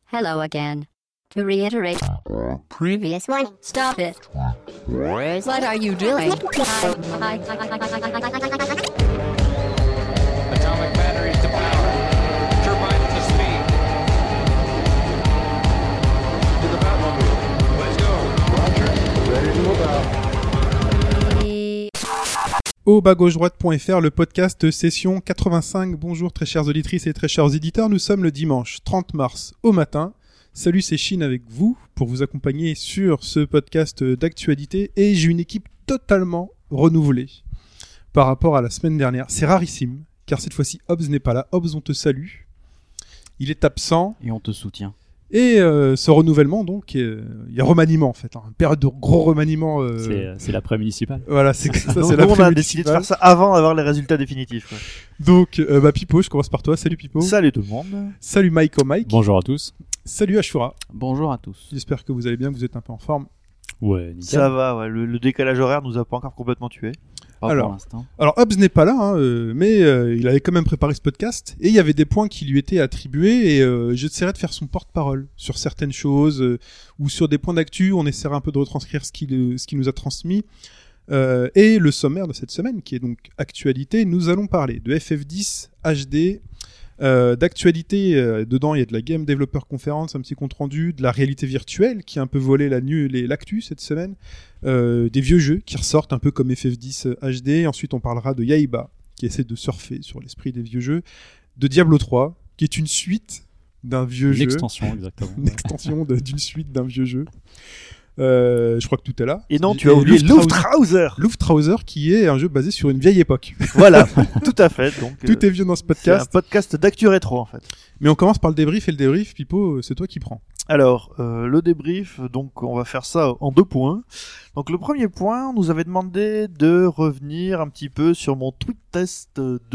Hello again. To reiterate, previous one, stop it. What are you doing? Atomic batteries to power. Turbines to speed. To the Batmobile. Let's go. Roger. Ready to move out. Au bas-gauche-droite.fr, le podcast session 85. Bonjour très chères auditrices et très chers éditeurs, nous sommes le dimanche 30 mars au matin. Salut, c'est Chine avec vous pour vous accompagner sur ce podcast d'actualité et j'ai une équipe totalement renouvelée par rapport à la semaine dernière. C'est rarissime car cette fois-ci Hobbs n'est pas là. Hobbs, on te salue. Il est absent. Et on te soutient. Et ce renouvellement, donc, il y a remaniement en fait, une période de gros remaniement. C'est l'après-municipal. Voilà, c'est ça, Donc, c'est nous, on a l'après-municipal. décidé de faire ça avant d'avoir les résultats définitifs. Quoi. Donc, Pipo, je commence par toi. Salut Pipo. Salut tout le monde. Salut Mike, oh Mike. Bonjour à tous. Salut Ashura. Bonjour à tous. J'espère que vous allez bien, que vous êtes un peu en forme. Ouais, nickel. Ça va, ouais. Le décalage horaire nous a pas encore complètement tués. Pas alors. pour l'instant. Alors Hobbs n'est pas là, mais il avait quand même préparé ce podcast et il y avait des points qui lui étaient attribués et j'essaierai de faire son porte-parole sur certaines choses ou sur des points d'actu. On essaiera un peu de retranscrire ce qu'il nous a transmis. Et le sommaire de cette semaine, qui est donc actualité, nous allons parler de FF10 HD, d'actualité, dedans il y a de la Game Developer Conference, un petit compte rendu, de la réalité virtuelle qui a un peu volé l'actu cette semaine, des vieux jeux qui ressortent un peu comme FF10 HD, ensuite on parlera de Yaiba qui essaie de surfer sur l'esprit des vieux jeux, de Diablo 3 qui est une suite d'un vieux jeu. Une extension, exactement. Une extension d'une suite d'un vieux jeu. Je crois que tout est là. Et non, tu as oublié Luftrauser. Luftrauser qui est un jeu basé sur une vieille époque. Voilà, tout à fait. Donc, Tout est vieux dans ce c'est un podcast. podcast d'actu rétro en fait. Mais on commence par le débrief et le débrief, Pipo, c'est toi qui prends. Alors, le débrief, donc on va faire ça en 2 points. Donc le premier point, on nous avait demandé de revenir un petit peu sur mon tweet test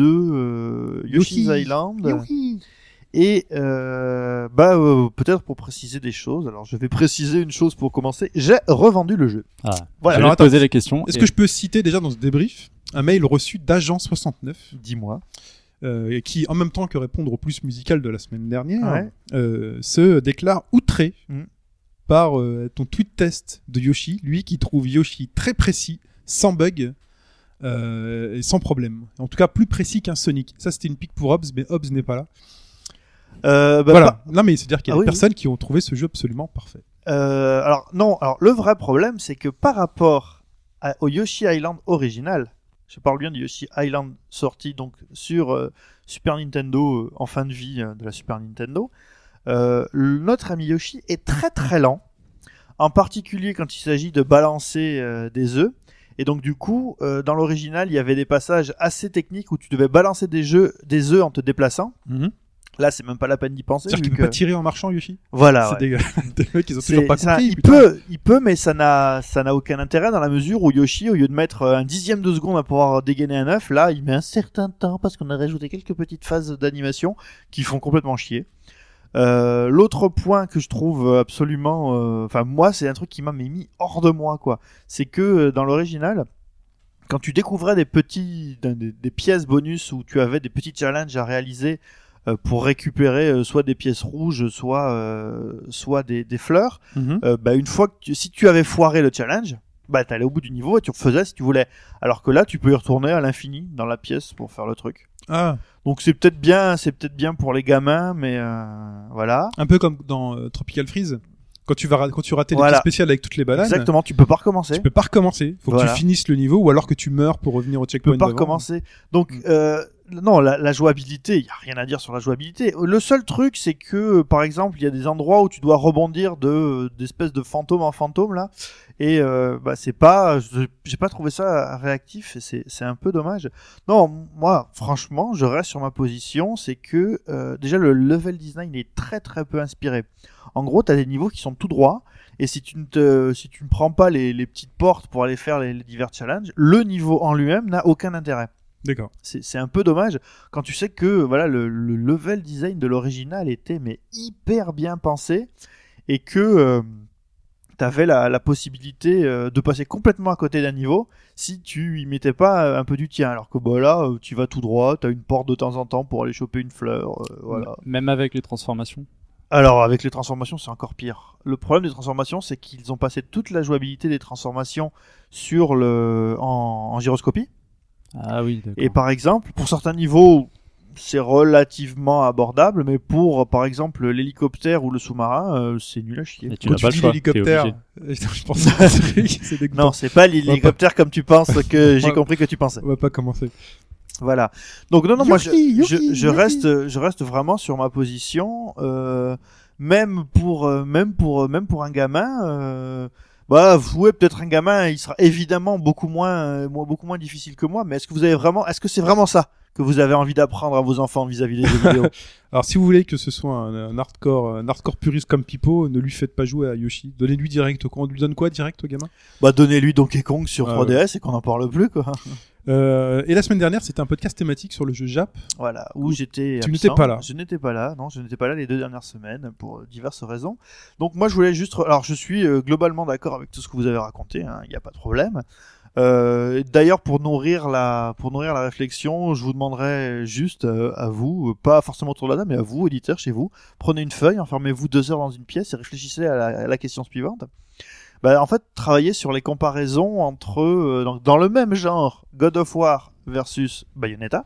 de Yoshi's Island. Et peut-être pour préciser des choses. Alors je vais préciser une chose pour commencer. J'ai revendu le jeu. Ah, Voilà. je Alors, vais te poser la question. Est-ce que je peux citer déjà dans ce débrief un mail reçu d'Agent69 Dis-moi. et qui, en même temps que répondre au plus musical de la semaine dernière, Ouais. se déclare outré Mm. par ton tweet test de Yoshi, lui qui trouve Yoshi très précis, sans bug et sans problème. En tout cas plus précis qu'un Sonic. Ça c'était une pique pour Hobbs, mais Hobbs n'est pas là. Voilà. Non mais c'est-à-dire qu'il y a Ah des oui, personnes qui ont trouvé ce jeu absolument parfait. Alors non. Alors le vrai problème, c'est que par rapport au Yoshi Island original, je parle bien du Yoshi Island sorti donc sur Super Nintendo en fin de vie de la Super Nintendo. Notre ami Yoshi est très très lent, en particulier quand il s'agit de balancer des œufs. Et donc du coup, dans l'original, il y avait des passages assez techniques où tu devais balancer des œufs en te déplaçant. Là, c'est même pas la peine d'y penser. C'est-à-dire qu'il vu peut pas que... tirer en marchant Yoshi. Voilà. C'est Ouais. dégueulasse. Les mecs ils ont toujours pas Ça, compris. il putain. peut, mais ça n'a aucun intérêt dans la mesure où Yoshi, au lieu de mettre un dixième de seconde à pouvoir dégainer un œuf, là, il met un certain temps parce qu'on a rajouté quelques petites phases d'animation qui font complètement chier. L'autre point que je trouve absolument, moi, c'est un truc qui m'a mis hors de moi, quoi. C'est que dans l'original, quand tu découvrais des pièces bonus où tu avais des petits challenges à réaliser pour récupérer soit des pièces rouges, soit des fleurs. Une fois que si tu avais foiré le challenge, t'allais au bout du niveau et tu refaisais si tu voulais. Alors que là, tu peux y retourner à l'infini dans la pièce pour faire le truc. Ah, Donc c'est peut-être bien pour les gamins, mais voilà. un peu comme dans Tropical Freeze. Quand tu ratais les Voilà. pièces spéciales avec toutes les bananes, Exactement, tu peux pas recommencer. tu peux pas recommencer. Faut que Voilà. tu finisses le niveau ou alors que tu meurs pour revenir au Tu checkpoint peux pas d'avant. recommencer. Donc non, la jouabilité, il y a rien à dire sur la jouabilité. Le seul truc, c'est que par exemple, il y a des endroits où tu dois rebondir d'espèces de fantôme en fantôme là, et j'ai pas trouvé ça réactif et c'est un peu dommage. Non, moi, franchement, je reste sur ma position, c'est que déjà le level design est très très peu inspiré. En gros, t'as des niveaux qui sont tout droits. Et si tu ne prends pas les petites portes pour aller faire les divers challenges, le niveau en lui-même n'a aucun intérêt. D'accord. C'est un peu dommage quand tu sais que voilà le level design de l'original était mais hyper bien pensé et que t'avais la possibilité de passer complètement à côté d'un niveau si tu y mettais pas un peu du tien. Alors que là, tu vas tout droit, t'as une porte de temps en temps pour aller choper une fleur, voilà. Même avec les transformations. Alors, avec les transformations, c'est encore pire. Le problème des transformations, c'est qu'ils ont passé toute la jouabilité des transformations sur en gyroscopie. Ah oui, d'accord. Et par exemple, pour certains niveaux, c'est relativement abordable, mais pour, par exemple, l'hélicoptère ou le sous-marin, c'est nul à chier. Et tu Quand n'as pas le dis choix. l'hélicoptère, t'es je pense à un truc, c'est dégoûtant. Non, c'est pas l'hélicoptère comme tu penses que j'ai Ouais. compris que tu pensais. On va pas commencer. Voilà. Donc non, moi Yuki, je reste vraiment sur ma position. Même pour un gamin. Bah, vous, peut-être un gamin, il sera évidemment beaucoup moins difficile que moi. Mais est-ce que c'est vraiment ça que vous avez envie d'apprendre à vos enfants vis-à-vis des jeux vidéo? Alors, si vous voulez que ce soit un hardcore puriste comme Pipo, ne lui faites pas jouer à Yoshi. Donnez-lui direct. On lui donne quoi direct au gamin? Bah, donnez-lui Donkey Kong sur Ah 3DS et qu'on n'en parle plus, quoi. Et la semaine dernière, c'était un podcast thématique sur le jeu Jap. Voilà, où j'étais Tu absent. n'étais pas là. Je n'étais pas là, non, je n'étais pas là les 2 dernières semaines pour diverses raisons. Donc moi je voulais juste, alors je suis globalement d'accord avec tout ce que vous avez raconté, il n'y a pas de problème. D'ailleurs pour nourrir la réflexion, je vous demanderais juste à vous, pas forcément autour de la table, mais à vous, éditeurs chez vous, prenez une feuille, enfermez-vous 2 heures dans une pièce et réfléchissez à la question suivante. Bah, en fait, travaillez sur les comparaisons entre, donc, dans le même genre, God of War versus Bayonetta.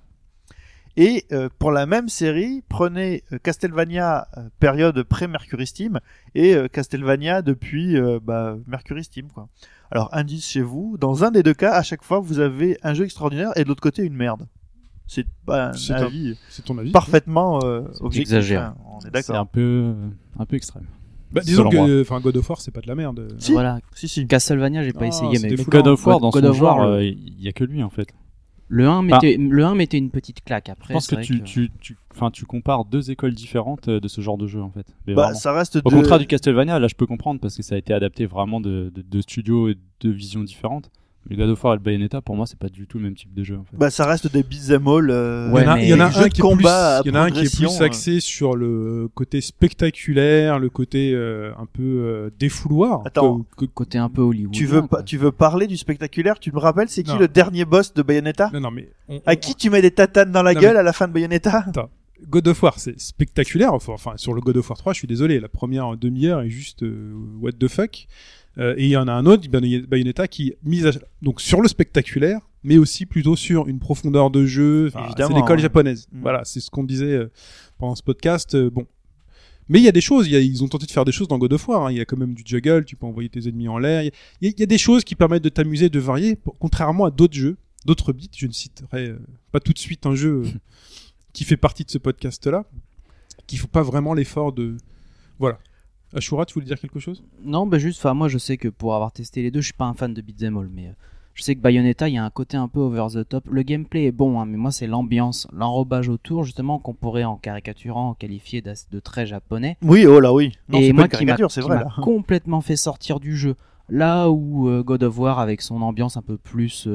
Et pour la même série, prenez Castlevania période pré-Mercury Steam et Castlevania depuis Mercury Steam, quoi. Alors, indice chez vous, dans un des 2 cas, à chaque fois, vous avez un jeu extraordinaire et de l'autre côté, une merde. C'est pas C'est un avis C'est ton avis? parfaitement objectif. exagéré. Hein, on est C'est d'accord. un peu extrême. Bah, disons Selon que, enfin, God of War, c'est pas de la merde. Si. Voilà. Si. Castlevania, j'ai pas Ah, essayé, c'est mais des Mais God of War, dans God son of War, genre, il y a que lui en fait. le 1 mettait une petite claque. Après, Je pense c'est que vrai tu compares 2 écoles différentes de ce genre de jeu en fait. Mais Bah, vraiment. ça reste Au contraire du Castlevania, là je peux comprendre parce que ça a été adapté vraiment de studios et de visions différentes. Mais God of War et le Bayonetta, pour moi, c'est pas du tout le même type de jeu en fait. Bah, ça reste des beat'em all. Ouais, il y en a jeux un de qui est combat à plus, il y en a un qui est progression, plus axé sur le côté spectaculaire, le côté un peu défouloir. Attends. côté un peu Hollywood. Tu veux parler du spectaculaire? Tu me rappelles, c'est qui Non. le dernier boss de Bayonetta? Non, mais À qui tu mets des tatanes dans la Non, gueule mais- à la fin de Bayonetta? God of War, c'est spectaculaire. Enfin, sur le God of War 3, je suis désolé, la première demi-heure est juste what the fuck. Et il y en a un autre, Bayonetta, qui mise donc sur le spectaculaire, mais aussi plutôt sur une profondeur de jeu. Enfin, c'est Évidemment, l'école ouais. japonaise. Mm. Voilà, c'est ce qu'on disait pendant ce podcast. Bon. Mais il y a des choses, ils ont tenté de faire des choses dans God of War. Hein. Il y a quand même du juggle, tu peux envoyer tes ennemis en l'air. Il y a des choses qui permettent de t'amuser, de varier, contrairement à d'autres jeux, d'autres bits. Je ne citerai pas tout de suite un jeu qui fait partie de ce podcast-là, qui faut pas vraiment l'effort de... Voilà. Ashura, tu voulais dire quelque chose? Non, bah juste, moi je sais que pour avoir testé les deux, je suis pas un fan de beat'em all, mais je sais que Bayonetta, il y a un côté un peu over the top. Le gameplay est bon, hein, mais moi c'est l'ambiance, l'enrobage autour, justement, qu'on pourrait en caricaturant qualifier de très japonais. Oui, oh là oui. Non, Et c'est moi pas une caricature, c'est qui vrai m'a là. complètement fait sortir du jeu. Là où God of War, avec son ambiance un peu plus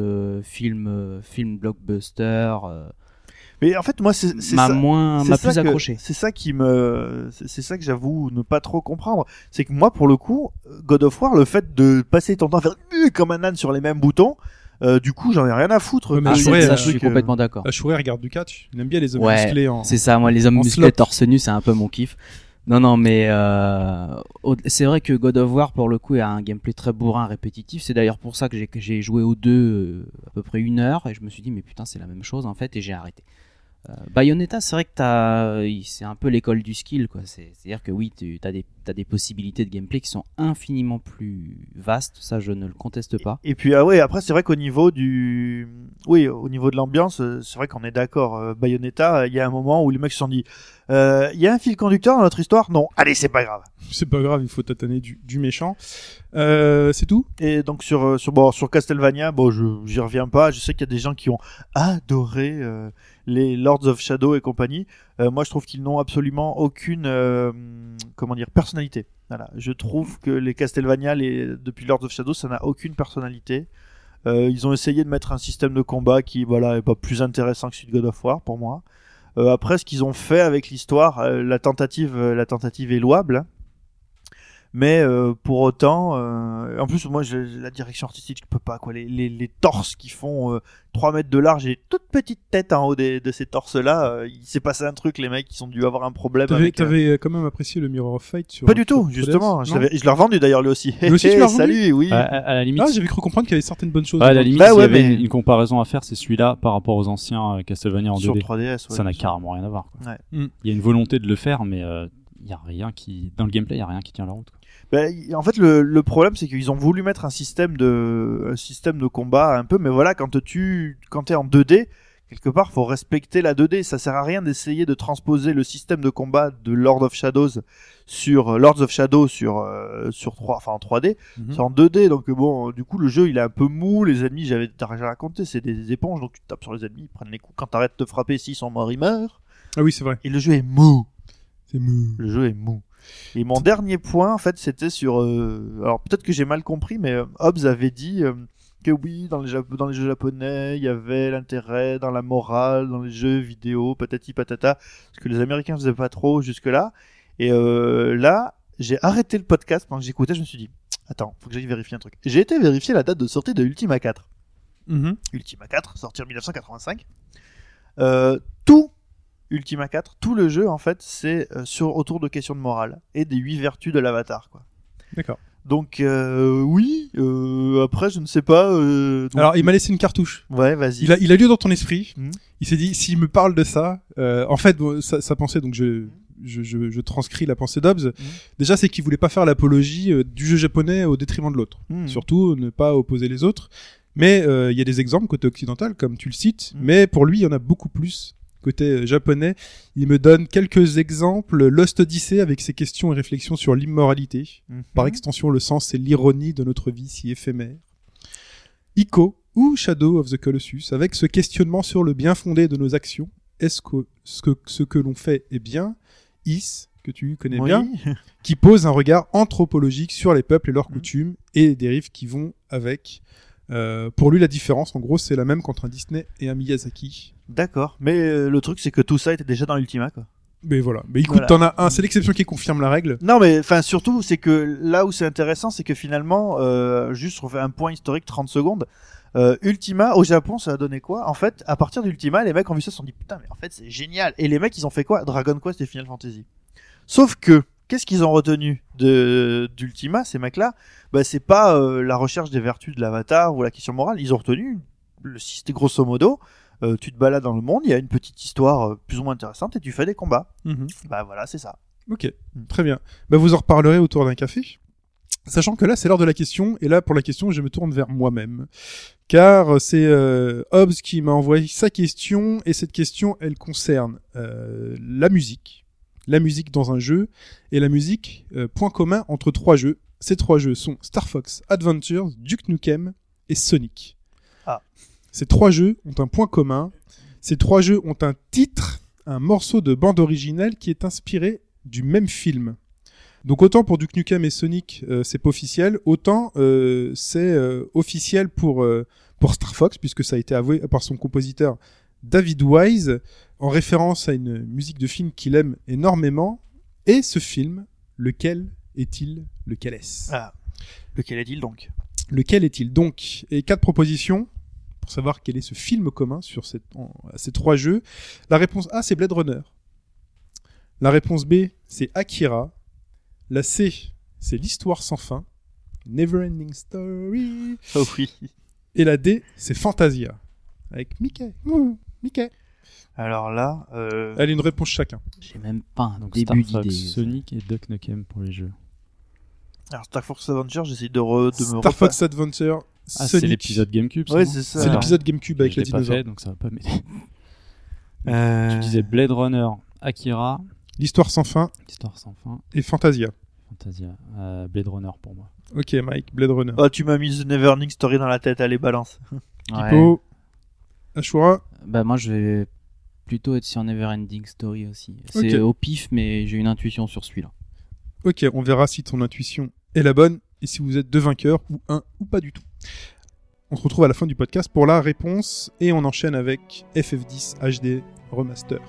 film blockbuster, Mais en fait, moi, c'est m'a ça. plus ça que- accroché. C'est ça c'est ça que j'avoue ne pas trop comprendre. C'est que moi, pour le coup, God of War, le fait de passer ton temps à faire comme un âne sur les mêmes boutons, du coup, j'en ai rien à foutre. Ouais, mais Ah, que- je ça, pourrais, je suis complètement d'accord. Ashura regarde du catch. Il aime bien les hommes Ouais, musclés en... C'est ça, moi les hommes en musclés slop. torse nu, c'est un peu mon kiff. Non, mais c'est vrai que God of War, pour le coup, a un gameplay très bourrin, répétitif. C'est d'ailleurs pour ça que j'ai joué aux deux à peu près 1 heure, et je me suis dit, mais putain, c'est la même chose en fait, et j'ai arrêté. Bayonetta, c'est vrai que c'est un peu l'école du skill, quoi. C'est-à-dire que oui, t'as des possibilités de gameplay qui sont infiniment plus vastes, ça je ne le conteste pas. Et puis après c'est vrai qu'au niveau au niveau de l'ambiance, c'est vrai qu'on est d'accord. Bayonetta, il y a un moment où les mecs se sont dit, il y a un fil conducteur dans notre histoire. Non, allez, c'est pas grave. C'est pas grave, il faut tâtonner du méchant. C'est tout? Et donc sur Castlevania, j'y reviens pas. Je sais qu'il y a des gens qui ont adoré les Lords of Shadow et compagnie. Moi, je trouve qu'ils n'ont absolument aucune personnalité. Voilà, je trouve que les Castlevania, depuis Lords of Shadow, ça n'a aucune personnalité. Ils ont essayé de mettre un système de combat qui est pas plus intéressant que celui de God of War pour moi. Après, ce qu'ils ont fait avec l'histoire, la tentative est louable. Mais pour autant, en plus moi la direction artistique je peux pas quoi, les torses qui font 3 mètres de large et toute petite tête en haut de ces torses là, il s'est passé un truc, les mecs ils ont dû avoir un problème. T'avais quand même apprécié le Mirror of Fight sur. Pas du tout, sur justement. 3DS, Je l'ai revendu d'ailleurs lui aussi. Lui aussi, tu l'as revendu Salut, oui. À la limite, Ah, j'avais cru comprendre qu'il y avait certaines bonnes choses. à la limite, Bah s'il ouais, y avait mais- une comparaison à faire, c'est celui-là par rapport aux anciens Castlevania en Sur 2D. 3DS. Ouais, Ça n'a carrément rien à voir. Quoi. Ouais. Mm. Il y a une volonté de le faire, mais il y a rien qui, dans le gameplay, il y a rien qui tient la route. Quoi. En fait, le problème, c'est qu'ils ont voulu mettre un système de combat un peu, mais voilà, quand t'es en 2D, quelque part, faut respecter la 2D. Ça sert à rien d'essayer de transposer le système de combat de Lords of Shadow sur 3, enfin en 3D, Mhm. c'est en 2D. Donc bon, du coup, le jeu, il est un peu mou. Les ennemis, t'as déjà raconté, c'est des éponges, donc tu tapes sur les ennemis, ils prennent les coups. Quand t'arrêtes de frapper, s'ils sont morts, ils meurent. Ah oui, c'est vrai. Et le jeu est mou. C'est mou. Le jeu est mou. Et mon dernier point, en fait, c'était sur... alors, peut-être que j'ai mal compris, mais Hobbes avait dit que oui, dans les jeux japonais, il y avait l'intérêt dans la morale, dans les jeux vidéo, patati patata, ce que les Américains faisaient pas trop jusque-là. Et là, j'ai arrêté le podcast pendant que j'écoutais, je me suis dit, attends, faut que j'aille vérifier un truc. J'ai été vérifier la date de sortie de Ultima 4. Mhm. Ultima 4, sorti en 1985. Tout Ultima 4, tout le jeu en fait, c'est autour de questions de morale et des 8 vertus de l'avatar, quoi. D'accord. Donc oui, après je ne sais pas. Donc- Alors, il m'a laissé une cartouche. ouais, vas-y. Il a lieu dans ton esprit. Mhm. Il s'est dit, s'il me parle de ça, en fait, bon, sa pensée, donc je transcris la pensée d'Hobbes. Déjà, c'est qu'il voulait pas faire l'apologie du jeu japonais au détriment de l'autre. Mhm. Surtout, ne pas opposer les autres. Mais il y a des exemples côté occidental, comme tu le cites. Mhm. Mais pour lui, il y en a beaucoup plus côté japonais. Il me donne quelques exemples. Lost Odyssey avec ses questions et réflexions sur l'immoralité. Mhm. Par extension, le sens et l'ironie de notre vie si éphémère. Ico ou Shadow of the Colossus avec ce questionnement sur le bien fondé de nos actions. Est-ce que ce que l'on fait est bien? Is, que tu connais Oui. bien, qui pose un regard anthropologique sur les peuples et leurs Mhm. coutumes et les dérives qui vont avec. Pour lui, la différence, en gros, c'est la même qu'entre un Disney et un Miyazaki. D'accord. Mais le truc, c'est que tout ça était déjà dans Ultima, quoi. Mais voilà. Mais écoute, Voilà. t'en as un. C'est l'exception qui confirme la règle. Non, mais enfin surtout, c'est que là où c'est intéressant, c'est que finalement, juste on fait un point historique 30 secondes. Ultima au Japon, ça a donné quoi? En fait, à partir d'Ultima, les mecs ont vu ça, se sont dit putain, mais en fait c'est génial. Et les mecs, ils ont fait quoi? Dragon Quest et Final Fantasy. Sauf que qu'est-ce qu'ils ont retenu d'Ultima, ces mecs-là? Bah c'est pas la recherche des vertus de l'avatar ou la question morale. Ils ont retenu le système grosso modo. Tu te balades dans le monde, il y a une petite histoire plus ou moins intéressante et tu fais des combats. Mhm. Bah voilà, c'est ça. Ok, très bien. Bah, vous en reparlerez autour d'un café. Sachant que là, c'est l'heure de la question, et là, pour la question, je me tourne vers moi-même. Car c'est Hobbes qui m'a envoyé sa question, et cette question, elle concerne la musique dans un jeu, et la musique, point commun entre 3 jeux. Ces 3 jeux sont Star Fox Adventures, Duke Nukem et Sonic. Ah. Ces 3 jeux ont un point commun. Ces 3 jeux ont un titre, un morceau de bande originale qui est inspiré du même film. Donc autant pour Duke Nukem et Sonic, c'est pas officiel, autant c'est officiel pour Star Fox, puisque ça a été avoué par son compositeur David Wise, en référence à une musique de film qu'il aime énormément. Et ce film, lequel est-il? Lequel est-ce? Ah. Lequel est-il donc? Lequel est-il donc? Et 4 propositions pour savoir quel est ce film commun sur ces 3 jeux. La réponse A, c'est Blade Runner. La réponse B, c'est Akira. La C, c'est L'Histoire sans fin. Neverending Story. Oh oui. Et la D, c'est Fantasia. Avec Mickey. Mickey. Alors là, Allez, une réponse chacun. J'ai même pas un Donc début Star Fox, d'idée. Sonic et Duke Nukem pour les jeux. alors Star Fox Adventure, j'essaie de me Star Fox Adventure, Ah, c'est Sonic. l'épisode GameCube. Ouais, non c'est ça. C'est l'épisode GameCube avec Je les l'ai pas dinosaures. fait, donc ça va pas m'aider. Euh, Tu disais Blade Runner, Akira, L'Histoire sans fin Histoire sans fin, et Fantasia. Fantasia, Blade Runner pour moi. Ok, Mike, Blade Runner. Oh, tu m'as mis The Neverending Story dans la tête, allez, balance. Hippo, Ashura. Bah moi je vais plutôt être sur Neverending Story aussi. C'est Ok. au pif mais j'ai une intuition sur celui-là. Ok, on verra si ton intuition est la bonne et si vous êtes 2 vainqueurs ou 1 ou pas du tout. On se retrouve à la fin du podcast pour la réponse et on enchaîne avec FF10 HD Remaster.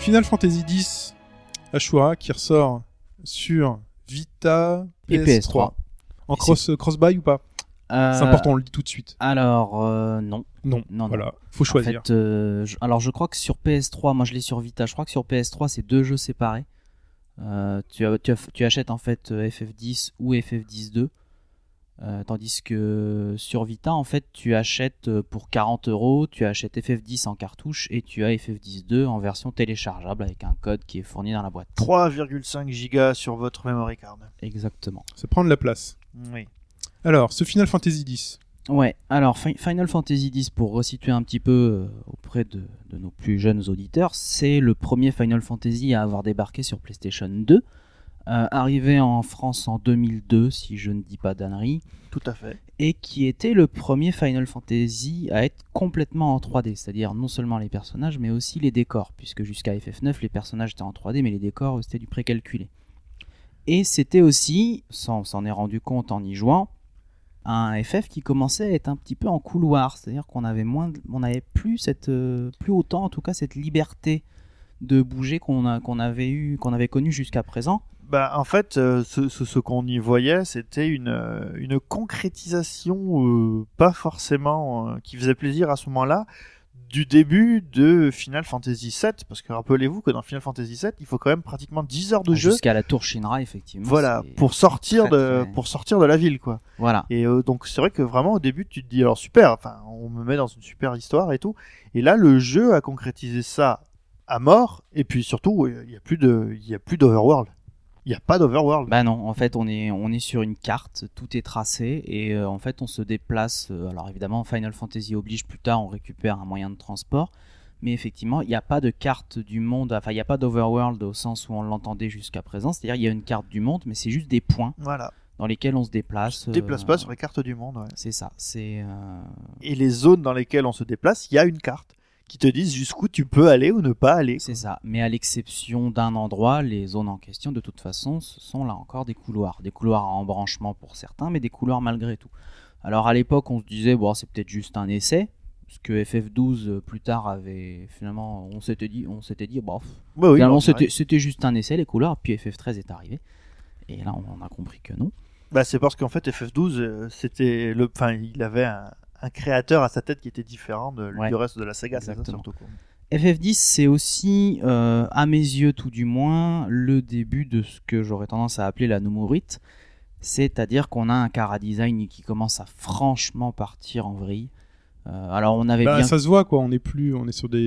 Final Fantasy X Ashura qui ressort sur Vita Et PS3. En cross-buy ou pas? C'est important, on le dit tout de suite. Alors, non. Non, Non, voilà, faut choisir. En fait, alors je crois que sur PS3, moi je l'ai sur Vita, je crois que sur PS3 c'est 2 jeux séparés. Tu achètes en fait FF10 ou FF10-2, tandis que sur Vita en fait tu achètes pour 40€, tu achètes FF10 en cartouche et tu as FF10-2 en version téléchargeable avec un code qui est fourni dans la boîte. 3,5 gigas sur votre memory card. Exactement. Ça prend de la place. Oui. Alors, ce Final Fantasy X. Ouais, alors Final Fantasy X, pour resituer un petit peu auprès de nos plus jeunes auditeurs, c'est le premier Final Fantasy à avoir débarqué sur PlayStation 2, arrivé en France en 2002, si je ne dis pas d'ânerie, Tout à fait. et qui était le premier Final Fantasy à être complètement en 3D, c'est-à-dire non seulement les personnages, mais aussi les décors, puisque jusqu'à FF9, les personnages étaient en 3D, mais les décors, c'était du précalculé. Et c'était aussi, on s'en est rendu compte en y jouant, un FF qui commençait à être un petit peu en couloir, c'est-à-dire qu'on avait plus autant en tout cas cette liberté de bouger qu'on avait connu jusqu'à présent. Bah, en fait, ce qu'on y voyait, c'était une concrétisation pas forcément qui faisait plaisir à ce moment-là, du début de Final Fantasy VII, parce que rappelez-vous que dans Final Fantasy VII, il faut quand même pratiquement 10 heures de jeu. Jusqu'à la tour Shinra, effectivement. Voilà, c'est pour sortir très, très- pour sortir de la ville, quoi. Voilà. Et donc c'est vrai que vraiment au début tu te dis alors super, enfin on me met dans une super histoire et tout. Et là le jeu a concrétisé ça à mort. Et puis surtout il y a plus d'overworld. Il y a pas d'overworld. Bah non, en fait on est sur une carte, tout est tracé et en fait on se déplace. Alors évidemment Final Fantasy oblige, plus tard on récupère un moyen de transport, mais effectivement il n'y a pas de carte du monde, enfin il n'y a pas d'overworld au sens où on l'entendait jusqu'à présent, c'est-à-dire il y a une carte du monde, mais c'est juste des points Voilà. dans lesquels on se déplace. On se déplace pas sur les cartes du monde. Ouais. C'est ça, c'est Et les zones dans lesquelles on se déplace, il y a une carte qui te disent jusqu'où tu peux aller ou ne pas aller. c'est ça. Mais à l'exception d'un endroit, les zones en question, de toute façon, ce sont là encore des couloirs à embranchement pour certains, mais des couloirs malgré tout. Alors à l'époque, on se disait bon, c'est peut-être juste un essai, parce que FF12 plus tard avait finalement, on s'était dit, bon, Bah oui, finalement bon, c'est vrai. c'était juste un essai les couloirs, puis FF13 est arrivé, et là on a compris que non. Bah, c'est parce qu'en fait FF12 c'était il avait un créateur à sa tête qui était différent Ouais. du reste de la saga, c'est ça Exactement. surtout, quoi. FF10 c'est aussi, à mes yeux tout du moins, le début de ce que j'aurais tendance à appeler la Numurite, c'est-à-dire qu'on a un chara-design qui commence à franchement partir en vrille. Alors on avait bien... Ça se voit quoi, on est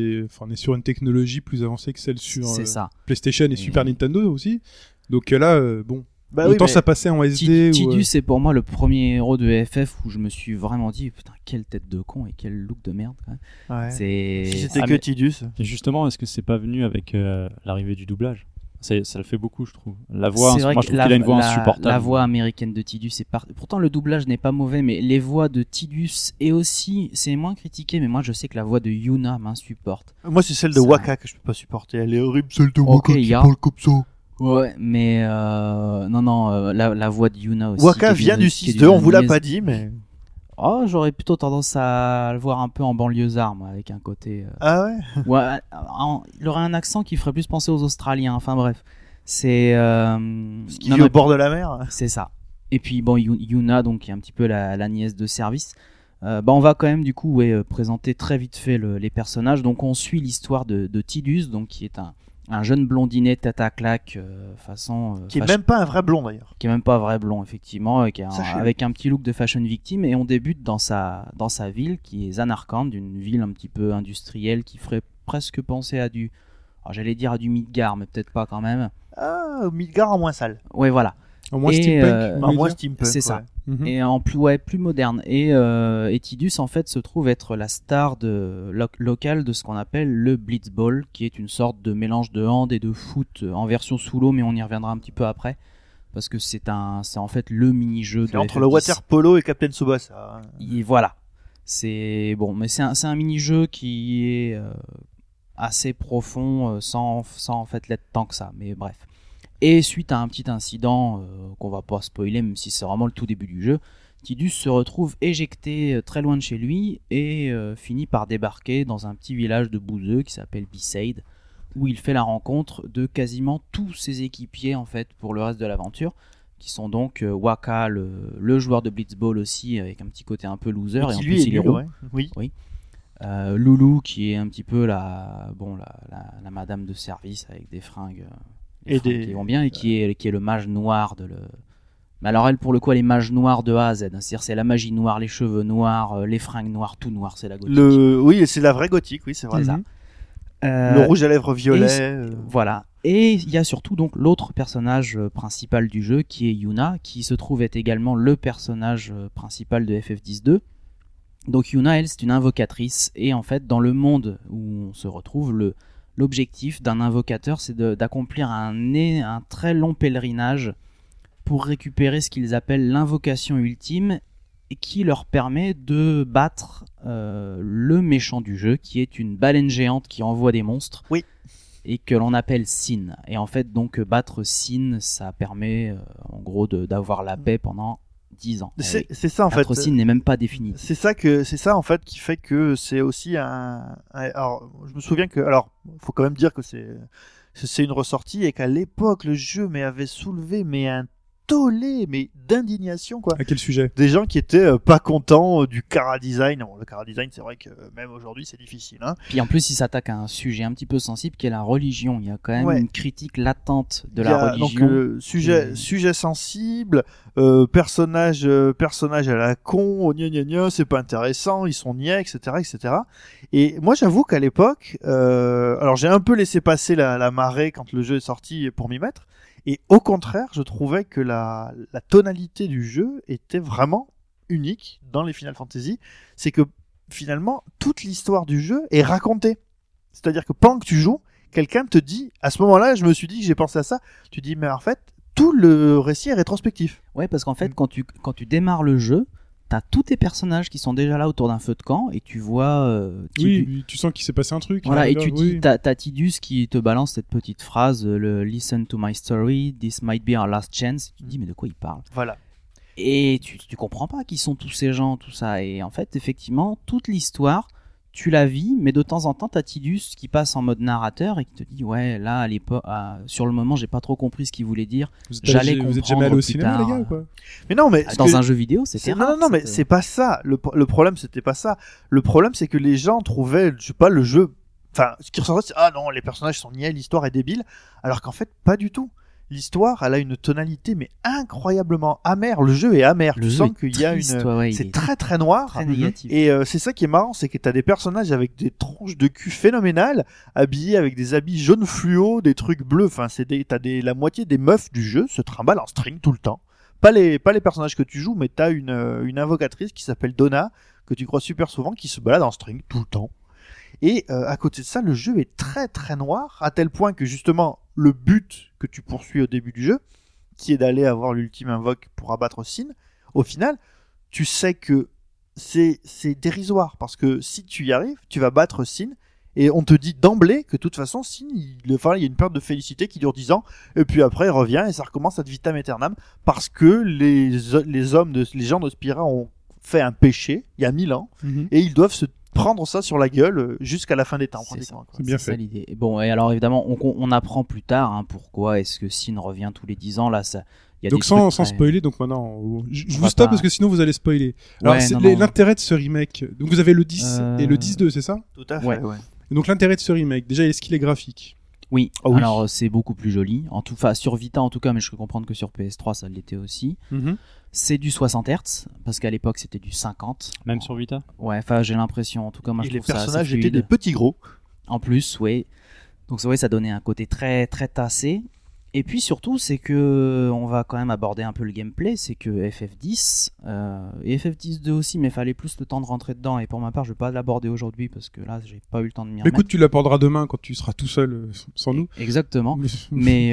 sur une technologie plus avancée que celle sur C'est ça. PlayStation et Super Nintendo aussi. Donc là, bon, Bah oui, autant mais- ça passait en SD. Tidus c'est pour moi le premier héros de FF où je me suis vraiment dit putain quelle tête de con et quel look de merde quand même. Ouais. C'est... Si c'était Ah, que mais- Tidus. Et justement, est-ce que c'est pas venu avec l'arrivée du doublage? Ça le fait beaucoup, je trouve. La voix, C'est vrai moi je que trouve qu'il a une voix insupportable. La voix américaine de Tidus est pourtant le doublage n'est pas mauvais, mais les voix de Tidus et aussi c'est moins critiqué, mais moi je sais que la voix de Yuna m'insupporte. Moi c'est celle de Ça- Waka que je peux pas supporter, elle est horrible celle de Ok, Waka qui ya. parle comme ça. Ouais, mais la voix de Yuna aussi. Waka qui est vient d'une- du qui est 6-2, on vous l'a d'une- pas dit mais... Oh, j'aurais plutôt tendance à le voir un peu en banlieusard, moi, avec un côté. Ah ouais. Ouais, il aurait un accent qui ferait plus penser aux Australiens. Enfin bref, c'est. Parce qu'il vit au bord de la mer. C'est ça. Et puis bon, Yuna, donc qui est un petit peu la nièce de service. On va quand même du coup présenter très vite fait les personnages. Donc on suit l'histoire de Tidus, donc qui est un jeune blondinet tête à claque façon. Qui est même pas un vrai blond d'ailleurs. Qui est même pas vrai blond effectivement, qui est Sachez-le. avec un petit look de fashion victime, et on débute dans sa ville qui est Zanarkand, une ville un petit peu industrielle qui ferait presque penser à du, alors j'allais dire à du Midgar, mais peut-être pas quand même. Ah, Midgar en moins sale. Ouais voilà. Au moins Et, steampunk. En moins steampunk. c'est ça. ouais. Mhm. Et en plus moderne. Et Tidus en fait se trouve être la star locale de ce qu'on appelle le Blitzball, qui est une sorte de mélange de hand et de foot en version sous l'eau, mais on y reviendra un petit peu après parce que c'est en fait le mini-jeu de C'est entre FF10. le water polo et Captain Tsubasa. Voilà. C'est bon, mais c'est un mini-jeu qui est assez profond sans en fait l'être tant que ça. Mais bref. Et suite à un petit incident qu'on va pas spoiler, même si c'est vraiment le tout début du jeu, Tidus se retrouve éjecté très loin de chez lui et finit par débarquer dans un petit village de bouseux qui s'appelle B-Side, où il fait la rencontre de quasiment tous ses équipiers en fait pour le reste de l'aventure, qui sont donc Waka, le joueur de Blitzball aussi, avec un petit côté un peu loser, et en Qui plus lui est il est nul, roux. ouais. Oui. Loulou qui est un petit peu la madame de service avec des fringues, Et fringues des- qui vont bien, et qui est le mage noir Mais alors elle, pour le coup, elle est mage noire de A à Z, hein. C'est-à-dire c'est la magie noire, les cheveux noirs, les fringues noires, tout noir, c'est la gothique. Oui, c'est la vraie gothique, oui, c'est vrai. C'est ça. Mhm. Le rouge à lèvres violet. Voilà. Et il y a surtout donc l'autre personnage principal du jeu qui est Yuna, qui se trouve être également le personnage principal de FF10-2. Donc Yuna, elle, c'est une invocatrice, et en fait, dans le monde où on se retrouve, l'objectif d'un invocateur, c'est d'accomplir un très long pèlerinage pour récupérer ce qu'ils appellent l'invocation ultime, et qui leur permet de battre le méchant du jeu, qui est une baleine géante qui envoie des monstres. Oui. Et que l'on appelle Sin. Et en fait, donc, battre Sin, ça permet, en gros, d'avoir la paix pendant 10 ans. C'est ça en fait. Battre Sin n'est même pas défini. C'est ça en fait qui fait que c'est aussi alors, je me souviens que, alors, faut quand même dire que c'est une ressortie, et qu'à l'époque le jeu avait soulevé un tollé d'indignation, quoi. À quel sujet? Des gens qui étaient pas contents du chara design. Bon, le chara design, c'est vrai que même aujourd'hui c'est difficile, hein. Puis en plus, il s'attaque à un sujet un petit peu sensible qui est la religion. Il y a quand même Ouais. une critique latente de Il y la a, religion. donc, sujet sensible, personnage à la con, gna gna gna, c'est pas intéressant, ils sont niais, etc., etc. Et moi, j'avoue qu'à l'époque, alors j'ai un peu laissé passer la marée quand le jeu est sorti pour m'y mettre. Et au contraire, je trouvais que la tonalité du jeu était vraiment unique dans les Final Fantasy. C'est que finalement, toute l'histoire du jeu est racontée. C'est-à-dire que pendant que tu joues, quelqu'un te dit, à ce moment-là, je me suis dit que j'ai pensé à ça, tu dis, mais en fait, tout le récit est rétrospectif. Ouais, parce qu'en fait, quand tu démarres le jeu, t'as tous tes personnages qui sont déjà là autour d'un feu de camp, et tu vois... Oui, tu sens qu'il s'est passé un truc. Voilà, là, et là, tu oui. dis, t'as Tidus qui te balance cette petite phrase, le listen to my story, this might be our last chance. Tu te dis, mais de quoi il parle? Voilà. Et tu comprends pas qui sont tous ces gens, tout ça. Et en fait, effectivement, toute l'histoire, tu la vis, mais de temps en temps, t'as Tidus qui passe en mode narrateur et qui te dit, ouais, là, à l'époque, sur le moment, j'ai pas trop compris ce qu'il voulait dire. Vous J'allais êtes jamais comprendre allé au plus cinéma, tard. les gars, ou quoi? Mais non, mais ce Dans que- un jeu vidéo, c'était rare. non, mais c'est pas ça. Le problème, c'était pas ça. Le problème, c'est que les gens trouvaient, je sais pas, le jeu. Enfin, ce qui ressortait, c'est ah non, les personnages sont niais, l'histoire est débile. Alors qu'en fait, pas du tout. L'histoire, elle a une tonalité, mais incroyablement amère. Le jeu est amer. Le Tu jeu sens est qu'il y a triste, une. ouais, il C'est est très très noir. très négatif. Et c'est ça qui est marrant, c'est que t'as des personnages avec des tronches de cul phénoménales, habillés avec des habits jaunes fluo, des trucs bleus. Enfin, la moitié des meufs du jeu se trimballent en string tout le temps. Pas les personnages que tu joues, mais t'as une invocatrice qui s'appelle Donna, que tu crois super souvent, qui se balade en string tout le temps. Et à côté de ça, le jeu est très très noir, à tel point que justement, le but que tu poursuis au début du jeu, qui est d'aller avoir l'ultime invoque pour abattre Sin, au final, tu sais que c'est dérisoire, parce que si tu y arrives, tu vas battre Sin, et on te dit d'emblée que de toute façon, Sin, il y a une période de félicité qui dure 10 ans, et puis après il revient, et ça recommence ad vitam aeternam, parce que les gens de Spira ont fait un péché, il y a 1000 ans, Mhm. et ils doivent se prendre ça sur la gueule jusqu'à la fin des temps, C'est pratiquement, quoi. C'est bien ça fait. l'idée. Et bon, et alors évidemment, on apprend plus tard pourquoi est-ce que Sin revient tous les 10 ans. Là, ça, il y a Donc des sans trucs très- spoiler, donc maintenant, je On vous va stoppe pas- parce que sinon vous allez spoiler. Alors Ouais, c'est non, non. l'intérêt de ce remake. Donc vous avez le 10 et le Euh, 10-2, c'est ça? Tout à fait, Ouais. ouais. Et donc l'intérêt de ce remake, déjà est-ce qu'il est graphique? Oui, Ah oui. alors c'est beaucoup plus joli. Enfin, sur Vita en tout cas, mais je peux comprendre que sur PS3 ça l'était aussi. C'est du 60 Hz, parce qu'à l'époque c'était du 50. Même sur Vita. Ouais, enfin j'ai l'impression, en tout cas moi Et je les trouve ça assez personnages étaient fluide. des petits gros. En plus, oui. Donc ouais, ça donnait un côté très très tassé. Et puis surtout, c'est que on va quand même aborder un peu le gameplay, c'est que FF10 et FF10-2 aussi, mais fallait plus le temps de rentrer dedans. Et pour ma part, je vais pas l'aborder aujourd'hui parce que là, j'ai pas eu le temps de m'y Mais remettre. écoute, tu l'aborderas demain quand tu seras tout seul sans nous. Exactement. Mais Mais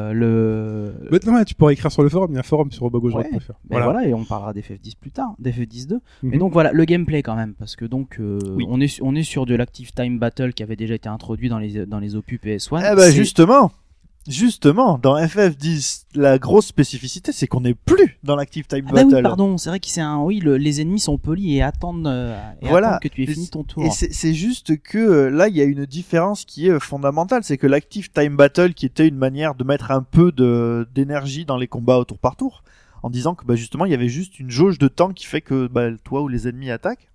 non, mais tu pourras écrire sur le forum, il y a un forum sur Robogauche. Ouais, voilà, et on parlera d'FF10 plus tard, d'FF10-2. Mhm. Mais donc voilà, le gameplay quand même, parce que donc Oui. on est sur de l'active time battle qui avait déjà été introduit dans les opus PS1. Eh ben justement, Justement, dans FF10, la grosse spécificité, c'est qu'on n'est plus dans l'Active Time Ah bah Battle. oui, pardon, c'est vrai que les ennemis sont polis et attendent, Voilà. attendent que tu aies fini ton tour. Et c'est juste que là, il y a une différence qui est fondamentale, c'est que l'Active Time Battle, qui était une manière de mettre un peu d'énergie dans les combats au tour par tour, en disant que justement, il y avait juste une jauge de temps qui fait que toi ou les ennemis attaquent.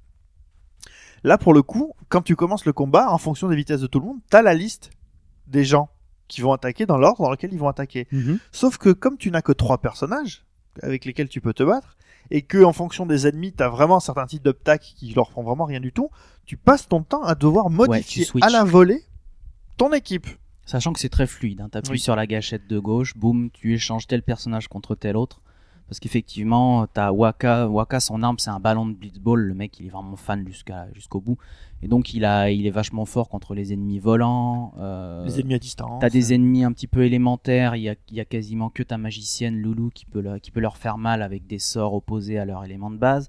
Là, pour le coup, quand tu commences le combat, en fonction des vitesses de tout le monde, t'as la liste des gens qui vont attaquer dans l'ordre dans lequel ils vont attaquer. Sauf que comme tu n'as que 3 personnages avec lesquels tu peux te battre, et que en fonction des ennemis, t'as vraiment certains types d'attaques qui leur font vraiment rien du tout, tu passes ton temps à devoir modifier switches. à la volée ton équipe. Sachant que c'est très fluide, hein. T'appuies sur la gâchette de gauche, boum, tu échanges tel personnage contre tel autre. Parce qu'effectivement, t'as Waka, son arme c'est un ballon de blitzball, le mec il est vraiment fan jusqu'au bout. Et donc il est vachement fort contre les ennemis volants. Les ennemis à distance. T'as des ennemis un petit peu élémentaires, il y a quasiment que ta magicienne Loulou qui peut leur faire mal avec des sorts opposés à leur élément de base.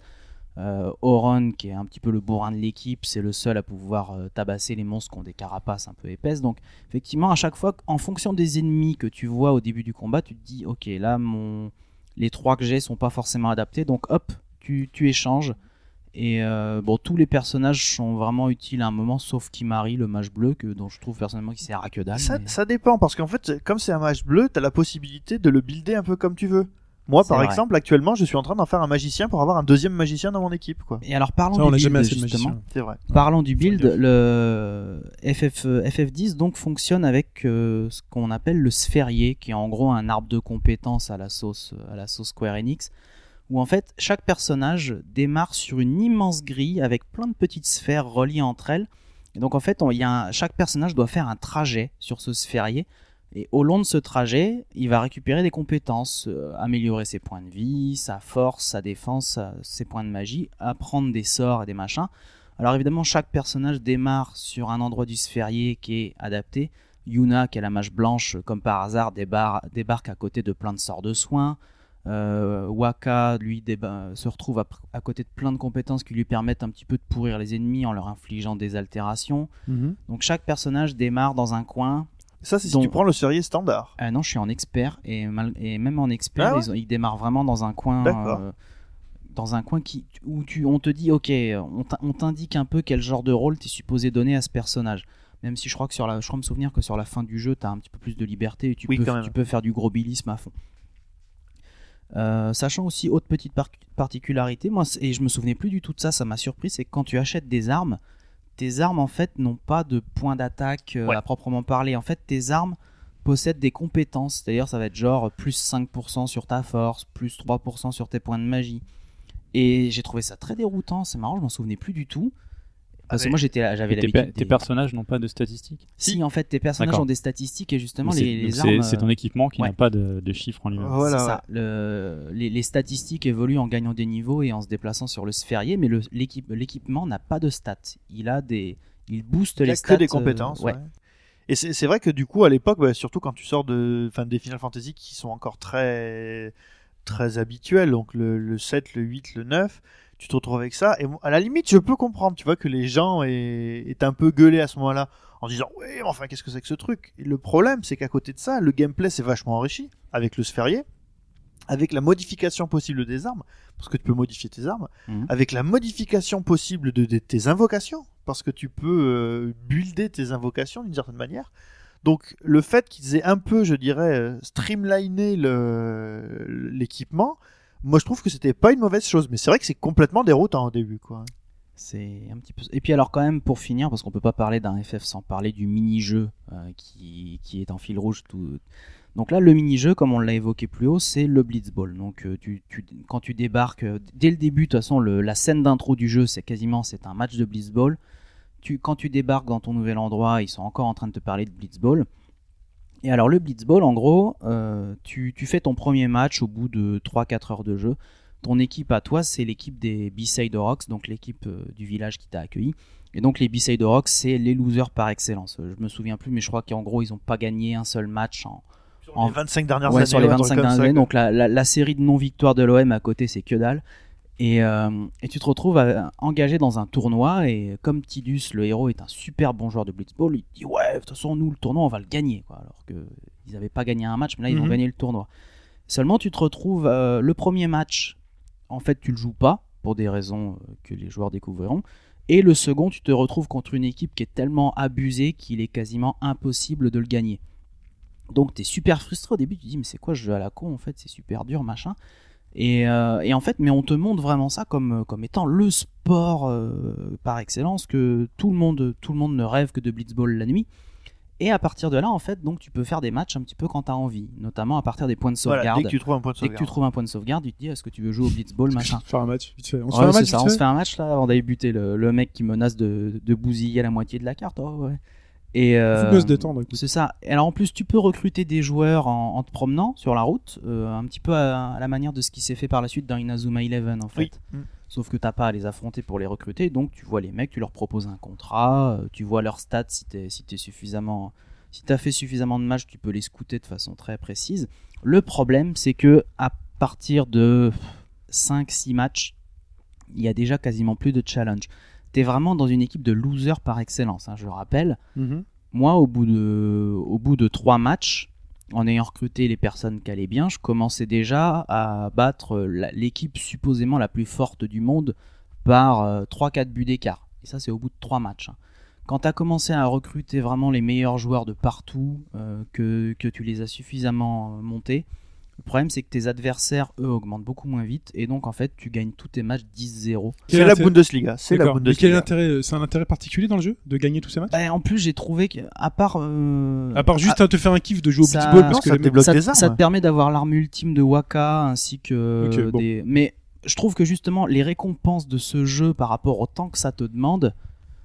Auron, qui est un petit peu le bourrin de l'équipe, c'est le seul à pouvoir tabasser les monstres qui ont des carapaces un peu épaisses. Donc effectivement, à chaque fois, en fonction des ennemis que tu vois au début du combat, tu te dis ok, là les 3 que j'ai sont pas forcément adaptés, donc hop, tu échanges. Et tous les personnages sont vraiment utiles à un moment, sauf Kimari, le mage bleu, dont je trouve personnellement qu'il sert à que dalle. Ça dépend, parce qu'en fait, comme c'est un mage bleu, t'as la possibilité de le builder un peu comme tu veux. Moi, par exemple, actuellement, je suis en train d'en faire un magicien pour avoir un deuxième magicien dans mon équipe, quoi. Et alors, parlons Ça, on du n'a build, jamais assez de justement. magiciens. C'est vrai. Parlons du build, le FF10 donc fonctionne avec ce qu'on appelle le sphérié, qui est en gros un arbre de compétences à la sauce Square Enix, où en fait chaque personnage démarre sur une immense grille avec plein de petites sphères reliées entre elles. Et donc en fait, chaque personnage doit faire un trajet sur ce sphérié. Et au long de ce trajet, il va récupérer des compétences, améliorer ses points de vie, sa force, sa défense, ses points de magie, apprendre des sorts et des machins. Alors évidemment, chaque personnage démarre sur un endroit du sphérié qui est adapté. Yuna, qui est la mage blanche, comme par hasard, débarque à côté de plein de sorts de soins. Waka, lui, se retrouve à côté de plein de compétences qui lui permettent un petit peu de pourrir les ennemis en leur infligeant des altérations. Donc chaque personnage démarre dans un coin. Ça, c'est si tu prends le sérieux standard. Non, je suis en expert, et même en expert, ils démarrent vraiment dans un coin. Dans un coin où on te dit, ok, on t'indique un peu quel genre de rôle t'es supposé donner à ce personnage. Même si je crois me souvenir que sur la fin du jeu, t'as un petit peu plus de liberté et tu peux faire du gros bilisme à fond. Sachant aussi, autre petite particularité, moi, et je me souvenais plus du tout de ça, ça m'a surpris, c'est que quand tu achètes des armes, tes armes en fait n'ont pas de point d'attaque à proprement parler. En fait, tes armes possèdent des compétences, c'est-à-dire ça va être genre plus 5% sur ta force, plus 3% sur tes points de magie. Et j'ai trouvé ça très déroutant, c'est marrant, je m'en souvenais plus du tout. Parce que moi j'avais l'habitude. Tes personnages n'ont pas de statistiques ? Si, en fait, tes personnages ont des statistiques et justement les armes. C'est ton équipement qui n'a pas de chiffres en lui-même. Voilà, c'est ça. Les statistiques évoluent en gagnant des niveaux et en se déplaçant sur le sphérié, mais l'équipement n'a pas de stats. Il booste les stats. Il n'y a que des compétences. Ouais. Et c'est vrai que du coup, à l'époque, surtout quand tu sors des Final Fantasy qui sont encore très, très habituels, donc le 7, le 8, le 9, tu te retrouves avec ça. Et à la limite, je peux comprendre, tu vois, que les gens aient un peu gueulé à ce moment-là en disant « Oui, mais enfin, qu'est-ce que c'est que ce truc ?» Et le problème, c'est qu'à côté de ça, le gameplay s'est vachement enrichi avec le sphérié, avec la modification possible des armes, parce que tu peux modifier tes armes, avec la modification possible de tes invocations, parce que tu peux builder tes invocations d'une certaine manière. Donc le fait qu'ils aient un peu, je dirais, streamliné l'équipement, moi je trouve que c'était pas une mauvaise chose, mais c'est vrai que c'est complètement déroutant au début, quoi. C'est un petit peu. Et puis alors quand même pour finir, parce qu'on peut pas parler d'un FF sans parler du mini-jeu qui est en fil rouge tout. Donc là, le mini-jeu, comme on l'a évoqué plus haut, c'est le Blitzball. Donc quand tu débarques, dès le début, de toute façon, la scène d'intro du jeu, c'est un match de Blitzball. Quand tu débarques dans ton nouvel endroit, ils sont encore en train de te parler de Blitzball. Et alors le Blitzball, en gros, tu fais ton premier match au bout de 3-4 heures de jeu. Ton équipe à toi, c'est l'équipe des B-Side Rocks, donc l'équipe du village qui t'a accueilli. Et donc les B-Side Rocks, c'est les losers par excellence. Je me souviens plus, mais je crois qu'en gros, ils n'ont pas gagné un seul match sur les 25 dernières années. Sur les 25 dernières années. Donc la série de non-victoires de l'OM à côté, c'est que dalle. Et tu te retrouves engagé dans un tournoi, et comme Tidus, le héros, est un super bon joueur de Blitzball, il te dit ouais, de toute façon nous le tournoi on va le gagner, quoi. Alors qu'ils n'avaient pas gagné un match, mais là ils vont gagner le tournoi. Seulement tu te retrouves le premier match, en fait tu le joues pas pour des raisons que les joueurs découvriront, et le second tu te retrouves contre une équipe qui est tellement abusée qu'il est quasiment impossible de le gagner. Donc t'es super frustré au début, tu te dis mais c'est quoi ce jeu à la con, en fait c'est super dur machin. Et en fait, mais on te montre vraiment ça comme étant le sport par excellence, que tout le monde ne rêve que de Blitzball la nuit. Et à partir de là, en fait, donc tu peux faire des matchs un petit peu quand t'as envie, notamment à partir des points de sauvegarde. Voilà, dès que tu trouves un point de Dès que tu trouves un point de sauvegarde, tu te dis est-ce que tu veux jouer au Blitzball machin. Faire un match, vite fait. On se Ouais, fait un c'est match, ça, vite on fait se fait un match là avant d'aller buter le mec qui menace de bousiller la moitié de la carte. Oh, ouais. Et Faut mieux se détendre. Écoute. c'est ça. Et alors en plus, tu peux recruter des joueurs en te promenant sur la route, un petit peu à la manière de ce qui s'est fait par la suite dans Inazuma Eleven en fait. Oui. Sauf que t'as pas à les affronter pour les recruter, donc tu vois les mecs, tu leur proposes un contrat, tu vois leurs stats si t'as fait suffisamment de matchs, tu peux les scouter de façon très précise. Le problème, c'est que à partir de 5-6 matchs, il y a déjà quasiment plus de challenge. T'es vraiment dans une équipe de losers par excellence, hein, je le rappelle. Moi, au bout de 3 matchs, en ayant recruté les personnes qui allaient bien, je commençais déjà à battre l'équipe supposément la plus forte du monde par 3-4 buts d'écart. Et ça, c'est au bout de 3 matchs. Hein. Quand tu as commencé à recruter vraiment les meilleurs joueurs de partout, que tu les as suffisamment montés, le problème, c'est que tes adversaires, eux, augmentent beaucoup moins vite, et donc en fait, tu gagnes tous tes matchs 10-0. C'est la Bundesliga. C'est la D'accord. Mais Bundesliga. quel intérêt, c'est un intérêt particulier dans le jeu de gagner tous ces matchs En plus, j'ai trouvé qu'à part... À part juste te faire un kiff de jouer au ça- Blitzball parce non, que ça les te mecs- débloque ça, des armes. ça te permet d'avoir l'arme ultime de Waka, ainsi que Ok, bon. des... Mais je trouve que justement, les récompenses de ce jeu par rapport au temps que ça te demande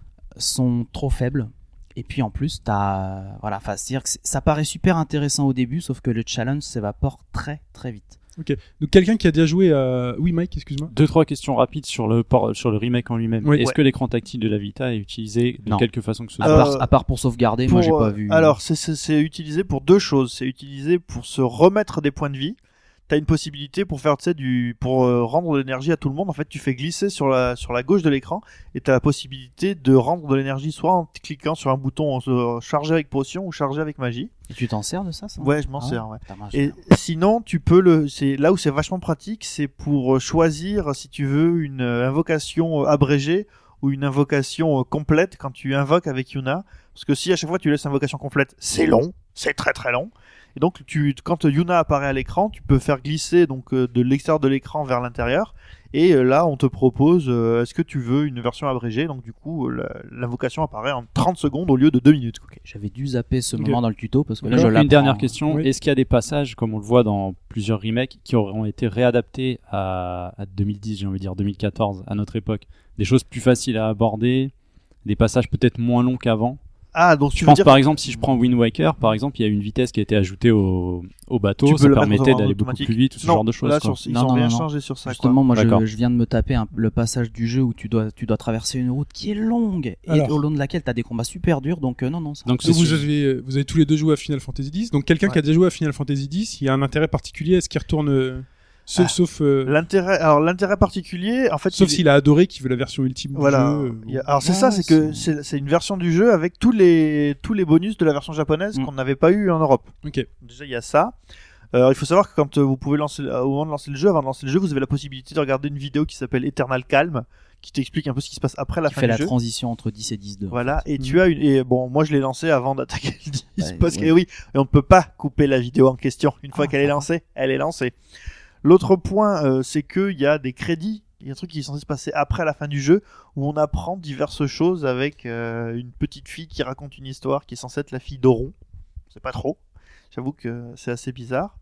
sont trop faibles. Et puis en plus, c'est-à-dire que ça paraît super intéressant au début, sauf que le challenge s'évapore très très vite. Ok. Donc quelqu'un qui a déjà joué à... Oui, Mike, excuse-moi. 2-3 questions rapides sur le remake en lui-même. Oui. Est-ce que l'écran tactile de la Vita est utilisé de Non. quelque façon que ce À, soit part, à part pour sauvegarder, moi j'ai pas vu. Alors, c'est utilisé pour deux choses. C'est utilisé pour se remettre des points de vie. T'as une possibilité pour faire, pour rendre de l'énergie à tout le monde. En fait, tu fais glisser sur la gauche de l'écran et t'as la possibilité de rendre de l'énergie soit en cliquant sur un bouton chargé avec potion ou chargé avec magie. Et tu t'en sers de ça Ouais, je m'en sers, ouais. Putain, moi, Et sinon, tu peux c'est là où c'est vachement pratique, c'est pour choisir si tu veux une invocation abrégée ou une invocation complète quand tu invoques avec Yuna. Parce que si à chaque fois tu laisses invocation complète, c'est long, c'est très très long. Et donc quand Yuna apparaît à l'écran, tu peux faire glisser donc de l'extérieur de l'écran vers l'intérieur. Et là, on te propose, est-ce que tu veux une version abrégée? Donc du coup, l'invocation apparaît en 30 secondes au lieu de 2 minutes. Ok, j'avais dû zapper ce Ok. moment dans le tuto parce que là Alors, je l'apprends. Une dernière question, Oui. est-ce qu'il y a des passages, comme on le voit dans plusieurs remakes, qui auront été réadaptés à 2010, j'ai envie de dire 2014, à notre époque? Des choses plus faciles à aborder, des passages peut-être moins longs qu'avant? Ah, donc tu Je veux pense dire par exemple, si je prends Wind Waker, par exemple, il y a une vitesse qui a été ajoutée au bateau, Tu peux ça le mettre permettait en d'aller beaucoup automatique. plus vite, ou ce non, genre de choses. là, quoi. ils Non, ont non, rien non. changé sur ça. Justement, moi D'accord. je viens de me taper le passage du jeu où tu dois traverser une route qui est longue et Alors. au long de laquelle tu as des combats super durs, donc non, ça. Donc Donc c'est vous avez tous les deux joué à Final Fantasy X. Donc quelqu'un qui a déjà joué à Final Fantasy X, il y a un intérêt particulier à ce qu'il retourne... Sauf L'intérêt particulier, en fait, sauf s'il a adoré, qu'il veut la version ultime voilà. du jeu. Alors c'est ça, c'est que c'est une version du jeu avec tous les bonus de la version japonaise qu'on n'avait pas eu en Europe. Ok. Déjà il y a ça. Il faut savoir que quand vous pouvez au moment de lancer le jeu, avant de lancer le jeu, vous avez la possibilité de regarder une vidéo qui s'appelle Eternal Calm, qui t'explique un peu ce qui se passe après la Qui fin fait du la jeu. transition entre 10 et 10-2. Voilà, et tu as et bon, moi je l'ai lancé avant d'attaquer le 10 Ouais, parce que ouais. oui, et on ne peut pas couper la vidéo en question. Une fois qu'elle est lancée, elle est lancée. L'autre point, c'est qu'il y a des crédits, il y a un truc qui est censé se passer après la fin du jeu où on apprend diverses choses avec une petite fille qui raconte une histoire qui est censée être la fille d'Oron. C'est pas trop. J'avoue que c'est assez bizarre.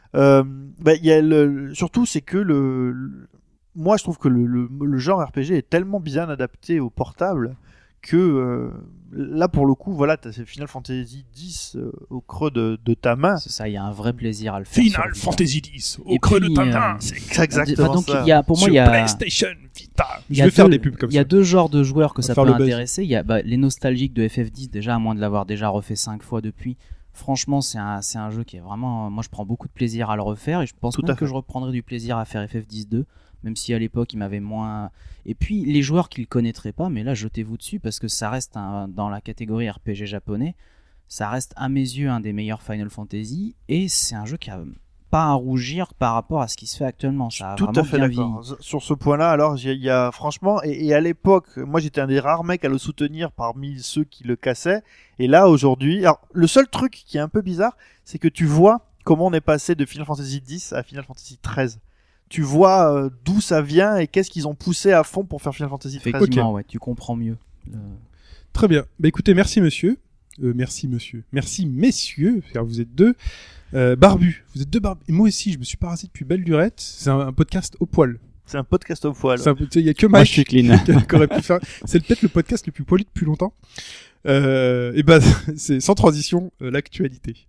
Il y a surtout c'est que moi je trouve que le genre RPG est tellement bien adapté au portable que là pour le coup voilà t'as Final Fantasy X au creux de ta main. C'est ça, il y a un vrai plaisir à le faire. Final sur Vita. Fantasy X, au Et creux puis, de ta main. C'est exactement donc ça. il y a, pour moi, Sur il y a PlayStation Vita. il y Je a vais faire deux- des pubs comme Il y a ça. deux genres de joueurs que On va ça faire peut le buzz. intéresser. Il y a les nostalgiques de FF10, déjà, à moins de l'avoir déjà refait 5 fois depuis. Franchement, c'est un jeu qui est vraiment. Moi, je prends beaucoup de plaisir à le refaire et je pense Tout à même fait. que je reprendrai du plaisir à faire FF10-2 même si à l'époque il m'avait moins. Et puis les joueurs qui le connaîtraient pas, mais là jetez-vous dessus parce que ça reste dans la catégorie RPG japonais, ça reste à mes yeux un des meilleurs Final Fantasy et c'est un jeu qui a pas à rougir par rapport à ce qui se fait actuellement. Ça a Tout vraiment à fait bien d'accord. vieilli. Sur ce point-là, alors, il y a franchement, et à l'époque, moi j'étais un des rares mecs à le soutenir parmi ceux qui le cassaient. Et là, aujourd'hui, alors, le seul truc qui est un peu bizarre, c'est que tu vois comment on est passé de Final Fantasy X à Final Fantasy XIII. Tu vois d'où ça vient et qu'est-ce qu'ils ont poussé à fond pour faire Final Fantasy XIII. Effectivement, ouais, tu comprends mieux. Très bien. Bah écoutez, merci monsieur. Merci messieurs, car vous êtes deux. Barbu, vous êtes deux barbus. Et moi aussi, je me suis pas rasé depuis belle lurette. C'est un podcast au poil. C'est un podcast au poil. Il y a que Moi, Mike je suis clean. qui aurait pu faire. C'est peut-être le podcast le plus poilu depuis longtemps. Et ben, c'est sans transition l'actualité.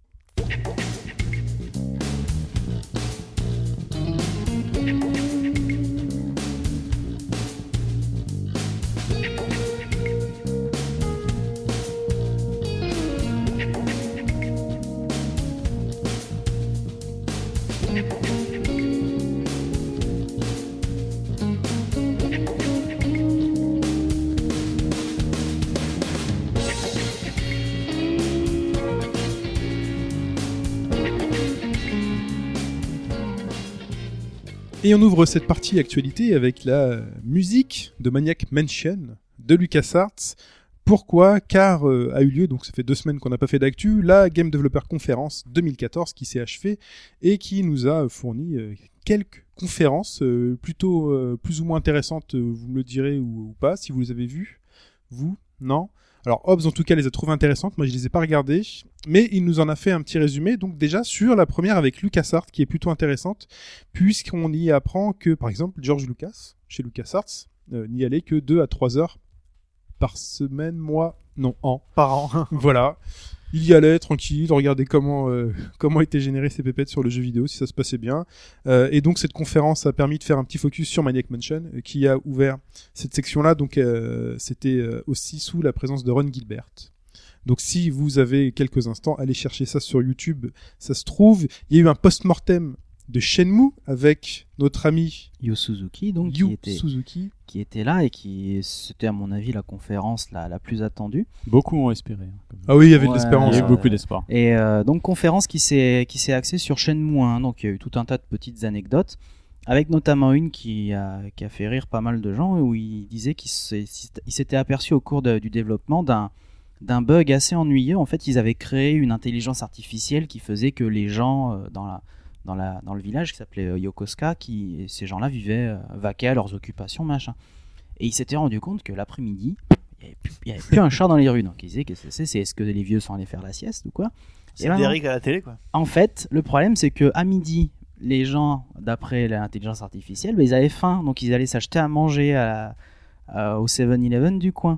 Et on ouvre cette partie actualité avec la musique de Maniac Mansion de LucasArts. Pourquoi ? Car a eu lieu, donc ça fait 2 semaines qu'on n'a pas fait d'actu, la Game Developer Conference 2014 qui s'est achevée et qui nous a fourni quelques conférences plutôt plus ou moins intéressantes, vous me le direz ou pas, si vous les avez vues. Vous ? Non ? Alors Hobbs en tout cas les a trouvées intéressantes, moi je les ai pas regardées, mais il nous en a fait un petit résumé, donc déjà sur la première avec LucasArts qui est plutôt intéressante, puisqu'on y apprend que par exemple George Lucas, chez LucasArts, n'y allait que 2 à 3 heures par semaine, an. Par an. Voilà. Il y allait tranquille, regarder comment étaient générées ces pépettes sur le jeu vidéo, si ça se passait bien. Et donc cette conférence a permis de faire un petit focus sur Maniac Mansion, qui a ouvert cette section-là. Donc c'était aussi sous la présence de Ron Gilbert. Donc si vous avez quelques instants, allez chercher ça sur YouTube, ça se trouve. Il y a eu un post-mortem de Shenmue avec notre ami Yu Suzuki, donc Suzuki. qui était là et qui c'était à mon avis la conférence la plus attendue. Beaucoup ont espéré. Ah oui, il y avait de Ouais, l'espérance. Il y a eu beaucoup d'espoir. Et donc conférence qui s'est axée sur Shenmue 1, donc il y a eu tout un tas de petites anecdotes, avec notamment une qui a fait rire pas mal de gens, où il disait qu'il s'était aperçu au cours du développement d'un bug assez ennuyeux. En fait, ils avaient créé une intelligence artificielle qui faisait que les gens dans le village qui s'appelait Yokosuka, ces gens-là vivaient, vaquaient à leurs occupations, machin. Et il s'était rendu compte que l'après-midi, il n'y avait plus un chat dans les rues. Donc il disait que est-ce que les vieux sont allés faire la sieste ou quoi ? C'est Et ben non. Derrick à la télé, quoi. En fait, le problème c'est que à midi, les gens, d'après l'intelligence artificielle, ils avaient faim, donc ils allaient s'acheter à manger au 7-Eleven du coin.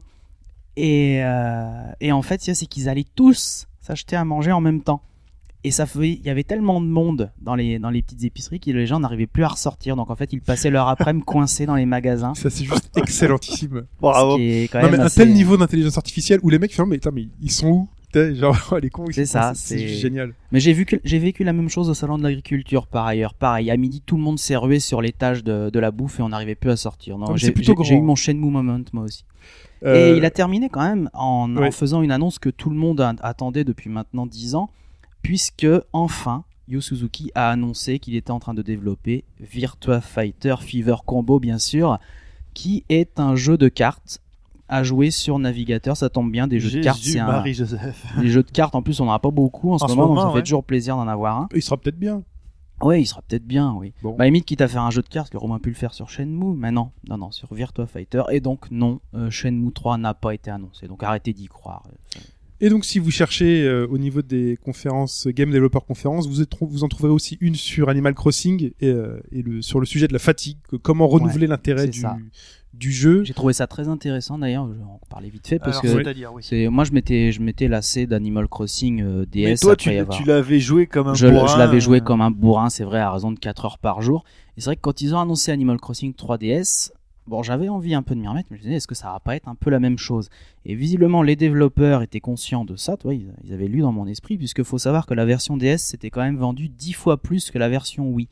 Et en fait, c'est qu'ils allaient tous s'acheter à manger en même temps. Et il y avait tellement de monde dans les petites épiceries que les gens n'arrivaient plus à ressortir. Donc en fait, ils passaient leur après-midi coincés dans les magasins. Ça c'est juste excellentissime. Bravo. Ce qui est quand Non même mais un assez- tel niveau d'intelligence artificielle où les mecs font mais ils sont où ? Putain, genre les cons ils C'est sont ça, coincés, c'est c'est- génial. Mais j'ai vécu la même chose au salon de l'agriculture par ailleurs. Pareil, à midi, tout le monde s'est rué sur l'étage de la bouffe et on n'arrivait plus à sortir. Non, Comme c'est j'ai plutôt j'ai eu grand. mon Shenmue moment moi aussi. Euh, Et il a terminé quand même en ouais. faisant une annonce que tout le monde attendait depuis maintenant 10 ans, puisque enfin Yu Suzuki a annoncé qu'il était en train de développer Virtua Fighter Fever Combo, bien sûr, qui est un jeu de cartes à jouer sur navigateur. Ça tombe bien, des jeux de cartes, c'est un... Marie-Joseph. des jeux de cartes en plus on n'en a pas beaucoup en ce moment, donc ça fait toujours plaisir d'en avoir un. Il sera peut-être bien. Ouais, il sera peut-être bien, oui. Bon. Bah, limite, quitte à faire un jeu de cartes, que Romain a pu le faire sur Shenmue, mais non, sur Virtua Fighter. Et donc, non, Shenmue 3 n'a pas été annoncé. Donc, arrêtez d'y croire. Et donc si vous cherchez au niveau des conférences Game Developer Conference, vous en trouverez aussi une sur Animal Crossing et sur le sujet de la fatigue, comment renouveler l'intérêt c'est ça. du jeu. J'ai trouvé ça très intéressant, d'ailleurs. Je vais en parler vite fait, parce Alors, que c'est-à-dire, oui. moi, je m'étais lassé d'Animal Crossing DS. Mais toi, après y avoir- tu l'avais joué comme un Je bourrin. l'avais joué comme un bourrin, c'est vrai, à raison de 4 heures par jour. Et c'est vrai que quand ils ont annoncé Animal Crossing 3DS, bon, j'avais envie un peu de m'y remettre, mais je me disais, est-ce que ça va pas être un peu la même chose ? Et visiblement, les développeurs étaient conscients de ça, ils avaient lu dans mon esprit, puisque faut savoir que la version DS s'était quand même vendue 10 fois plus que la version Wii.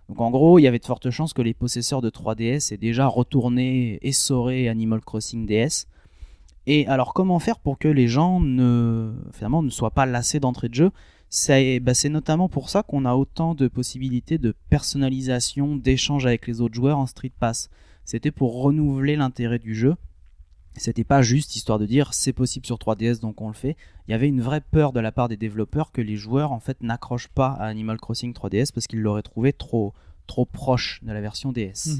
Donc en gros, il y avait de fortes chances que les possesseurs de 3DS aient déjà retourné essoré Animal Crossing DS. Et alors comment faire pour que les gens finalement ne soient pas lassés d'entrée de jeu? C'est notamment pour ça qu'on a autant de possibilités de personnalisation, d'échange avec les autres joueurs en Street Pass. C'était pour renouveler l'intérêt du jeu. C'était pas juste histoire de dire c'est possible sur 3DS donc on le fait. Il y avait une vraie peur de la part des développeurs que les joueurs en fait n'accrochent pas à Animal Crossing 3DS parce qu'ils l'auraient trouvé trop proche de la version DS.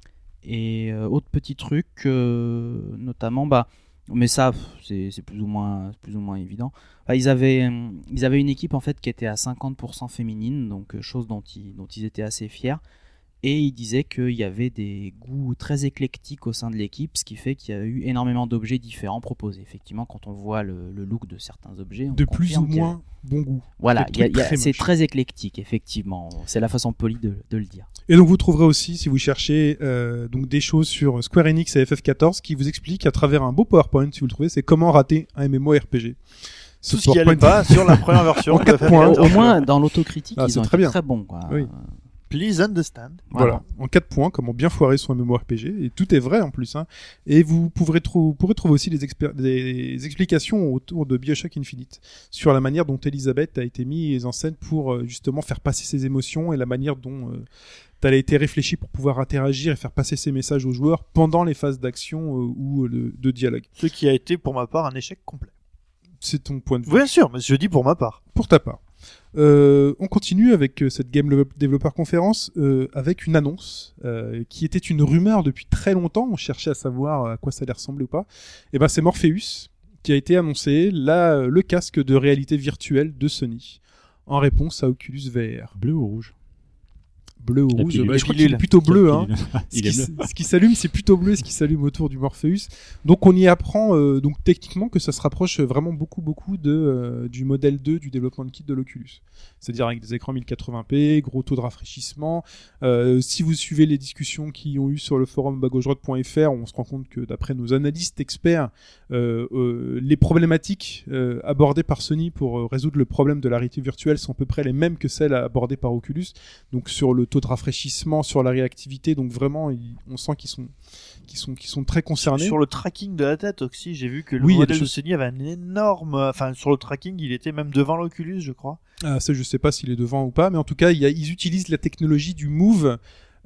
Et autre petit truc, notamment mais ça c'est plus ou moins évident. Ils avaient une équipe en fait qui était à 50% féminine, donc chose dont ils étaient assez fiers. Et ils disaient qu'il y avait des goûts très éclectiques au sein de l'équipe, ce qui fait qu'il y a eu énormément d'objets différents proposés. Effectivement, quand on voit le look de certains objets, on de plus ou confirme qu'il y a- moins bon goût. Voilà, Des trucs très c'est moches. très éclectique, effectivement. C'est la façon polie de le dire. Et donc vous trouverez aussi, si vous cherchez donc des choses sur Square Enix et FF14 qui vous expliquent à travers un beau PowerPoint, si vous le trouvez, c'est comment rater un MMORPG. Tout ce qui allait pas sur la première version. En de 4 FF14. points. Au moins, dans l'autocritique, Ah, ils c'est ont très été bien. très bons. Quoi. Oui. Please understand. Voilà, en 4 points, comment bien foirer son MMORPG, et tout est vrai en plus. Hein. Et vous pourrez trouver aussi des explications autour de Bioshock Infinite, sur la manière dont Elisabeth a été mise en scène pour justement faire passer ses émotions, et la manière dont elle a été réfléchie pour pouvoir interagir et faire passer ses messages aux joueurs pendant les phases d'action ou de dialogue. Ce qui a été pour ma part un échec complet. C'est ton point de vue. Bien sûr, mais je dis pour ma part. Pour ta part. On continue avec cette Game Developer Conference avec une annonce qui était une rumeur depuis très longtemps. On cherchait à savoir à quoi ça allait ressembler ou pas. Et ben c'est Morpheus qui a été annoncé, le casque de réalité virtuelle de Sony en réponse à Oculus VR. Bleu ou rouge? Bleu ou La rouge, pilule. je crois qu'il est plutôt bleu. Hein. Il est bleu. Ce qui s'allume, c'est plutôt bleu, ce qui s'allume autour du Morpheus. Donc on y apprend donc techniquement que ça se rapproche vraiment beaucoup du modèle 2 du développement de kit de l'Oculus. C'est-à-dire avec des écrans 1080p, gros taux de rafraîchissement. Si vous suivez les discussions qui ont eu sur le forum bagauche-droite.fr, on se rend compte que d'après nos analystes experts, les problématiques abordées par Sony pour résoudre le problème de la réalité virtuelle sont à peu près les mêmes que celles abordées par Oculus. Donc sur le taux de rafraîchissement, sur la réactivité, donc vraiment on sent qu'ils sont très concernés. Sur le tracking de la tête aussi, j'ai vu que le Oui, il y a modèle des de choses- Sony avait un énorme... Enfin, sur le tracking, il était même devant l'Oculus, je crois. Ah, ça je sais pas s'il est devant ou pas, mais en tout cas ils utilisent la technologie du Move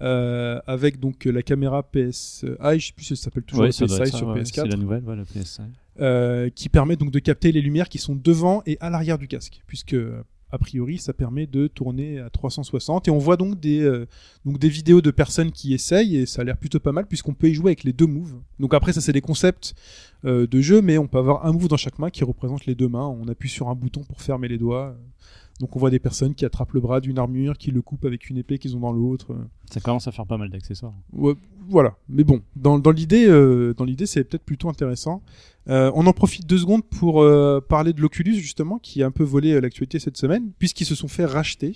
avec donc la caméra PSI, je sais plus si ça s'appelle toujours Ouais, le ça doit PSI être ça, sur ouais. PS4. C'est la nouvelle, la PSI. Qui permet donc de capter les lumières qui sont devant et à l'arrière du casque, puisque a priori ça permet de tourner à 360 et on voit donc des vidéos de personnes qui essayent et ça a l'air plutôt pas mal puisqu'on peut y jouer avec les deux moves. Donc après ça c'est des concepts de jeu, mais on peut avoir un move dans chaque main qui représente les deux mains, on appuie sur un bouton pour fermer les doigts. Donc on voit des personnes qui attrapent le bras d'une armure, qui le coupent avec une épée qu'ils ont dans l'autre. Ça commence à faire pas mal d'accessoires. Ouais, voilà, mais bon, dans l'idée, c'est peut-être plutôt intéressant. On en profite 2 secondes pour parler de l'Oculus justement, qui a un peu volé l'actualité cette semaine, puisqu'ils se sont fait racheter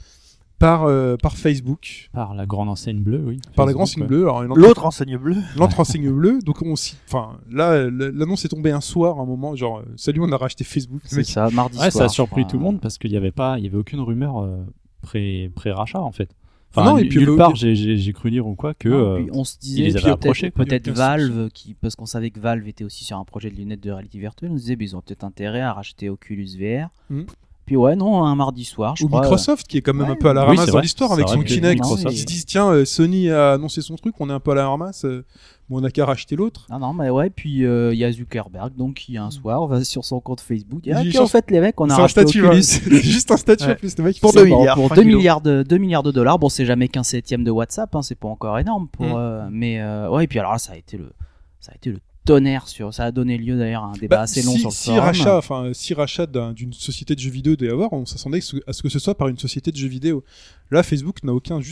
par Facebook, Par la grande enseigne bleue, oui. par la Facebook, grande signe ouais. bleue. Alors, L'autre enseigne bleue. l'autre enseigne bleue. Donc là, l'annonce est tombée un soir, un moment, genre salut, on a racheté Facebook. Le C'est mec, ça, mardi Ouais, soir. ça a surpris je crois. tout le monde parce qu'il y avait aucune rumeur pré-rachat en fait. Ah Enfin, non, et puis, nulle part j'ai cru lire ou quoi que Non, puis on se ils disait les avaient approchés, quoi. peut-être Il y a Valve, parce qu'on savait que Valve était aussi sur un projet de lunettes de réalité virtuelle, on se disait ils ont peut-être intérêt à racheter Oculus VR. Mhm. Puis ouais, non, un mardi soir, je ou crois. Microsoft, qui est quand même ouais. un peu à la Oui, ramasse c'est dans vrai. l'histoire Ça avec aurait son pu être Kinect. Microsoft. Ils se disent tiens, Sony a annoncé son truc, on est un peu à la ramasse. Bon, on n'a qu'à racheter l'autre. Non, mais ouais, puis il y a Zuckerberg, donc qui un soir va sur son compte Facebook. Et Il puis change- en fait, les mecs, on a C'est un racheté statut, hein. Oculus. C'est juste un statut Ouais. en plus. Le mec, Pour il fait 2 ça. milliards. Pour 5 2 kilos. milliards de dollars. Bon, c'est jamais qu'un septième de WhatsApp, hein, c'est pas encore énorme. Mais ouais, et puis alors là, ça a été le tonnerre ça a donné lieu d'ailleurs à un débat assez long sur le forum. Si rachat d'une société de jeux vidéo devait y avoir, on s'attendait à ce que ce soit par une société de jeux vidéo. Là, Facebook n'a aucun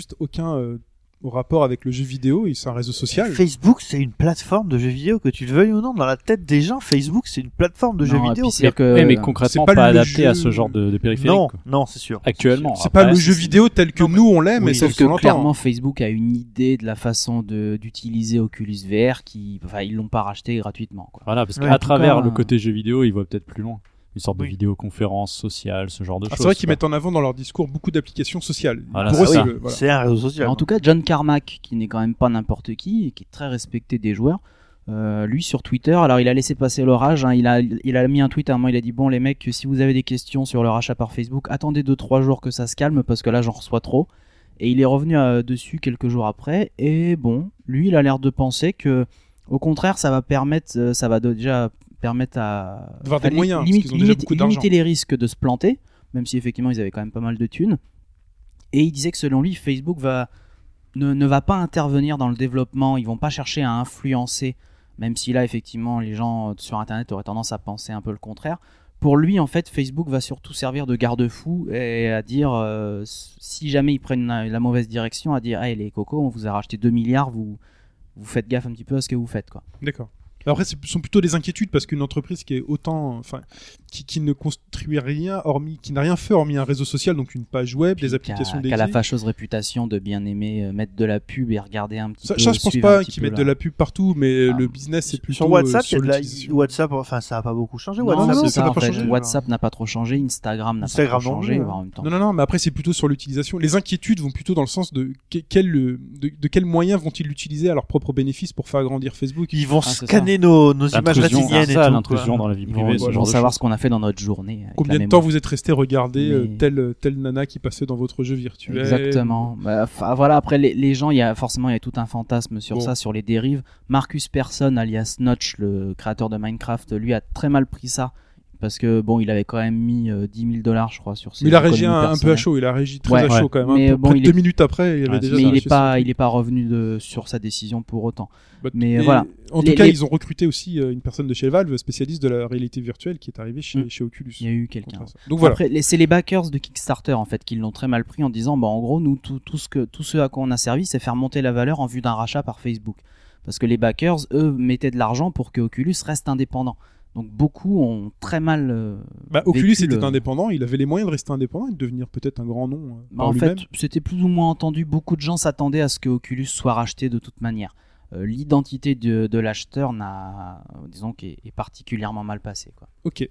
rapport avec le jeu vidéo, et c'est un réseau social. Facebook, c'est une plateforme de jeux vidéo, que tu le veuilles ou non. Dans la tête des gens, Facebook, c'est une plateforme de jeux Non, et vidéo. puis c'est que Ouais, mais concrètement c'est pas pas le adapté jeu- à ce genre de périphérique. Non, quoi. non, c'est sûr. Actuellement. C'est Après, pas le jeu vidéo tel que Non, mais- nous on l'aime, mais Sauf c'est que clairement Facebook a une idée de la façon d'utiliser Oculus VR ils l'ont pas racheté gratuitement quoi. Voilà, parce Ouais, qu'à en tout travers cas, le côté jeu vidéo, ils voient peut-être plus loin. une sorte de Oui. vidéoconférence sociale, ce genre de choses. C'est vrai qu'ils quoi. mettent en avant dans leur discours beaucoup d'applications sociales. Voilà, Pour eux, c'est c'est ça. le- voilà. C'est un réseau social. En tout cas, John Carmack, qui n'est quand même pas n'importe qui et qui est très respecté des joueurs, lui sur Twitter, alors il a laissé passer l'orage, hein, il a mis un tweet à un moment, il a dit bon les mecs, si vous avez des questions sur le rachat par Facebook, attendez 2-3 jours que ça se calme parce que là j'en reçois trop. Et il est revenu dessus quelques jours après, et bon, lui il a l'air de penser que au contraire ça va permettre, déjà permettre à D'avoir des moyens, parce qu'ils ont déjà beaucoup d'argent. limiter les risques de se planter, même si effectivement ils avaient quand même pas mal de thunes. Et il disait que selon lui, Facebook ne va pas intervenir dans le développement, ils vont pas chercher à influencer, même si là effectivement les gens sur Internet auraient tendance à penser un peu le contraire. Pour lui, en fait, Facebook va surtout servir de garde-fou et à dire, si jamais ils prennent la mauvaise direction, à dire, hey les cocos, on vous a racheté 2 milliards, vous faites gaffe un petit peu à ce que vous faites, quoi. D'accord. Après, ce sont plutôt des inquiétudes parce qu'une entreprise qui est autant, enfin, qui ne construit rien qui n'a rien fait hormis un réseau social, donc une page web, des applications Qui dédiées. a la fâcheuse réputation de bien aimer mettre de la pub et regarder un petit peu. Ça, je pense suivre un pas petit qu'ils peu mettent de la pub partout, mais Ah. le business c'est plutôt Sur WhatsApp, il y sur a de la l'utilisation. WhatsApp, enfin ça a pas beaucoup changé. Non, WhatsApp, non, c'est ça ça, n'a en pas fait. changé. WhatsApp n'a pas trop changé, Instagram n'a Instagram pas trop non changé plus, hein. en même temps. Non, mais après c'est plutôt sur l'utilisation. Les inquiétudes vont plutôt dans le sens de quels moyens vont-ils l'utiliser à leur propre bénéfice pour faire grandir Facebook. Ils vont Ah, c'est scanner nos images L'intrusion, rétiniennes et c'est ça, tout. l'intrusion quoi. dans la vie Ils privée, vont, ce ils genre vont de savoir choses. ce qu'on a fait dans notre journée. avec Combien la de temps mémoire. vous êtes resté regarder Mais- telle nana qui passait dans votre jeu virtuel. Exactement. Bah, voilà, après les gens, il y a tout un fantasme sur Bon. ça, sur les dérives. Marcus Persson, alias Notch, le créateur de Minecraft, lui a très mal pris ça. Parce que bon, il avait quand même mis 10 000 $, je crois, sur ses Mais il a réagi économies un peu à personnelles. chaud, il a réagi très Ouais, à chaud ouais. quand même. Mais Hein. bon, Près de il 2 est- minutes après, il avait Ouais, déjà Mais il lâché est pas revenu sur sa décision pour autant. son- mais Et voilà. En Les- tout cas, les- ils ont recruté aussi une personne de chez Valve, spécialiste de la réalité virtuelle, qui est arrivée chez Oculus. Il y a eu quelqu'un. Contre ça. Donc voilà. Après, c'est les backers de Kickstarter en fait qui l'ont très mal pris en disant bah en gros nous tout ce à quoi on a servi c'est faire monter la valeur en vue d'un rachat par Facebook parce que les backers eux mettaient de l'argent pour que Oculus reste indépendant. Donc beaucoup ont très mal Oculus vécu était le- indépendant, il avait les moyens de rester indépendant et de devenir peut-être un grand nom Bah, par en lui-même. fait, c'était plus ou moins entendu. Beaucoup de gens s'attendaient à ce que Oculus soit racheté de toute manière. L'identité de l'acheteur disons, est particulièrement mal passée, quoi. Ok.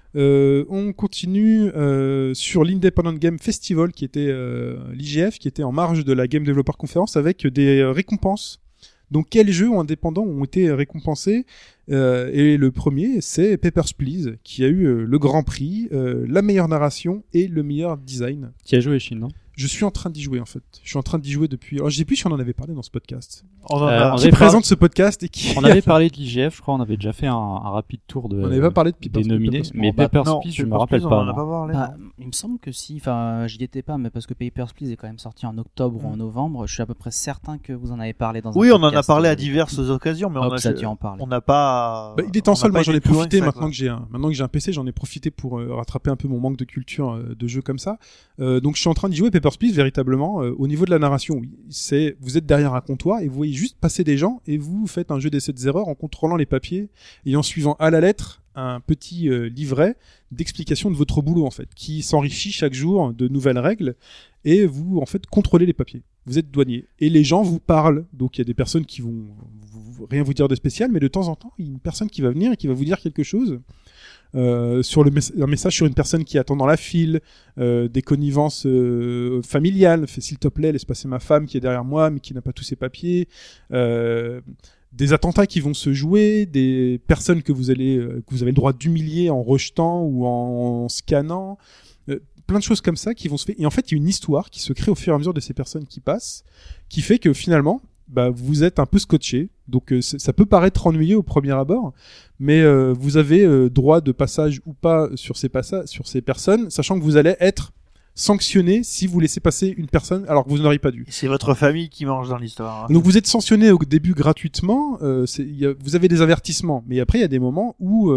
On continue sur l'Independent Game Festival qui était l'IGF, qui était en marge de la Game Developer Conference avec des récompenses. Donc quels jeux indépendants ont été récompensés et le premier c'est Papers, Please qui a eu le grand prix, la meilleure narration et le meilleur design. Qui a joué Chine, non? Je suis en train d'y jouer en fait. Je suis en train d'y jouer depuis. Alors, je sais plus si on en avait parlé dans ce podcast. On en a- on Qui avait présente ce podcast et qui. On avait parlé de l'IGF, je crois, on avait déjà fait un rapide tour de. On n'avait pas parlé de des Papers, nominés, Papers, mais Bah, Papers, non, Please, je Papers, me rappelle Please, pas. On en a non. pas parlé. Bah, il me semble que si, enfin, j'y étais pas, mais parce que Papers, Please est quand même sorti en octobre ou en novembre, je suis à peu près certain que vous en avez parlé dans un Oui, on en a podcast, parlé à diverses occasions, mais Hop, ça a dû en parler. on n'a pas. Bah, il est en on sol, n'a moi pas j'en été ai plus loin profité que ça, maintenant quoi. que j'ai un PC, j'en ai profité pour rattraper un peu mon manque de culture de jeux comme ça. Donc je suis en train d'y jouer Papers, Please véritablement. Au niveau de la narration, oui, vous êtes derrière un comptoir et vous voyez juste passer des gens et vous faites un jeu d'essais de erreurs en contrôlant les papiers et en suivant à la lettre un petit livret d'explication de votre boulot en fait, qui s'enrichit chaque jour de nouvelles règles et vous en fait contrôlez les papiers. Vous êtes douanier et les gens vous parlent. Donc il y a des personnes qui vont rien vous dire de spécial, mais de temps en temps il y a une personne qui va venir et qui va vous dire quelque chose. Sur un message sur une personne qui attend dans la file, des connivences familiales, fait s'il te plaît laisse passer ma femme qui est derrière moi mais qui n'a pas tous ses papiers, des attentats qui vont se jouer, des personnes que vous avez le droit d'humilier en rejetant ou en scannant, plein de choses comme ça qui vont se faire. Et en fait il y a une histoire qui se crée au fur et à mesure de ces personnes qui passent, qui fait que finalement vous êtes un peu scotché. Donc ça peut paraître ennuyeux au premier abord, mais vous avez droit de passage ou pas sur ces personnes, sachant que vous allez être sanctionné si vous laissez passer une personne alors que vous n'auriez pas dû. C'est votre famille qui mange dans l'histoire. hein. Donc vous êtes sanctionné au début gratuitement, vous avez des avertissements, mais après il y a des moments où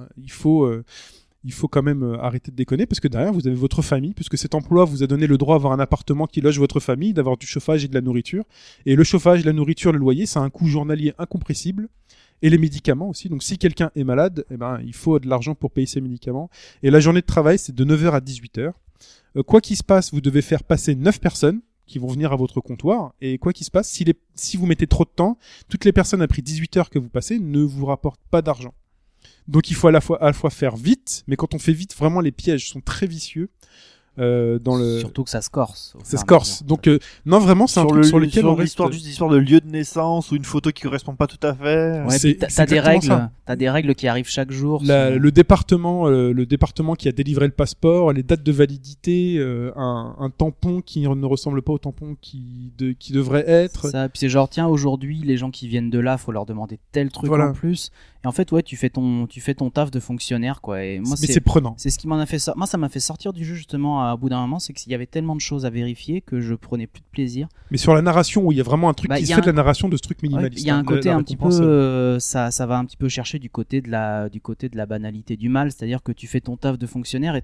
il faut quand même arrêter de déconner parce que derrière vous avez votre famille, puisque cet emploi vous a donné le droit d'avoir un appartement qui loge votre famille, d'avoir du chauffage et de la nourriture. Et le chauffage, la nourriture, le loyer, c'est un coût journalier incompressible. Et les médicaments aussi. Donc si quelqu'un est malade, il faut de l'argent pour payer ses médicaments. Et la journée de travail, c'est de 9h à 18h. Quoi qu'il se passe, vous devez faire passer 9 personnes qui vont venir à votre comptoir. Et quoi qu'il se passe, si vous mettez trop de temps, toutes les personnes après 18 heures que vous passez ne vous rapportent pas d'argent. Donc il faut à la fois faire vite, mais quand on fait vite, vraiment les pièges sont très vicieux. Dans le... Surtout que ça se corse. Ça se corse. Donc non, vraiment, c'est un truc sur lequel on reste... l'histoire de lieu de naissance ou une photo qui correspond pas tout à fait. Ouais, c'est- puis c'est exactement t'as des règles qui arrivent chaque jour. Le département qui a délivré le passeport, les dates de validité, un tampon qui ne ressemble pas au tampon qui devrait être. Ça, puis c'est genre tiens aujourd'hui les gens qui viennent de là faut leur demander tel truc Voilà. en plus et en fait ouais tu fais ton taf de fonctionnaire quoi et moi Mais c'est prenant. c'est ce qui m'en a fait ça. Moi ça m'a fait sortir du jeu justement à bout d'un moment, c'est qu'il y avait tellement de choses à vérifier que je prenais plus de plaisir. Mais sur la narration, où il y a vraiment un truc Bah, qui y se a fait de un- la narration de ce truc Ouais, minimaliste. il y a un hein, côté la un petit peu récompense, ça va un petit peu chercher du côté de la banalité du mal, c'est-à-dire que tu fais ton taf de fonctionnaire et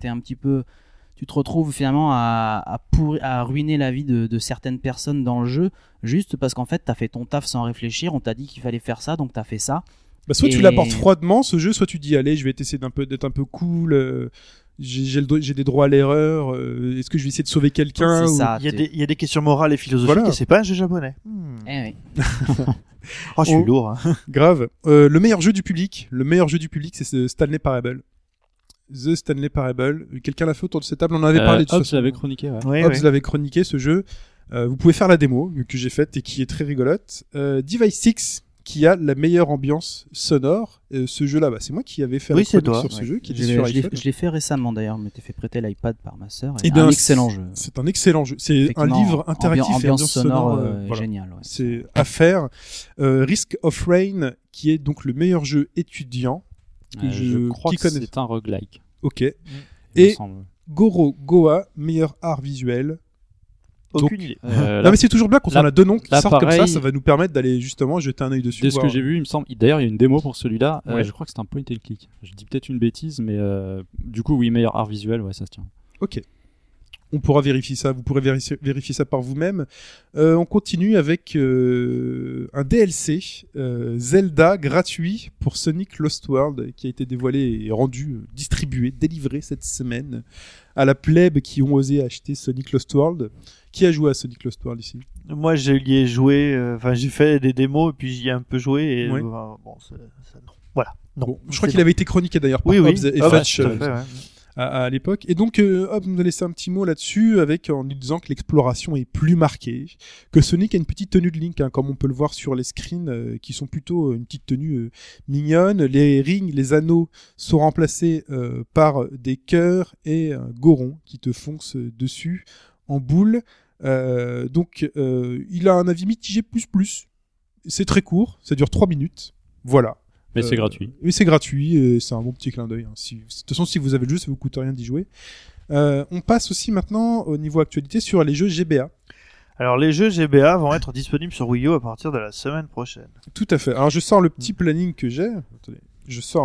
tu te retrouves finalement à ruiner la vie de certaines personnes dans le jeu juste parce qu'en fait t'as fait ton taf sans réfléchir, on t'a dit qu'il fallait faire ça donc t'as fait ça. Bah, soit tu Et- l'apportes froidement, ce jeu, soit tu dis allez, je vais essayer d'être un peu cool. J'ai des droits à l'erreur. Est-ce que je vais essayer de sauver quelqu'un C'est ou- ça. Il y a des questions morales et philosophiques Voilà. et c'est pas un jeu japonais. Eh oui. Oh, je suis Oh. lourd. Hein. Grave. Le meilleur jeu du public, c'est ce Stanley Parable. The Stanley Parable. Quelqu'un l'a fait autour de cette table. On en avait parlé de Hobbs ça. l'avait chroniqué, ouais. Oui, Hobbs oui. l'avait chroniqué ce jeu. Vous pouvez faire la démo que j'ai faite et qui est très rigolote. Device 6 qui a la meilleure ambiance sonore. Ce jeu-là, c'est moi qui avais fait Oui, la c'est chronique toi. sur ce Ouais. jeu qui était Je sur l'ai iPhone. je l'ai fait récemment d'ailleurs, je m'étais fait prêter l'iPad par ma sœur. Eh Et ben, un excellent jeu. C'est un excellent jeu. C'est un Effectivement, livre interactif et ambiance sonore voilà. génial. Ouais. C'est à faire. Risk of Rain, qui est donc le meilleur jeu étudiant. Je crois qui que connaît- c'est un roguelike. Ok. il me Et semble. Goro Goa, meilleur art visuel. Aucune idée. Non mais c'est toujours bien quand là- on a deux noms qui là, sortent comme pareil- ça va nous permettre d'aller justement jeter un œil dessus. De ce voir. que j'ai vu, il me semble. D'ailleurs, il y a une démo pour celui-là. Ouais. Je crois que c'est un point and click. Je dis peut-être une bêtise, mais du coup, oui, meilleur art visuel, ouais, ça se tient. Ok. On pourra vérifier ça, vous pourrez vérifier ça par vous-même. On continue avec un DLC Zelda gratuit pour Sonic Lost World qui a été dévoilé et rendu, distribué, délivré cette semaine à la plèbe qui ont osé acheter Sonic Lost World. Qui a joué à Sonic Lost World ici? Moi, je y ai joué. Enfin, j'ai fait des démos et puis j'y ai un peu joué. Et Ouais. bon, non. Voilà. Non. Bon, je crois C'est qu'il avait été chroniqué d'ailleurs par Oui, oui. Hobbs et Ah, bah, Fetch tout à fait, ouais. à l'époque. Et donc, Hobbs nous a laissé un petit mot là-dessus en nous disant que l'exploration est plus marquée, que Sonic a une petite tenue de Link, hein, comme on peut le voir sur les screens, qui sont plutôt une petite tenue mignonne. Les rings, les anneaux sont remplacés par des cœurs et un goron qui te fonce dessus en boule. Donc, il a un avis mitigé plus. C'est très court, ça dure 3 minutes. Voilà. Mais c'est gratuit. Oui, c'est gratuit et c'est un bon petit clin d'œil. Hein. De toute façon, si vous avez le jeu, ça vous coûte rien d'y jouer. On passe aussi maintenant au niveau actualité sur les jeux GBA. Alors, les jeux GBA vont être disponibles sur Wii U à partir de la semaine prochaine. Tout à fait. Alors, je sors le petit planning que j'ai. Attendez, je sors.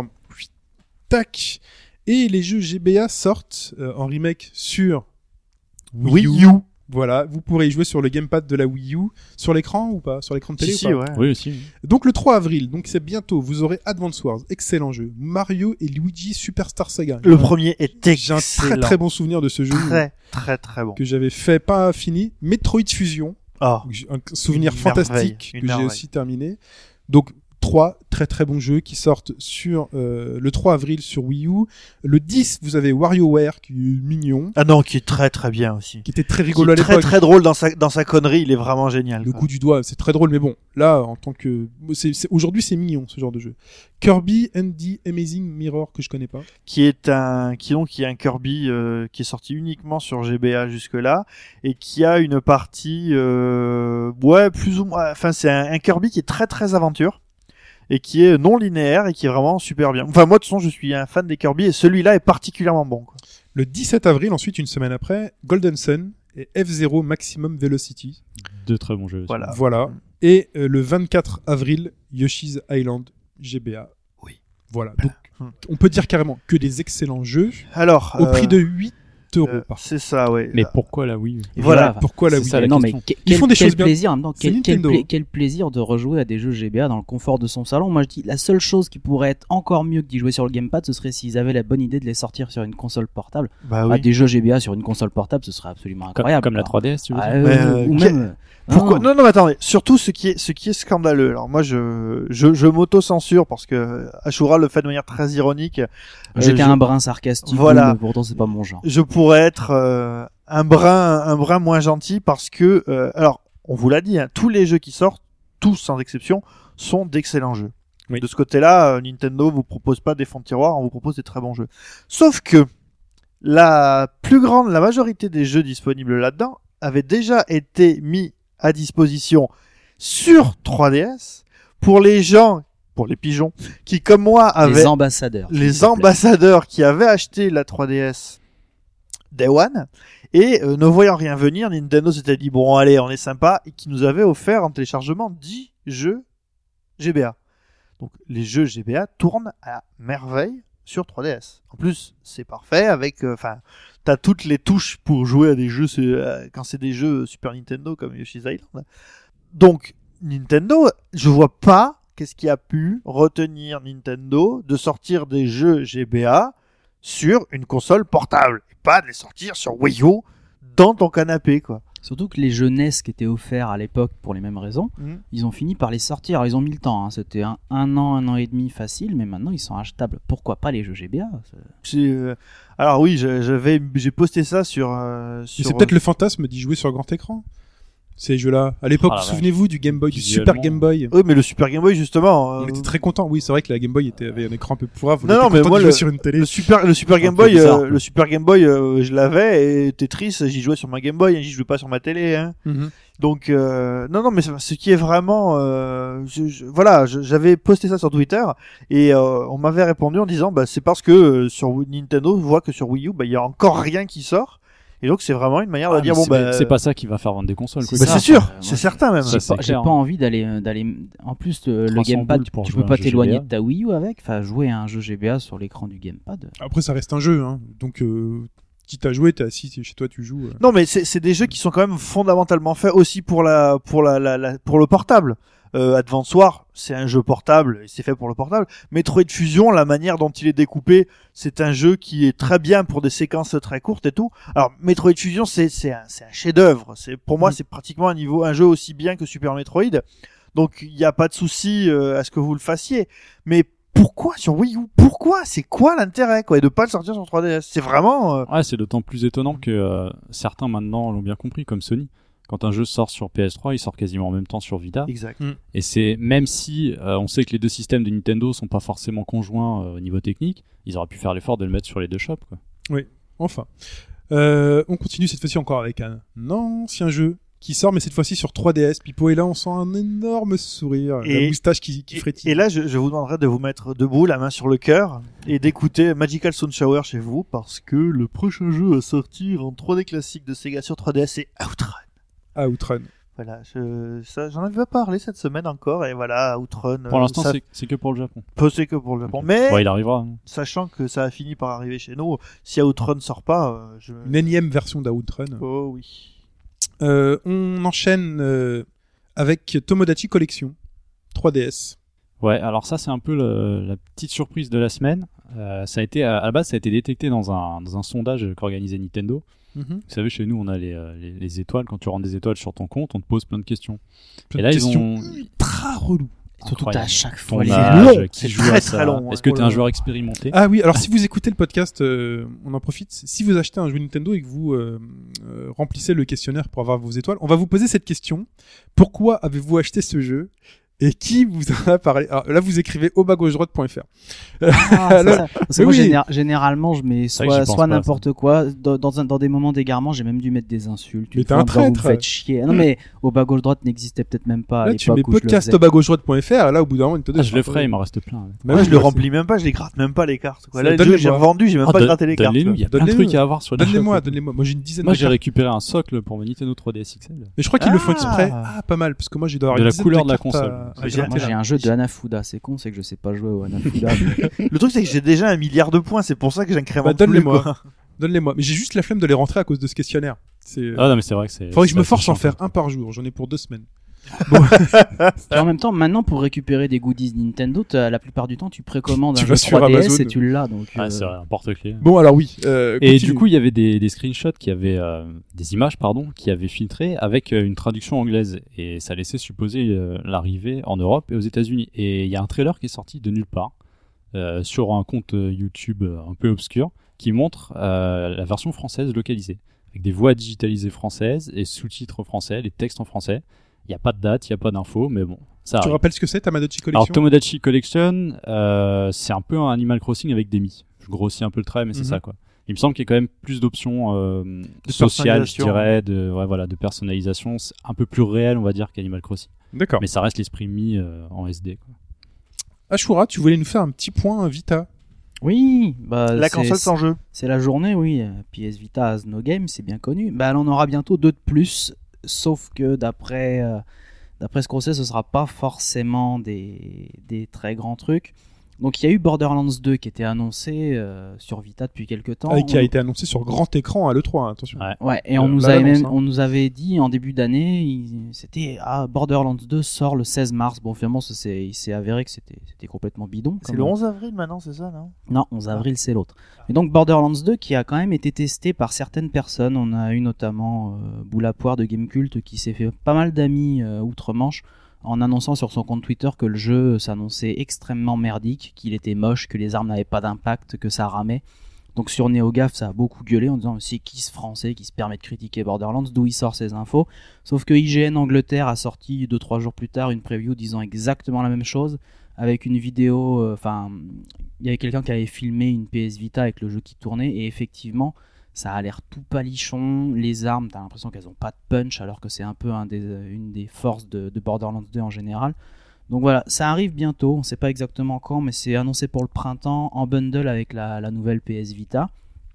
Tac. Et les jeux GBA sortent en remake sur Wii U. Voilà, vous pourrez y jouer sur le gamepad de la Wii U, sur l'écran ou pas, sur l'écran de télé Si, ou si, pas ouais. Oui, aussi. Donc le 3 avril, donc c'est bientôt, vous aurez Advance Wars, excellent jeu, Mario et Luigi Superstar Saga. Le premier est J'ai un excellent. très très bon souvenir de ce jeu Très bon. que j'avais fait pas fini. Metroid Fusion, Oh. un souvenir Une fantastique merveille, une que j'ai merveille. aussi terminé. Donc 3 très très bons jeux qui sortent sur le 3 avril sur Wii U. Le 10, vous avez WarioWare qui est mignon, Ah non, qui est très bien aussi. qui était très Qui rigolo à est très l'époque. très drôle dans sa connerie, il est vraiment génial. Le quoi. coup du doigt, c'est très drôle, mais bon, là, en tant que, aujourd'hui, c'est mignon ce genre de jeu. Kirby and the Amazing Mirror que je connais pas. Qui est un Kirby qui est sorti uniquement sur GBA jusque là et qui a une partie plus ou moins, enfin c'est un Kirby qui est très très aventure et qui est non linéaire et qui est vraiment super bien. Enfin moi de toute façon je suis un fan des Kirby et celui-là est particulièrement bon quoi. Le 17 avril, ensuite, une semaine après, Golden Sun et F-Zero Maximum Velocity. Deux très bons jeux aussi. Voilà. Voilà. Et le 24 avril, Yoshi's Island GBA. Oui. Voilà. Donc, on peut dire carrément que des excellents jeux Alors au prix de 8 €. Par C'est ça, ouais. Mais pourquoi la Wii Et Voilà. Pourquoi la C'est Wii ça, la non mais question. Ils font des choses bien. plaisir en même temps, C'est Nintendo. quel plaisir de rejouer à des jeux GBA dans le confort de son salon. Moi je dis la seule chose qui pourrait être encore mieux que d'y jouer sur le gamepad, ce serait s'ils avaient la bonne idée de les sortir sur une console portable. Bah Des jeux GBA sur une console portable, ce serait absolument incroyable. Comme la quoi. 3DS, tu veux dire. Mais, Ou même Pourquoi non, mais attendez. Surtout ce qui est scandaleux. Alors moi, je m'auto-censure parce que Ashura le fait de manière très ironique. J'étais je- un brin sarcastique, Voilà. mais pourtant c'est pas mon genre. Je pourrais être un brin moins gentil parce que alors on vous l'a dit, hein, tous les jeux qui sortent, tous sans exception, sont d'excellents jeux. Oui. De ce côté-là, Nintendo vous propose pas des fonds de tiroir, on vous propose des très bons jeux. Sauf que la majorité des jeux disponibles là-dedans avaient déjà été mis à disposition sur 3DS pour les gens, pour les pigeons, qui comme moi avaient Les ambassadeurs. s'il les te plaît. ambassadeurs qui avaient acheté la 3DS Day One et ne voyant rien venir, Nintendo s'était dit bon allez on est sympa et qui nous avait offert en téléchargement 10 jeux GBA. Donc les jeux GBA tournent à merveille sur 3DS. En plus c'est parfait avec t'as toutes les touches pour jouer à des jeux quand c'est des jeux Super Nintendo comme Yoshi's Island. Donc Nintendo, je vois pas qu'est-ce qui a pu retenir Nintendo de sortir des jeux GBA sur une console portable et pas de les sortir sur Wii U dans ton canapé quoi. Surtout que les jeux NES qui étaient offerts à l'époque pour les mêmes raisons, ils ont fini par les sortir. Alors, ils ont mis le temps, hein. C'était un an et demi facile, mais maintenant ils sont achetables. Pourquoi pas les jeux GBA? Alors oui, j'ai posté ça sur. Mais c'est peut-être le fantasme d'y jouer sur grand écran. Ces jeux-là. À l'époque, Ah, la vache. souvenez-vous du Game Boy, du Visuellement. Super Game Boy. Oui, mais le Super Game Boy justement. On était très contents. Oui, c'est vrai que la Game Boy avait un écran un peu pourrave. On Non, était non, mais contents moi, de jouer sur une télé. Le Super Game Un peu Boy, bizarre, le Super Game Boy, je l'avais et Tetris, j'y jouais sur ma Game Boy, j'y jouais pas sur ma télé. Hein. Mhm. Donc non, mais ce qui est vraiment, j'avais posté ça sur Twitter et on m'avait répondu en disant c'est parce que sur Nintendo voit que sur Wii U il y a encore rien qui sort et donc c'est vraiment une manière de Ah, dire mais c'est pas ça qui va faire vendre des consoles. quoi. C'est c'est ça. sûr, Moi, c'est certain même. Ça, c'est J'ai clair. pas envie d'aller. En plus, le 300 gamepad, boules pour tu jouer peux à pas un jeu t'éloigner GBA. de ta Wii U avec. Enfin, jouer à un jeu GBA sur l'écran du gamepad. Après, ça reste un jeu, hein. Donc, quitte à jouer, t'es assis chez toi, tu joues. Non, mais c'est des jeux qui sont quand même fondamentalement faits aussi pour le portable. Advance War, c'est un jeu portable et c'est fait pour le portable. Metroid Fusion, la manière dont il est découpé, c'est un jeu qui est très bien pour des séquences très courtes et tout. Alors Metroid Fusion, c'est un chef-d'œuvre. Pour moi, c'est pratiquement un jeu aussi bien que Super Metroid. Donc il n'y a pas de souci à ce que vous le fassiez. Mais pourquoi sur Wii U? Pourquoi? C'est quoi l'intérêt et de pas le sortir sur 3DS? C'est vraiment Ouais, c'est d'autant plus étonnant que certains maintenant l'ont bien compris, comme Sony. Quand un jeu sort sur PS3, il sort quasiment en même temps sur Vita. exact. Et c'est même si on sait que les deux systèmes de Nintendo sont pas forcément conjoints au niveau technique, ils auraient pu faire l'effort de le mettre sur les deux shops. Quoi. Enfin. On continue cette fois-ci encore avec un ancien jeu qui sort, mais cette fois-ci sur 3DS. Pipo, et là, on sent un énorme sourire. La Et- moustache qui frétille. Et là, je vous demanderai de vous mettre debout, la main sur le cœur, et d'écouter Magical Sound Shower chez vous, parce que le prochain jeu à sortir en 3D classique de Sega sur 3DS, c'est Outrun. Outrun. Voilà, j'en avais pas parlé cette semaine encore, et voilà, Outrun. Pour l'instant, ça c'est que pour le Japon. c'est que pour le Japon. Ok. Mais, Bon, il arrivera. hein. sachant que ça a fini par arriver chez nous, si Outrun sort pas, Une énième version d'Outrun. Oh oui. On enchaîne avec Tomodachi Collection 3DS. Ouais, alors ça, c'est un peu la petite surprise de la semaine. Ça a été, à la base, ça a été détecté dans un sondage qu'organisait Nintendo. Vous savez, chez nous, on a les étoiles. Quand tu rentres des étoiles sur ton compte, on te pose plein de questions. Plein Et de là, ils questions ont ultra relou. Surtout Incroyable. à chaque ton fois les âge, long, qui c'est joue très, à très ça. long, Est-ce que hein. tu es un joueur expérimenté? Ah oui, alors si vous écoutez le podcast, on en profite. Si vous achetez un jeu Nintendo et que vous remplissez le questionnaire pour avoir vos étoiles, on va vous poser cette question. Pourquoi avez-vous acheté ce jeu? Et qui vous en a parlé? Alors là, vous écrivez aubas-gauche-droite.fr. Ah, c'est ça. Parce que moi, oui. généralement, je mets C'est vrai que j'y pense soit pas, n'importe quoi. Dans des moments d'égarement, j'ai même dû mettre des insultes. Mais Une t'es fois, un vous me traître. faites chier. Non, mais au bas gauche-droite n'existait peut-être même pas à Là, tu mets l'époque où je le podcast faisais. aubas-gauche-droite.fr. Là, au bout d'un moment, Nintendo. Ah, je le ferai, il m'en reste plein. ouais. Bah Moi, oui, je le bah, remplis même pas, je les gratte même pas les cartes. Quoi. Ça, Là, le donne-les-moi. jeu, j'ai vendu, j'ai même pas gratté les cartes. Donne-les-nous, il y a plein de Donne-les-nous. trucs à avoir sur les Donne-les-moi, shops. donne-les-moi. Moi, j'ai une dizaine Moi, de j'ai cartes. récupéré un socle pour ma Nintendo 3DS XL. Mais je crois qu'ils le font Ah. exprès. Ah, pas mal, parce que moi, j'ai dois avoir De une la dizaine couleur de la cartes console. à J'ai- gratter, Moi, là. j'ai un jeu de Hanafuda. C'est con, c'est que je sais pas jouer au Hanafuda. mais- Le truc, c'est que j'ai déjà 1 milliard de points, c'est pour ça que j'en crée Bah, plus. donne-les-moi. Quoi. Donne-les-moi. Mais j'ai juste la flemme de les rentrer à cause de ce questionnaire. Ah non, mais c'est vrai que c'est. Faudrait que je me c'est force à en assez faire chiant. un par jour. J'en ai pour 2 semaines. Et en même temps, maintenant, pour récupérer des goodies Nintendo, la plupart du temps, tu précommandes Tu un vas jeu sur 3DS Amazon. et tu l'as. Donc, Ah, c'est vrai, un porte-clés. Bon, alors oui. Et continue. du coup, il y avait des screenshots qui avaient des images, pardon, qui avaient filtré avec une traduction anglaise et ça laissait supposer l'arrivée en Europe et aux États-Unis. Et il y a un trailer qui est sorti de nulle part sur un compte YouTube un peu obscur qui montre la version française localisée avec des voix digitalisées françaises et sous-titres français, les textes en français. Il n'y a pas de date, il n'y a pas d'infos, mais bon, ça Tu arrive. rappelles ce que c'est, Tamagotchi Alors Collection? Tomodachi Collection, c'est un peu un Animal Crossing avec des mi. Je grossis un peu le trait, mais c'est Mhm. ça quoi. Il me semble qu'il y a quand même plus d'options sociales, je personnalisation. dirais, de personnalisation. C'est un peu plus réel, on va dire, qu'Animal Crossing. D'accord. Mais ça reste l'esprit mi en SD. Quoi. Ashura, tu voulais nous faire un petit point Vita. oui, bah, La console sans jeu. c'est la journée, oui. PS Vita has no game, c'est bien connu. Bah, elle en aura bientôt 2 de plus, sauf que d'après ce qu'on sait, ce sera pas forcément des très grands trucs. Donc il y a eu Borderlands 2 qui était annoncé sur Vita depuis quelques temps. Qui a été annoncé sur grand écran à l'E3, attention. Ouais. Ouais, et Là, on nous là, avait l'annonce, même, hein. on nous avait dit en début d'année, c'était Borderlands 2 sort le 16 mars. Bon, finalement, il s'est avéré que c'était complètement bidon. C'est comme- le 11 avril maintenant, c'est ça, non? Non, 11 avril, c'est l'autre. Et donc Borderlands 2 qui a quand même été testé par certaines personnes. On a eu notamment Boulapoire de Gamecult qui s'est fait pas mal d'amis outre-Manche en annonçant sur son compte Twitter que le jeu s'annonçait extrêmement merdique, qu'il était moche, que les armes n'avaient pas d'impact, que ça ramait. Donc sur NeoGAF, ça a beaucoup gueulé en disant c'est qui ce français qui se permet de critiquer Borderlands, d'où il sort ces infos. Sauf que IGN Angleterre a sorti 2-3 jours plus tard une preview disant exactement la même chose, avec une vidéo, il y avait quelqu'un qui avait filmé une PS Vita avec le jeu qui tournait, et effectivement, ça a l'air tout palichon. Les armes, t'as l'impression qu'elles ont pas de punch, alors que c'est un peu une des forces de Borderlands 2 en général. Donc voilà, ça arrive bientôt, on sait pas exactement quand, mais c'est annoncé pour le printemps en bundle avec la nouvelle PS Vita.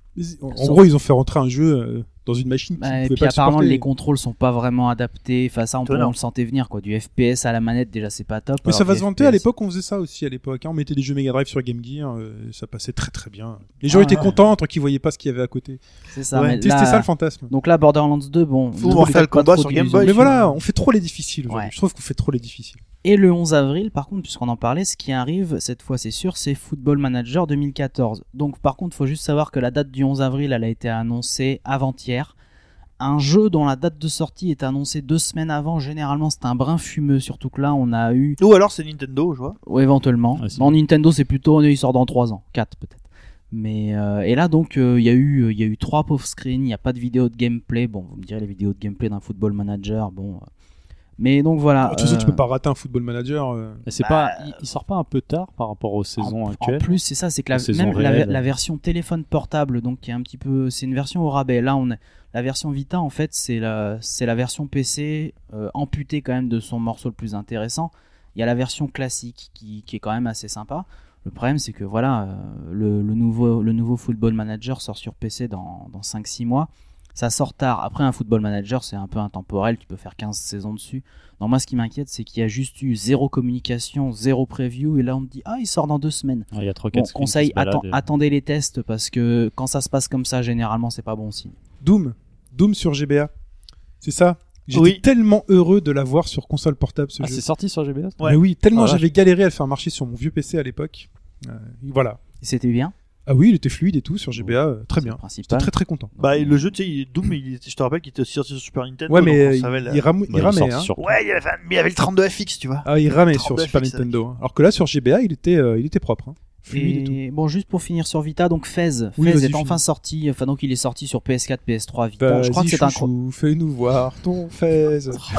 En gros, ils ont fait rentrer un jeu dans une machine qui ne Et pouvait puis pas apparemment supporter. les contrôles sont pas vraiment adaptés. Enfin ça on Étonnant. le sentait venir quoi. Du FPS à la manette déjà c'est pas top. Mais ça alors va du se vanter, à FPS l'époque on faisait ça aussi à l'époque, hein. On mettait des jeux Mega Drive sur Game Gear, ça passait très très bien. Les gens étaient contents tant qu'ils voyaient pas ce qu'il y avait à côté. C'est ça. Ouais, mais C'était là- ça le fantasme. Donc là Borderlands 2 bon. Faut ne voir faites faire le pas combat trop sur d'illusions. Game Boy. Mais voilà, on fait trop les difficiles aujourd'hui. Ouais. Je trouve qu'on fait trop les difficiles. Et le 11 avril, par contre, puisqu'on en parlait, ce qui arrive, cette fois c'est sûr, c'est Football Manager 2014. Donc par contre, il faut juste savoir que la date du 11 avril, elle a été annoncée avant-hier. Un jeu dont la date de sortie est annoncée 2 semaines avant, généralement c'est un brin fumeux, surtout que là on a eu... Ou alors c'est Nintendo, je vois. Ou éventuellement. Ah, si. Bon, Nintendo c'est plutôt, il sort dans 3 ans, 4 peut-être. Mais et là donc il y a eu 3 pauvres screens, il n'y a pas de vidéo de gameplay. Bon, vous me direz les vidéos de gameplay d'un Football Manager, bon... Mais donc voilà. De toute façon, tu peux pas rater un Football Manager. Mais c'est pas, il sort pas un peu tard par rapport aux saisons en actuelles. plus, c'est ça, c'est que Aux saisons même réelles. la version téléphone portable, donc qui est un petit peu, c'est une version au rabais. Là, la version Vita, en fait, c'est la version PC amputée quand même de son morceau le plus intéressant. Il y a la version classique qui est quand même assez sympa. Le problème, c'est que voilà, le nouveau Football Manager sort sur PC dans 5-6 mois. Ça sort tard. Après, un Football Manager, c'est un peu intemporel. Tu peux faire 15 saisons dessus. Non, moi, ce qui m'inquiète, c'est qu'il y a juste eu 0 communication, 0 preview. Et là, on me dit, il sort dans 2 semaines. Il y a 3-4 Bon, screens conseil, qui se baladent. attendez les tests parce que quand ça se passe comme ça, généralement, c'est pas bon signe. Doom sur GBA. C'est ça. J'étais Oui. tellement heureux de l'avoir sur console portable ce Ah, jeu. c'est sorti sur GBA Ouais. Mais oui, tellement Ah, vache. j'avais galéré à le faire marcher sur mon vieux PC à l'époque. Voilà. Et c'était bien. Ah oui, il était fluide et tout sur GBA, très C'est bien. le J'étais principal. très très content. Bah, le jeu, tu sais, Doom, je te rappelle qu'il était aussi sorti sur Super Nintendo. Ouais, donc mais on savait il ramait, sorti hein. sur- Ouais, il y avait le 32FX, tu vois. Ah, il ramait 32 sur Super FX avec. Nintendo. Hein. Alors que là, sur GBA, il était propre. Hein. Fluide et tout. Et bon, juste pour finir sur Vita, donc Fez Oui, vas-y, est finis. enfin sorti. Enfin, donc il est sorti sur PS4, PS3, Vita. Je crois que Vas-y, c'est un. chouchou, fais-nous voir ton Fez.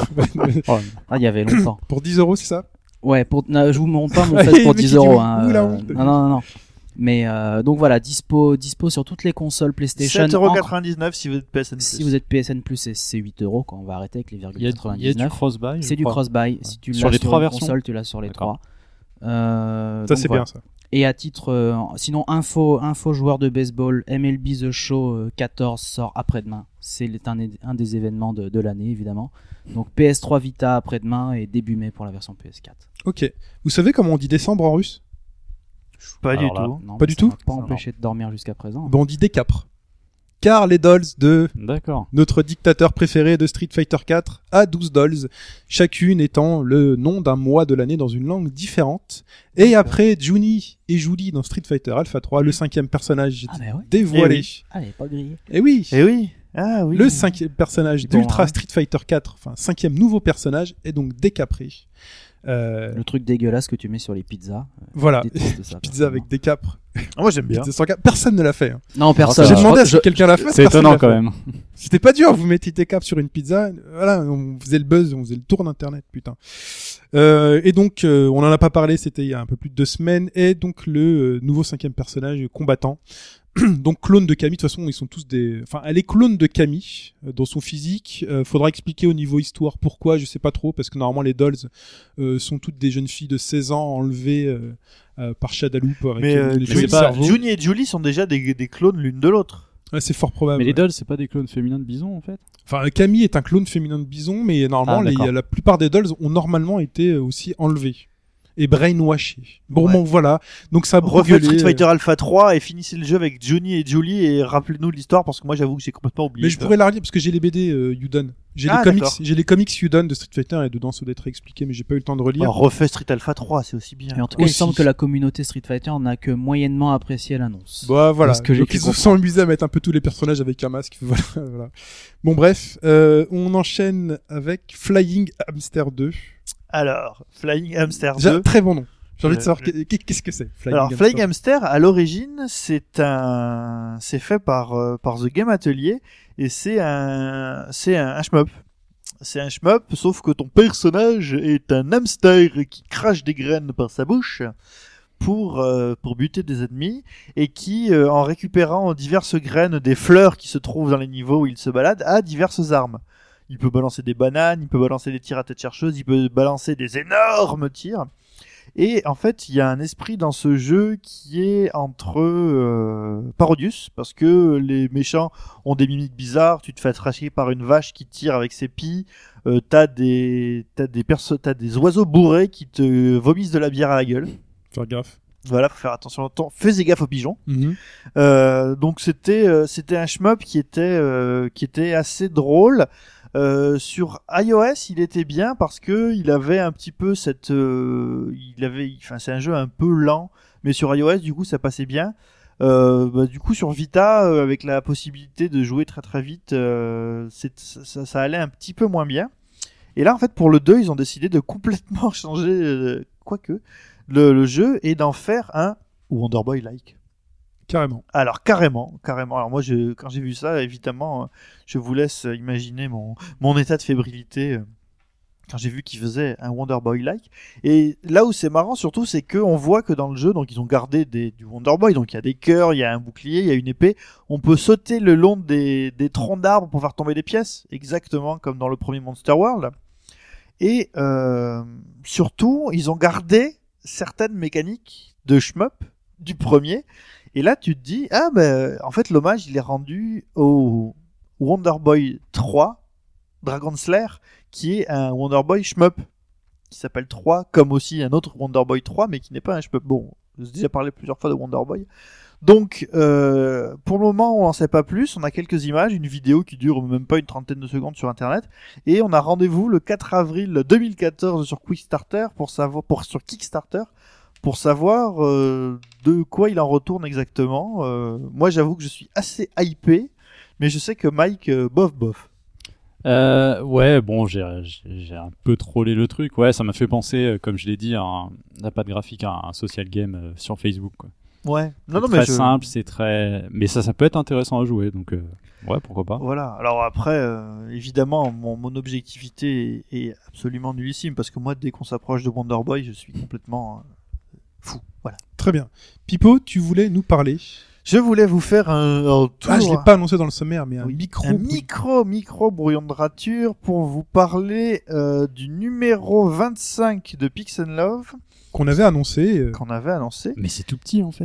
Ah, il y avait longtemps. Pour 10€, c'est ça? Ouais, je vous montre pas mon Ouais, Fez pour le mec, 10 il dit, euros. Hein. ouh, la honte. Non. Mais donc voilà, dispo sur toutes les consoles PlayStation. 7,99€ si vous êtes PSN+. Si vous êtes PSN+, c'est 8 € quand on va arrêter avec les Il y a du 0,99. cross-buy. je C'est du crois. cross-buy. Si tu Sur l'as les sur 3 une versions console, tu l'as sur les D'accord. 3. Ça, c'est bien, ça. Et à titre, sinon info joueur de baseball, MLB The Show 14 sort après-demain. C'est un des événements de l'année évidemment. Donc PS3 Vita après-demain et début mai pour la version PS4. Ok. Vous savez comment on dit décembre en russe? Pas du Alors là, tout. Non, Pas mais du ça tout m'a pas Ça empêché de dormir jusqu'à présent. Ben, on dit décapre. car les dolls de D'accord. notre dictateur préféré de Street Fighter 4 a 12 dolls, chacune étant le nom d'un mois de l'année dans une langue différente. Et après Juni et Julie dans Street Fighter Alpha 3, le 5e personnage Ah, mais ouais. dévoilé. Eh oui. Ah, elle est pas grillée. Et oui, Eh oui. Ah oui. le 5e personnage Bon, d'Ultra hein. Street Fighter 4, enfin 5e nouveau personnage, est donc décapré. Le truc dégueulasse que tu mets sur les pizzas. Voilà, Je déteste ça, pizza avec des capres. Moi j'aime bien. Pizza sans capres. Personne ne l'a fait. Hein. Non, personne. J'ai demandé à ce Je- que quelqu'un l'a fait. C'est personne étonnant l'a quand fait. même. C'était pas dur, vous mettiez des capes sur une pizza, voilà, on faisait le buzz, on faisait le tour d'internet, putain. Et donc, on en a pas parlé, c'était il y a un peu plus de 2 semaines, et donc le nouveau 5e personnage combattant, donc clone de Camille, de toute façon ils sont tous enfin elle est clone de Camille dans son physique, faudra expliquer au niveau histoire pourquoi, je sais pas trop, parce que normalement les dolls sont toutes des jeunes filles de 16 ans enlevées par Shadaloo avec Mais les je jolis sais pas, cerveaux. Juni et Julie sont déjà des clones l'une de l'autre. Ouais, c'est fort probable. Mais les ouais. dolls, c'est pas des clones féminins de bison en fait. Enfin, Camille est un clone féminin de Bison, mais normalement, Ah, d'accord. la plupart des dolls ont normalement été aussi enlevés et brainwashés. Bon, Ouais. bon, voilà. Donc ça a beaucoup Refaites gueulé, Street Fighter Alpha 3 et finissez le jeu avec Juni et Julie et rappelez-nous de l'histoire parce que moi j'avoue que j'ai complètement oublié. Mais je ça. pourrais la relire parce que j'ai les BD Yudon. J'ai Ah, les comics, d'accord. j'ai les comics Yudon de Street Fighter et dedans ça doit être expliqué, mais j'ai pas eu le temps de relire. Alors, refait Street Alpha 3, c'est aussi bien. Et en tout cas, il Aussi. semble que la communauté Street Fighter n'a que moyennement apprécié l'annonce. Bah voilà. Parce que j'ai Donc cru ils se comprendre. sont amusés à mettre un peu tous les personnages avec un masque. Voilà. Voilà. Bon bref, on enchaîne avec Flying Hamster 2. Alors, Flying Hamster Déjà, 2. très bon nom. J'ai envie de Euh, savoir qu'est-ce que c'est. Alors, Hamster. Flying Hamster, à l'origine, c'est fait par The Game Atelier et c'est un shmup. C'est un shmup, sauf que ton personnage est un hamster qui crache des graines par sa bouche pour buter des ennemis et qui, en récupérant diverses graines des fleurs qui se trouvent dans les niveaux où il se balade, a diverses armes. Il peut balancer des bananes, il peut balancer des tirs à tête chercheuse, il peut balancer des énormes tirs. Et en fait, il y a un esprit dans ce jeu qui est entre Parodius, parce que les méchants ont des mimiques bizarres, tu te fais attraper par une vache qui tire avec ses pieds, t'as des oiseaux bourrés qui te vomissent de la bière à la gueule. Faire gaffe. Voilà, faut faire attention. Fais gaffe aux pigeons. Mhm. Donc c'était un shmup qui était assez drôle. Sur iOS, il était bien parce que il avait un petit peu c'est un jeu un peu lent, mais sur iOS, du coup, ça passait bien. Du coup, sur Vita, avec la possibilité de jouer très très vite, ça allait un petit peu moins bien. Et là, en fait, pour le 2, ils ont décidé de complètement changer, le jeu et d'en faire un Wonder Boy-like. Carrément. Alors carrément. Alors moi, quand j'ai vu ça, évidemment, je vous laisse imaginer mon état de fébrilité quand j'ai vu qu'il faisait un Wonder Boy-like. Et là où c'est marrant surtout, c'est que on voit que dans le jeu, donc ils ont gardé du Wonder Boy, donc il y a des cœurs, il y a un bouclier, il y a une épée. On peut sauter le long des troncs d'arbres pour faire tomber des pièces, exactement comme dans le premier Monster World. Et surtout, ils ont gardé certaines mécaniques de shmup du premier. Et là, tu te dis, en fait, l'hommage, il est rendu au Wonder Boy 3, Dragon Slayer, qui est un Wonder Boy shmup, qui s'appelle 3, comme aussi un autre Wonder Boy 3, mais qui n'est pas un shmup. Bon, j'ai déjà parlé plusieurs fois de Wonder Boy. Donc, pour le moment, on n'en sait pas plus. On a quelques images, une vidéo qui dure même pas une trentaine de secondes sur Internet. Et on a rendez-vous le 4 avril 2014 sur Kickstarter sur Kickstarter, pour savoir de quoi il en retourne exactement. Moi, j'avoue que je suis assez hypé, mais je sais que Mike, bof. Ouais, bon, j'ai un peu trollé le truc. Ouais, ça m'a fait penser, comme je l'ai dit, la patte graphique à un social game sur Facebook, quoi. Ouais. C'est très simple, c'est très... Mais ça peut être intéressant à jouer, donc ouais, pourquoi pas. Voilà. Alors après, évidemment, mon objectivité est absolument nullissime, parce que moi, dès qu'on s'approche de Wonder Boy, je suis complètement fou. Voilà. Très bien. Pipo, tu voulais nous parler. Je voulais vous faire un tour... Ah, je l'ai pas annoncé dans le sommaire, mais un Oui. micro. Un micro brouillon de rature pour vous parler du numéro 25 de Pix and Love qu'on avait annoncé. qu'on avait annoncé. Mais c'est tout petit, en fait.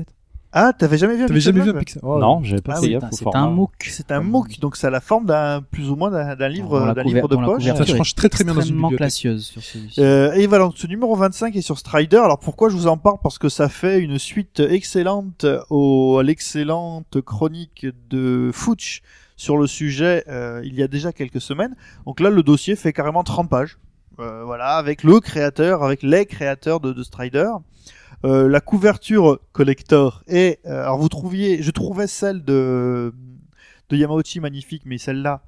Ah, t'avais jamais vu un T'avais Pixel jamais vu Love un Pixel Oh, Non, j'avais pas Ah fait oui, gaffe au C'est format. un MOOC. C'est un MOOC, donc ça a la forme d'un plus ou moins d'un livre, Dans la livre de dans la poche. couverture Ça se range très très bien dans une extrêmement bibliothèque. classieuse sur celui-ci. Et voilà, donc ce numéro 25 est sur Strider. Alors pourquoi je vous en parle? Parce que ça fait une suite excellente à l'excellente chronique de Fouch sur le sujet il y a déjà quelques semaines. Donc là, le dossier fait carrément 30 pages. Voilà, avec les créateurs de Strider. La couverture collector est... alors je trouvais celle de Yamauchi magnifique, mais celle-là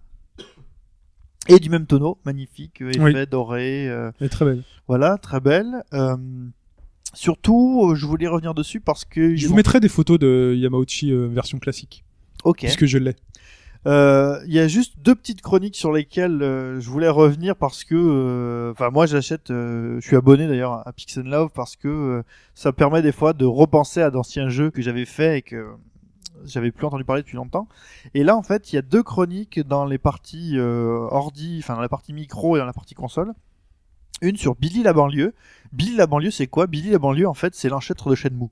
est du même tonneau, magnifique, effet doré. Elle est très belle. Voilà, très belle. Surtout, je voulais revenir dessus parce que... Je vous mettrai des photos de Yamauchi version classique, Ok. puisque je l'ai. Il y a juste 2 petites chroniques sur lesquelles je voulais revenir parce que, enfin moi j'achète, je suis abonné d'ailleurs à Pixel Love parce que ça permet des fois de repenser à d'anciens jeux que j'avais fait et que j'avais plus entendu parler depuis longtemps. Et là en fait il y a 2 chroniques dans les parties ordi, enfin dans la partie micro et dans la partie console. Une sur Billy la banlieue. Billy la banlieue c'est quoi? Billy la banlieue en fait c'est l'ancêtre de Shenmue.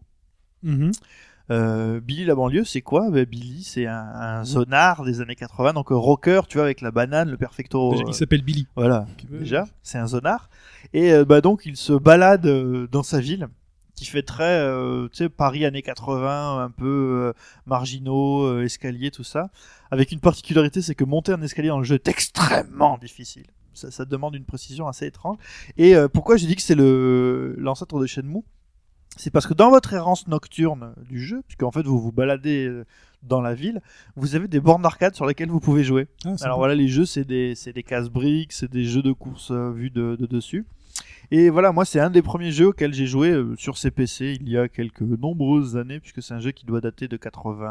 Billy la banlieue, c'est quoi? Billy, c'est un zonard des années 80, donc rocker, tu vois, avec la banane, le perfecto. Déjà, il s'appelle Billy. Voilà, déjà, c'est un zonard. Et donc il se balade dans sa ville, qui fait très, tu sais, Paris années 80, un peu marginaux, escalier, tout ça. Avec une particularité, c'est que monter un escalier dans le jeu est extrêmement difficile. Ça demande une précision assez étrange. Et pourquoi j'ai dit que c'est l'ancêtre de Shenmue? C'est parce que dans votre errance nocturne du jeu, puisque en fait vous vous baladez dans la ville, vous avez des bornes d'arcade sur lesquelles vous pouvez jouer. Alors voilà, les jeux c'est des casse-briques, c'est des jeux de course vus de dessus. Et voilà, moi c'est un des premiers jeux auxquels j'ai joué sur CPC il y a quelques nombreuses années, puisque c'est un jeu qui doit dater de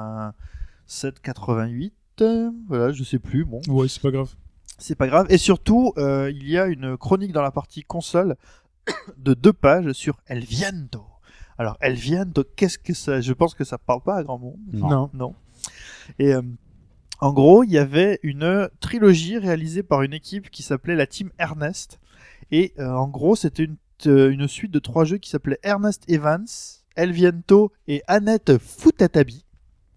87-88. Voilà, je sais plus. Bon. Ouais, c'est pas grave. C'est pas grave. Et surtout, il y a une chronique dans la partie console de 2 pages sur El Viento. Alors, El Viento, qu'est-ce que ça... Je pense que ça parle pas à grand monde. Non. Et en gros, il y avait une trilogie réalisée par une équipe qui s'appelait la Team Ernest. Et en gros, c'était une suite de 3 jeux qui s'appelaient Ernest Evans, El Viento et Annette Futatabi,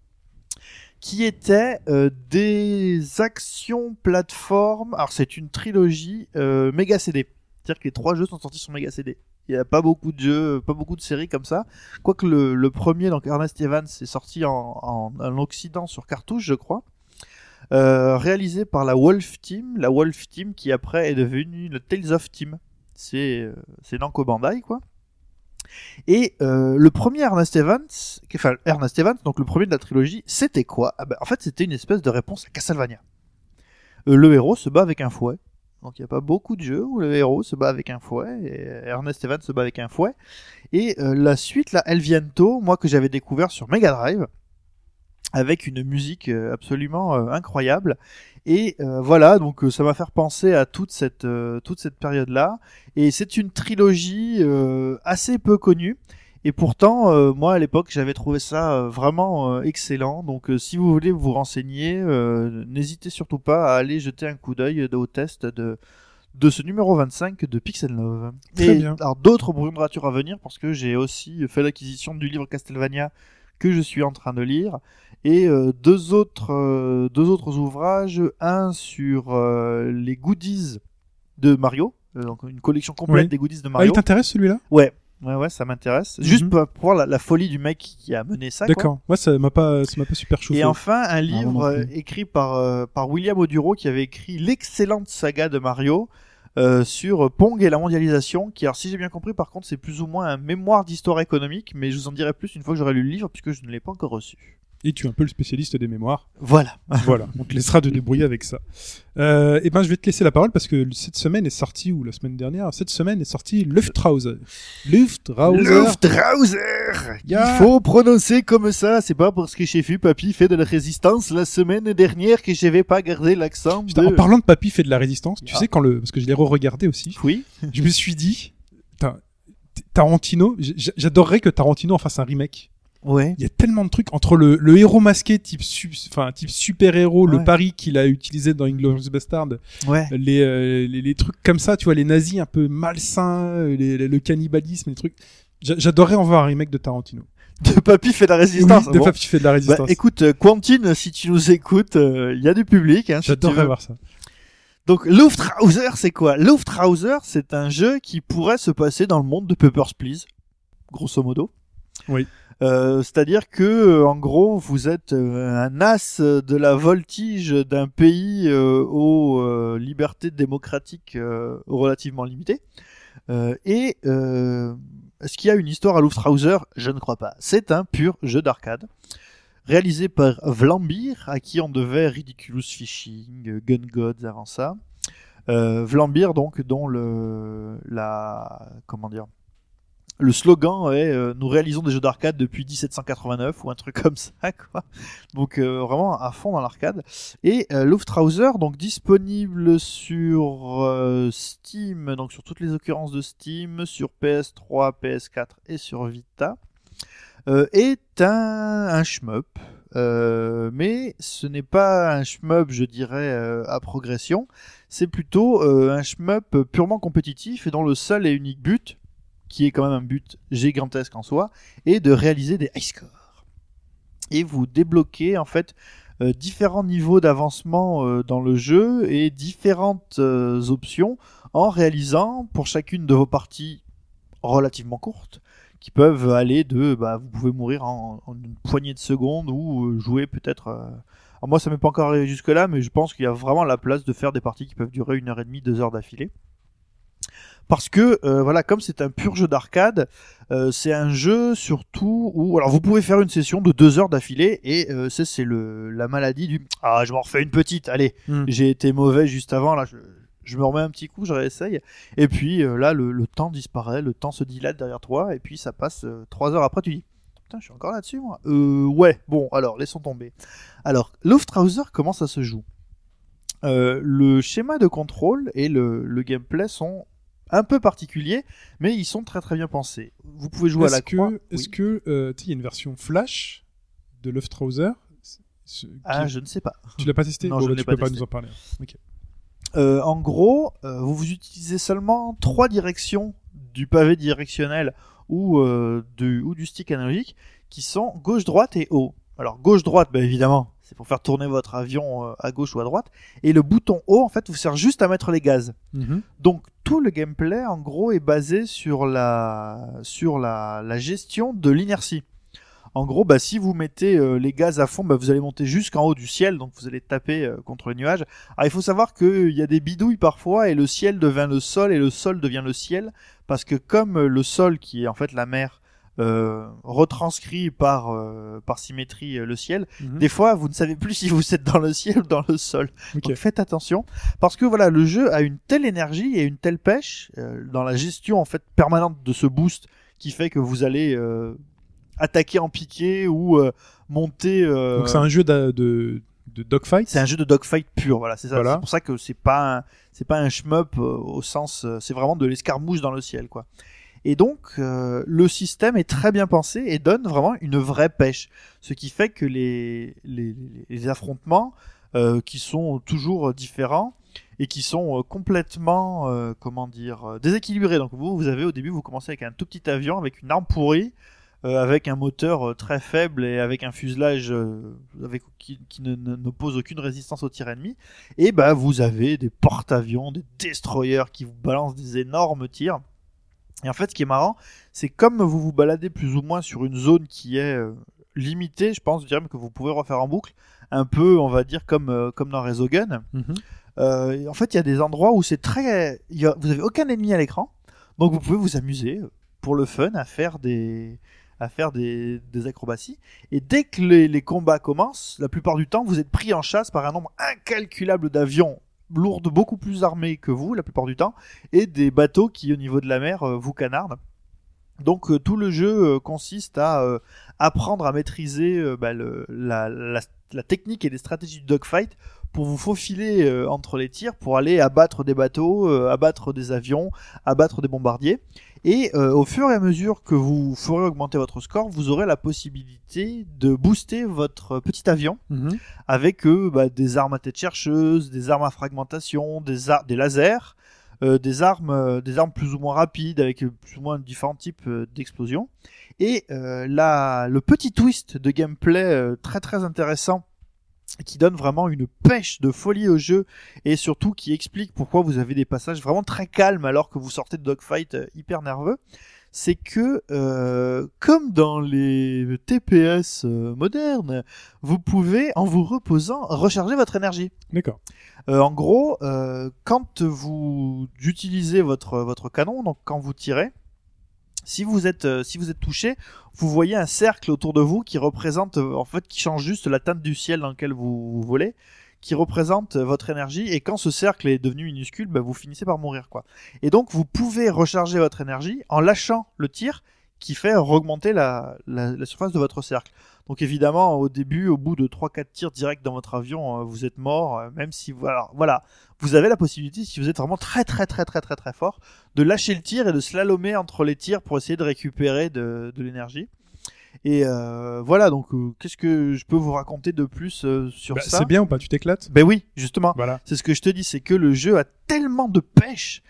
qui étaient des actions plateformes. Alors, c'est une trilogie Mega CD. C'est-à-dire que les 3 jeux sont sortis sur Mega CD. Il n'y a pas beaucoup de jeux, pas beaucoup de séries comme ça. Quoique le premier, donc Ernest Evans, est sorti en Occident sur cartouche, je crois. Réalisé par la Wolf Team qui après est devenue le Tales of Team. C'est Namco Bandai, quoi. Et le premier Ernest Evans, donc le premier de la trilogie, c'était quoi? En fait, c'était une espèce de réponse à Castlevania. Le héros se bat avec un fouet. Donc il n'y a pas beaucoup de jeux où le héros se bat avec un fouet, et Ernest Evans se bat avec un fouet. Et la suite, là, El Viento, moi que j'avais découvert sur Mega Drive, avec une musique absolument incroyable. Et voilà, donc ça m'a fait penser à toute cette période-là. Et c'est une trilogie assez peu connue. Et pourtant, moi à l'époque, j'avais trouvé ça vraiment excellent. Donc si vous voulez vous renseigner, n'hésitez surtout pas à aller jeter un coup d'œil au test de ce numéro 25 de Pixel Love. Très bien. Alors d'autres brumratures à venir, parce que j'ai aussi fait l'acquisition du livre Castlevania que je suis en train de lire, et deux autres ouvrages, un sur les goodies de Mario, donc une collection complète des goodies de Ah, Mario. il t'intéresse celui-là? Ouais, ça m'intéresse. Juste pour voir la folie du mec qui a mené ça. D'accord. Moi, ça m'a pas super chauffé. Et enfin, un non livre plus. écrit par William Oduro, qui avait écrit l'excellente saga de Mario sur Pong et la mondialisation, qui, alors si j'ai bien compris, par contre, c'est plus ou moins un mémoire d'histoire économique, mais je vous en dirai plus une fois que j'aurai lu le livre, puisque je ne l'ai pas encore reçu. Et tu es un peu le spécialiste des mémoires. Voilà. Voilà. On te laissera te débrouiller avec ça. Et ben, je vais te laisser la parole parce que cette semaine est sortie, ou la semaine dernière, Luftrauser. Luftrauser. Yeah. Il faut prononcer comme ça. C'est pas parce que j'ai vu Papy fait de la résistance la semaine dernière que je vais pas garder l'accent. Putain, en parlant de Papy fait de la résistance, tu sais parce que je l'ai re-regardé aussi. Oui. Je me suis dit, Tarantino, j'adorerais que Tarantino en fasse un remake. Ouais. Il y a tellement de trucs entre le héros masqué type super-héros, le pari qu'il a utilisé dans Inglourious Bastard, Ouais. les trucs comme ça, tu vois, les nazis un peu malsains, le cannibalisme, les trucs. J'adorerais en voir un remake de Tarantino. De Papy fait de la résistance. Oui, de Bon. Papy fait de la résistance. Bah, écoute, Quentin, si tu nous écoutes, il y a du public. Hein, si tu J'adorerais veux. voir ça. Donc, Luftrauser, c'est quoi? Luftrauser, c'est un jeu qui pourrait se passer dans le monde de Papers, Please, grosso modo. Oui. C'est-à-dire que, en gros, vous êtes un as de la voltige d'un pays aux libertés démocratiques relativement limitées. Est-ce qu'il y a une histoire à Luftrauser? Je ne crois pas. C'est un pur jeu d'arcade. Réalisé par Vlambir, à qui on devait Ridiculous Fishing, Gun Gods avant ça. Vlambir, donc, dont le slogan est nous réalisons des jeux d'arcade depuis 1789 ou un truc comme ça, quoi. Donc vraiment à fond dans l'arcade. Et Luftrauser, donc disponible sur Steam, donc sur toutes les occurrences de Steam, sur PS3, PS4 et sur Vita. Est un shmup, mais ce n'est pas un shmup, je dirais, à progression. C'est plutôt un shmup purement compétitif et dont le seul et unique but, qui est quand même un but gigantesque en soi, est de réaliser des high scores. Et vous débloquez en fait différents niveaux d'avancement dans le jeu et différentes options en réalisant pour chacune de vos parties relativement courtes, qui peuvent aller de vous pouvez mourir en une poignée de secondes ou jouer peut-être alors moi ça m'est pas encore arrivé jusque là, mais je pense qu'il y a vraiment la place de faire des parties qui peuvent durer 1h30, 2 heures d'affilée, parce que voilà, comme c'est un pur jeu d'arcade, c'est un jeu surtout où alors vous pouvez faire une session de 2 heures d'affilée et c'est la maladie du je m'en refais une petite, allez, j'ai été mauvais juste avant, là je me remets un petit coup, je réessaye, et puis là le temps disparaît, le temps se dilate derrière toi, et puis ça passe 3 heures après, tu dis putain, je suis encore là-dessus moi. Ouais, bon, alors laissons tomber. Alors Luftrauser, comment ça se joue? Le schéma de contrôle et le gameplay sont un peu particuliers, mais ils sont très très bien pensés. Vous pouvez jouer à la croix. Est-ce que il y a une version flash de Luftrauser? Je ne sais pas. Tu l'as pas testé? Non, je tu n'ai peux pas pas testé. nous en parler. Ok. En gros, vous utilisez seulement 3 directions du pavé directionnel ou du stick analogique, qui sont gauche, droite et haut. Alors gauche-droite, évidemment, c'est pour faire tourner votre avion à gauche ou à droite, et le bouton haut en fait vous sert juste à mettre les gaz. Donc tout le gameplay en gros est basé sur la gestion de l'inertie. En gros, si vous mettez les gaz à fond, vous allez monter jusqu'en haut du ciel, donc vous allez taper contre les nuages. Alors il faut savoir qu'il y a des bidouilles parfois, et le ciel devient le sol, et le sol devient le ciel, parce que comme le sol, qui est en fait la mer, retranscrit par symétrie le ciel, des fois vous ne savez plus si vous êtes dans le ciel ou dans le sol. Okay. Donc faites attention, parce que voilà, le jeu a une telle énergie et une telle pêche dans la gestion en fait permanente de ce boost, qui fait que vous allez attaquer en piqué ou monter. Donc c'est un jeu de dogfight. C'est un jeu de dogfight pur, voilà, c'est ça. Voilà. C'est pour ça que c'est pas un shmup au sens, c'est vraiment de l'escarmouche dans le ciel, quoi. Et donc le système est très bien pensé et donne vraiment une vraie pêche, ce qui fait que les affrontements qui sont toujours différents et qui sont complètement déséquilibrés. Donc vous avez au début, vous commencez avec un tout petit avion avec une arme pourrie, avec un moteur très faible et avec un fuselage qui ne pose aucune résistance au tir ennemi, et vous avez des porte-avions, des destroyers qui vous balancent des énormes tirs. Et en fait, ce qui est marrant, c'est comme vous vous baladez plus ou moins sur une zone qui est limitée, je pense, je dirais que vous pouvez refaire en boucle, un peu, on va dire, comme dans Resogun. En fait, il y a des endroits où c'est très... vous n'avez aucun ennemi à l'écran, donc vous pouvez vous amuser pour le fun à faire des acrobaties. Et dès que les combats commencent, la plupart du temps, vous êtes pris en chasse par un nombre incalculable d'avions lourdes, beaucoup plus armés que vous la plupart du temps, et des bateaux qui au niveau de la mer vous canardent. Donc tout le jeu consiste à apprendre à maîtriser la technique et les stratégies du dogfight pour vous faufiler entre les tirs, pour aller abattre des bateaux, abattre des avions, abattre des bombardiers. Et au fur et à mesure que vous ferez augmenter votre score, vous aurez la possibilité de booster votre petit avion avec des armes à tête chercheuse, des armes à fragmentation, des lasers, des armes plus ou moins rapides avec plus ou moins différents types d'explosions. Et le petit twist de gameplay très très intéressant qui donne vraiment une pêche de folie au jeu et surtout qui explique pourquoi vous avez des passages vraiment très calmes alors que vous sortez de dogfight hyper nerveux, c'est que comme dans les TPS modernes, vous pouvez en vous reposant recharger votre énergie. D'accord. En gros, quand vous utilisez votre canon, donc quand vous tirez, si vous êtes touché, vous voyez un cercle autour de vous qui représente, en fait, qui change juste la teinte du ciel dans lequel vous volez, qui représente votre énergie. Et quand ce cercle est devenu minuscule, vous finissez par mourir, quoi. Et donc, vous pouvez recharger votre énergie en lâchant le tir qui fait augmenter la surface de votre cercle. Donc évidemment, au début, au bout de 3-4 tirs directs dans votre avion, vous êtes mort, même si voilà, vous avez la possibilité, si vous êtes vraiment très très très très très très fort, de lâcher le tir et de slalomer entre les tirs pour essayer de récupérer de l'énergie. Et voilà, donc qu'est-ce que je peux vous raconter de plus sur ça ? C'est bien ou pas ? Tu t'éclates ? Ben oui, justement. Voilà. C'est ce que je te dis, c'est que le jeu a tellement de pêche.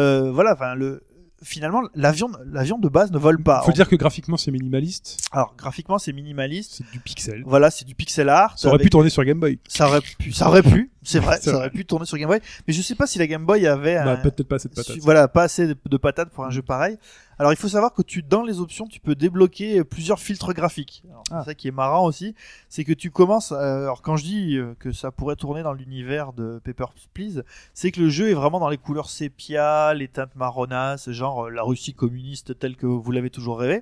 Finalement, l'avion de base ne vole pas. Faut dire que graphiquement c'est minimaliste. Alors graphiquement c'est minimaliste. C'est du pixel. Voilà, c'est du pixel art. Ça aurait pu tourner sur Game Boy. Ça aurait pu. C'est vrai, C'est ça vrai. aurait pu tourner sur Game Boy. Mais je sais pas si la Game Boy avait peut-être pas assez de patates. Voilà, pas assez de patates pour un jeu pareil. Alors il faut savoir que dans les options, tu peux débloquer plusieurs filtres graphiques. Alors, c'est ça qui est marrant aussi, c'est que tu commences. Alors quand je dis que ça pourrait tourner dans l'univers de Papers, Please, c'est que le jeu est vraiment dans les couleurs sépia, les teintes marronasses, genre la Russie communiste telle que vous l'avez toujours rêvé.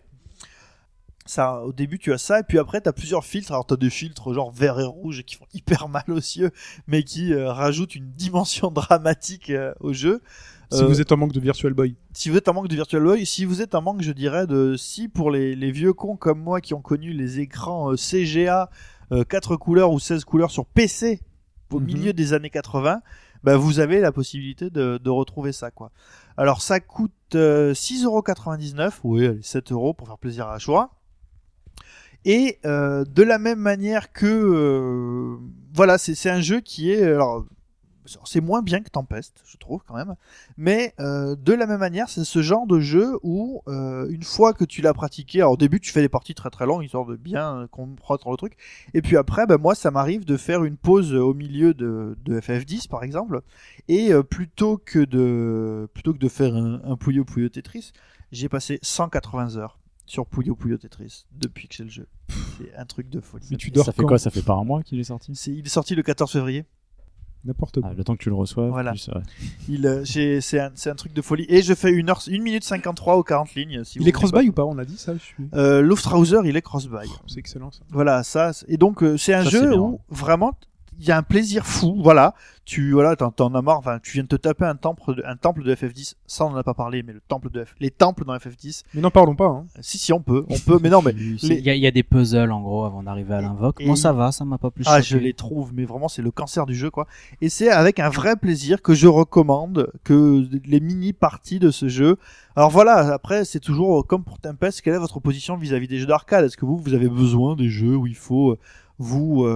Ça, au début tu as ça, et puis après tu as plusieurs filtres. Alors tu as des filtres genre vert et rouge qui font hyper mal aux yeux, mais qui rajoutent une dimension dramatique au jeu. Si vous êtes en manque de Virtual Boy. Si vous êtes en manque de Virtual Boy, si vous êtes en manque, je dirais, pour les vieux cons comme moi qui ont connu les écrans CGA 4 couleurs ou 16 couleurs sur PC au milieu des années 80, vous avez la possibilité de retrouver ça, quoi. Alors ça coûte 6,99€, oui, allez, 7€ pour faire plaisir à Ashura. Et de la même manière que voilà, c'est un jeu qui est alors c'est moins bien que Tempest, je trouve quand même, mais de la même manière, c'est ce genre de jeu où une fois que tu l'as pratiqué, alors au début tu fais des parties très très longues histoire de bien comprendre le truc, et puis après, moi ça m'arrive de faire une pause au milieu de FF10 par exemple, et plutôt que de faire un Puyo Puyo Tetris, j'ai passé 180 heures sur Puyo Puyo Tetris depuis que j'ai le jeu. C'est un truc de folie. Mais tu dors Ça fait quand ? quoi ? Ça fait pas un mois qu'il est sorti ? Il est sorti le 14 février. N'importe quoi. Le temps que tu le reçois. Voilà. Plus, ouais. C'est un truc de folie. Et je fais 1 minute 53 aux 40 lignes. Si Il est cross-buy ou pas ? On a dit ça. Luftrauser, il est cross-buy. C'est excellent ça. Voilà, ça. Et donc, c'est un Ça, jeu c'est bien. où vraiment il y a un plaisir fou. Voilà, t'en as marre. Enfin, tu viens de te taper un temple de FF10. Ça, on en a pas parlé, mais les temples dans FF10. Mais n'en parlons pas. Hein. Si, on peut. Mais non, mais Il y a des puzzles en gros avant d'arriver à l'invoque. Et Moi ça va, ça m'a pas plus ah, choqué. je les trouve, mais vraiment c'est le cancer du jeu, quoi. Et c'est avec un vrai plaisir que je recommande que les mini parties de ce jeu. Alors voilà, après c'est toujours comme pour Tempest, quelle est votre position vis-à-vis des jeux d'arcade ? Est-ce que vous avez besoin des jeux où il faut vous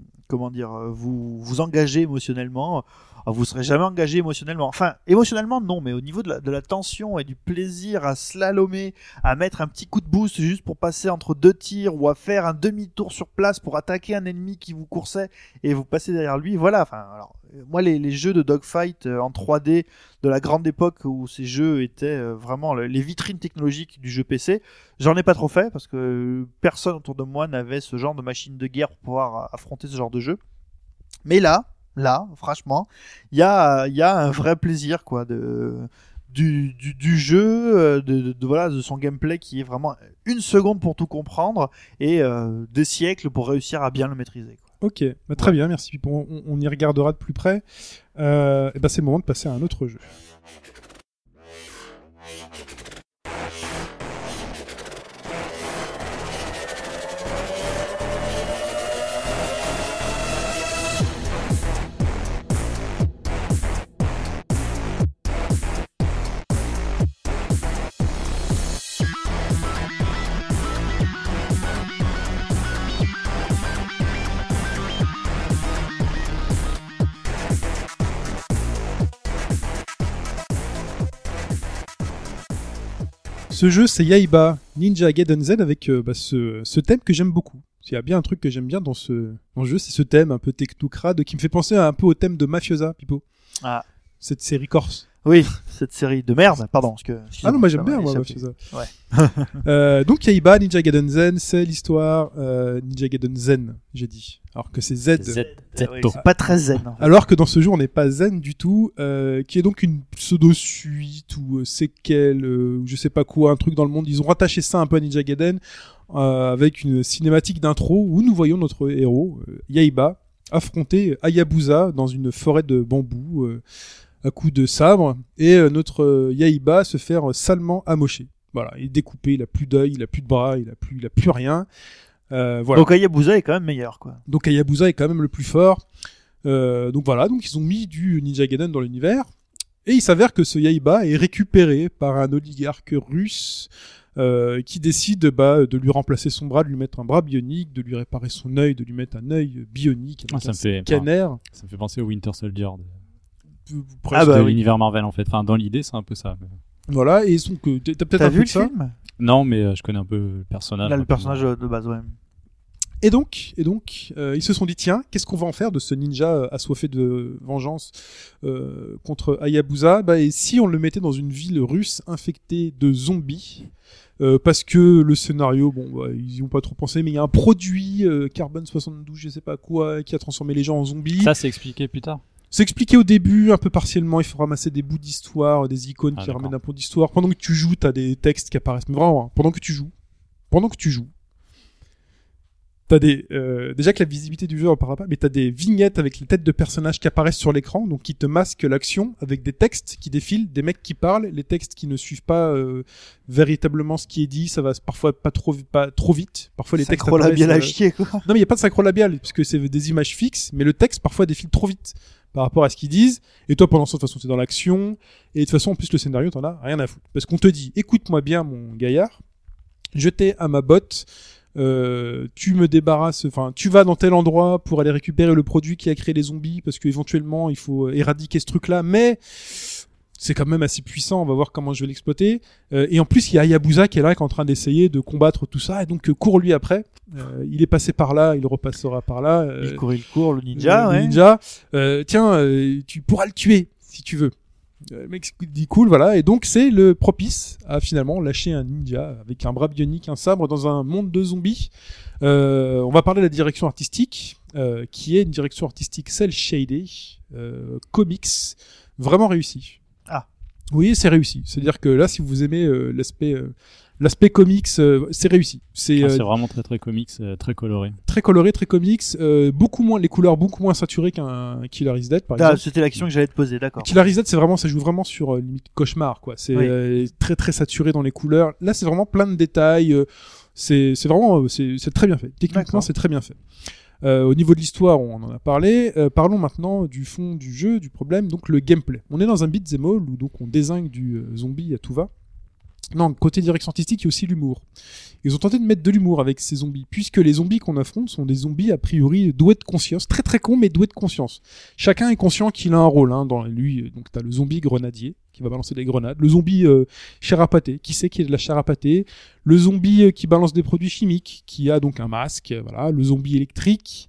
engager émotionnellement ? Vous serez jamais engagé émotionnellement. Enfin, émotionnellement non, mais au niveau de la tension et du plaisir à slalomer, à mettre un petit coup de boost juste pour passer entre 2 tirs ou à faire un demi-tour sur place pour attaquer un ennemi qui vous coursait et vous passez derrière lui. Voilà. Enfin, alors moi les jeux de dogfight en 3D de la grande époque où ces jeux étaient vraiment les vitrines technologiques du jeu PC, j'en ai pas trop fait parce que personne autour de moi n'avait ce genre de machine de guerre pour pouvoir affronter ce genre de jeu. Mais là, franchement, il y a un vrai plaisir, quoi, du jeu, de son gameplay qui est vraiment 1 seconde pour tout comprendre et des siècles pour réussir à bien le maîtriser, quoi. Ok, très bien, merci. On y regardera de plus près. C'est le moment de passer à un autre jeu. Ce jeu, c'est Yaiba Ninja Gaiden Z avec ce thème que j'aime beaucoup. Il y a bien un truc que j'aime bien dans ce jeu, c'est ce thème un peu technocrade qui me fait penser un peu au thème de Mafiosa, Pipo. Ah. Cette série corse. Oui, cette série de merde, pardon. Parce que, Ah non, moi j'aime bien moi, Mafiosa. Donc Yaiba Ninja Gaiden Zen, c'est l'histoire Ninja Gaiden Zen, j'ai dit. Alors que c'est Z. Oui, c'est pas très zen. En fait. Alors que dans ce jeu, on n'est pas zen du tout, qui est donc une pseudo-suite ou séquelle, ou je sais pas quoi, un truc dans le monde. Ils ont rattaché ça un peu à Ninja Gaiden avec une cinématique d'intro où nous voyons notre héros, Yaiba, affronter Hayabusa dans une forêt de bambou à coups de sabre, et notre Yaiba se faire salement amocher. Voilà, il est découpé, il a plus d'œil, il a plus de bras, il a plus rien. Voilà. Donc Hayabusa est quand même meilleur, quoi. Donc Hayabusa est quand même le plus fort. Donc voilà, donc ils ont mis du Ninja Gaiden dans l'univers. Et il s'avère que ce Yaiba est récupéré par un oligarque russe qui décide de lui remplacer son bras, de lui mettre un bras bionique, de lui réparer son œil, de lui mettre un œil bionique avec un scanner. Ça me fait penser au Winter Soldier de l'univers Marvel en fait. Enfin, dans l'idée, c'est un peu ça. Voilà, et donc t'as peut-être un vu peu le de ça. film? Non, mais je connais un peu le personnage. Là, le personnage de base, ouais. Et donc, ils se sont dit, tiens, qu'est-ce qu'on va en faire de ce ninja assoiffé de vengeance contre Hayabusa ? Et si on le mettait dans une ville russe infectée de zombies, parce que le scénario, ils y ont pas trop pensé, mais il y a un produit Carbone 72, je sais pas quoi, qui a transformé les gens en zombies. Ça, c'est expliqué plus tard. C'est expliqué au début, un peu partiellement. Il faut ramasser des bouts d'histoire, des icônes qui ramènent un peu d'histoire. Pendant que tu joues, t'as des textes qui apparaissent. Mais vraiment, pendant que tu joues, t'as des déjà que la visibilité du jeu en parle pas, mais t'as des vignettes avec les têtes de personnages qui apparaissent sur l'écran, donc qui te masquent l'action avec des textes qui défilent, des mecs qui parlent, les textes qui ne suivent pas véritablement ce qui est dit, ça va parfois pas trop vite, parfois les textes apparaissent labial à chier, quoi. Non mais il y a pas de synchro labial puisque c'est des images fixes, mais le texte parfois défile trop vite par rapport à ce qu'ils disent, et toi pendant ça de toute façon t'es dans l'action, et de toute façon en plus le scénario t'en as rien à foutre, parce qu'on te dit écoute-moi bien mon gaillard, je t'ai à ma botte, tu me débarrasses, enfin tu vas dans tel endroit pour aller récupérer le produit qui a créé les zombies, parce que éventuellement il faut éradiquer ce truc là, mais c'est quand même assez puissant, on va voir comment je vais l'exploiter, et en plus il y a Hayabusa qui est là, qui est en train d'essayer de combattre tout ça, et donc cours lui après, il est passé par là, il repassera par là, il court le ninja, ouais. Le ninja, tu pourras le tuer si tu veux. Le mec dit cool, voilà, et donc c'est le propice à finalement lâcher un ninja avec un bras bionique, un sabre dans un monde de zombies. On va parler de la direction artistique, qui est une direction artistique cel-shaded, comics, vraiment réussie. Ah. Oui, c'est réussi. C'est-à-dire que là, si vous aimez l'aspect comics, c'est réussi. C'est vraiment très très comics, très coloré. Très coloré, très comics, beaucoup moins, les couleurs beaucoup moins saturées qu'un Killer is Dead par exemple. C'était la question que j'allais te poser, d'accord. Killer is Dead, ça joue vraiment sur limite cauchemar, quoi. C'est très très saturé dans les couleurs. Là, c'est vraiment plein de détails. C'est vraiment c'est très bien fait. Techniquement, c'est très bien fait. Au niveau de l'histoire, on en a parlé. Parlons maintenant du fond du jeu, du problème, donc le gameplay. On est dans un beat'em all où donc on dézingue du zombie à tout va. Non, côté direction artistique, il y a aussi l'humour. Ils ont tenté de mettre de l'humour avec ces zombies, puisque les zombies qu'on affronte sont des zombies a priori doués de conscience, très très cons, mais doués de conscience. Chacun est conscient qu'il a un rôle, dans lui. Donc t'as le zombie grenadier qui va balancer des grenades, le zombie chair à pâté, qui sait qu'il y a de la chair à pâté, le zombie qui balance des produits chimiques, qui a donc un masque, voilà, le zombie électrique,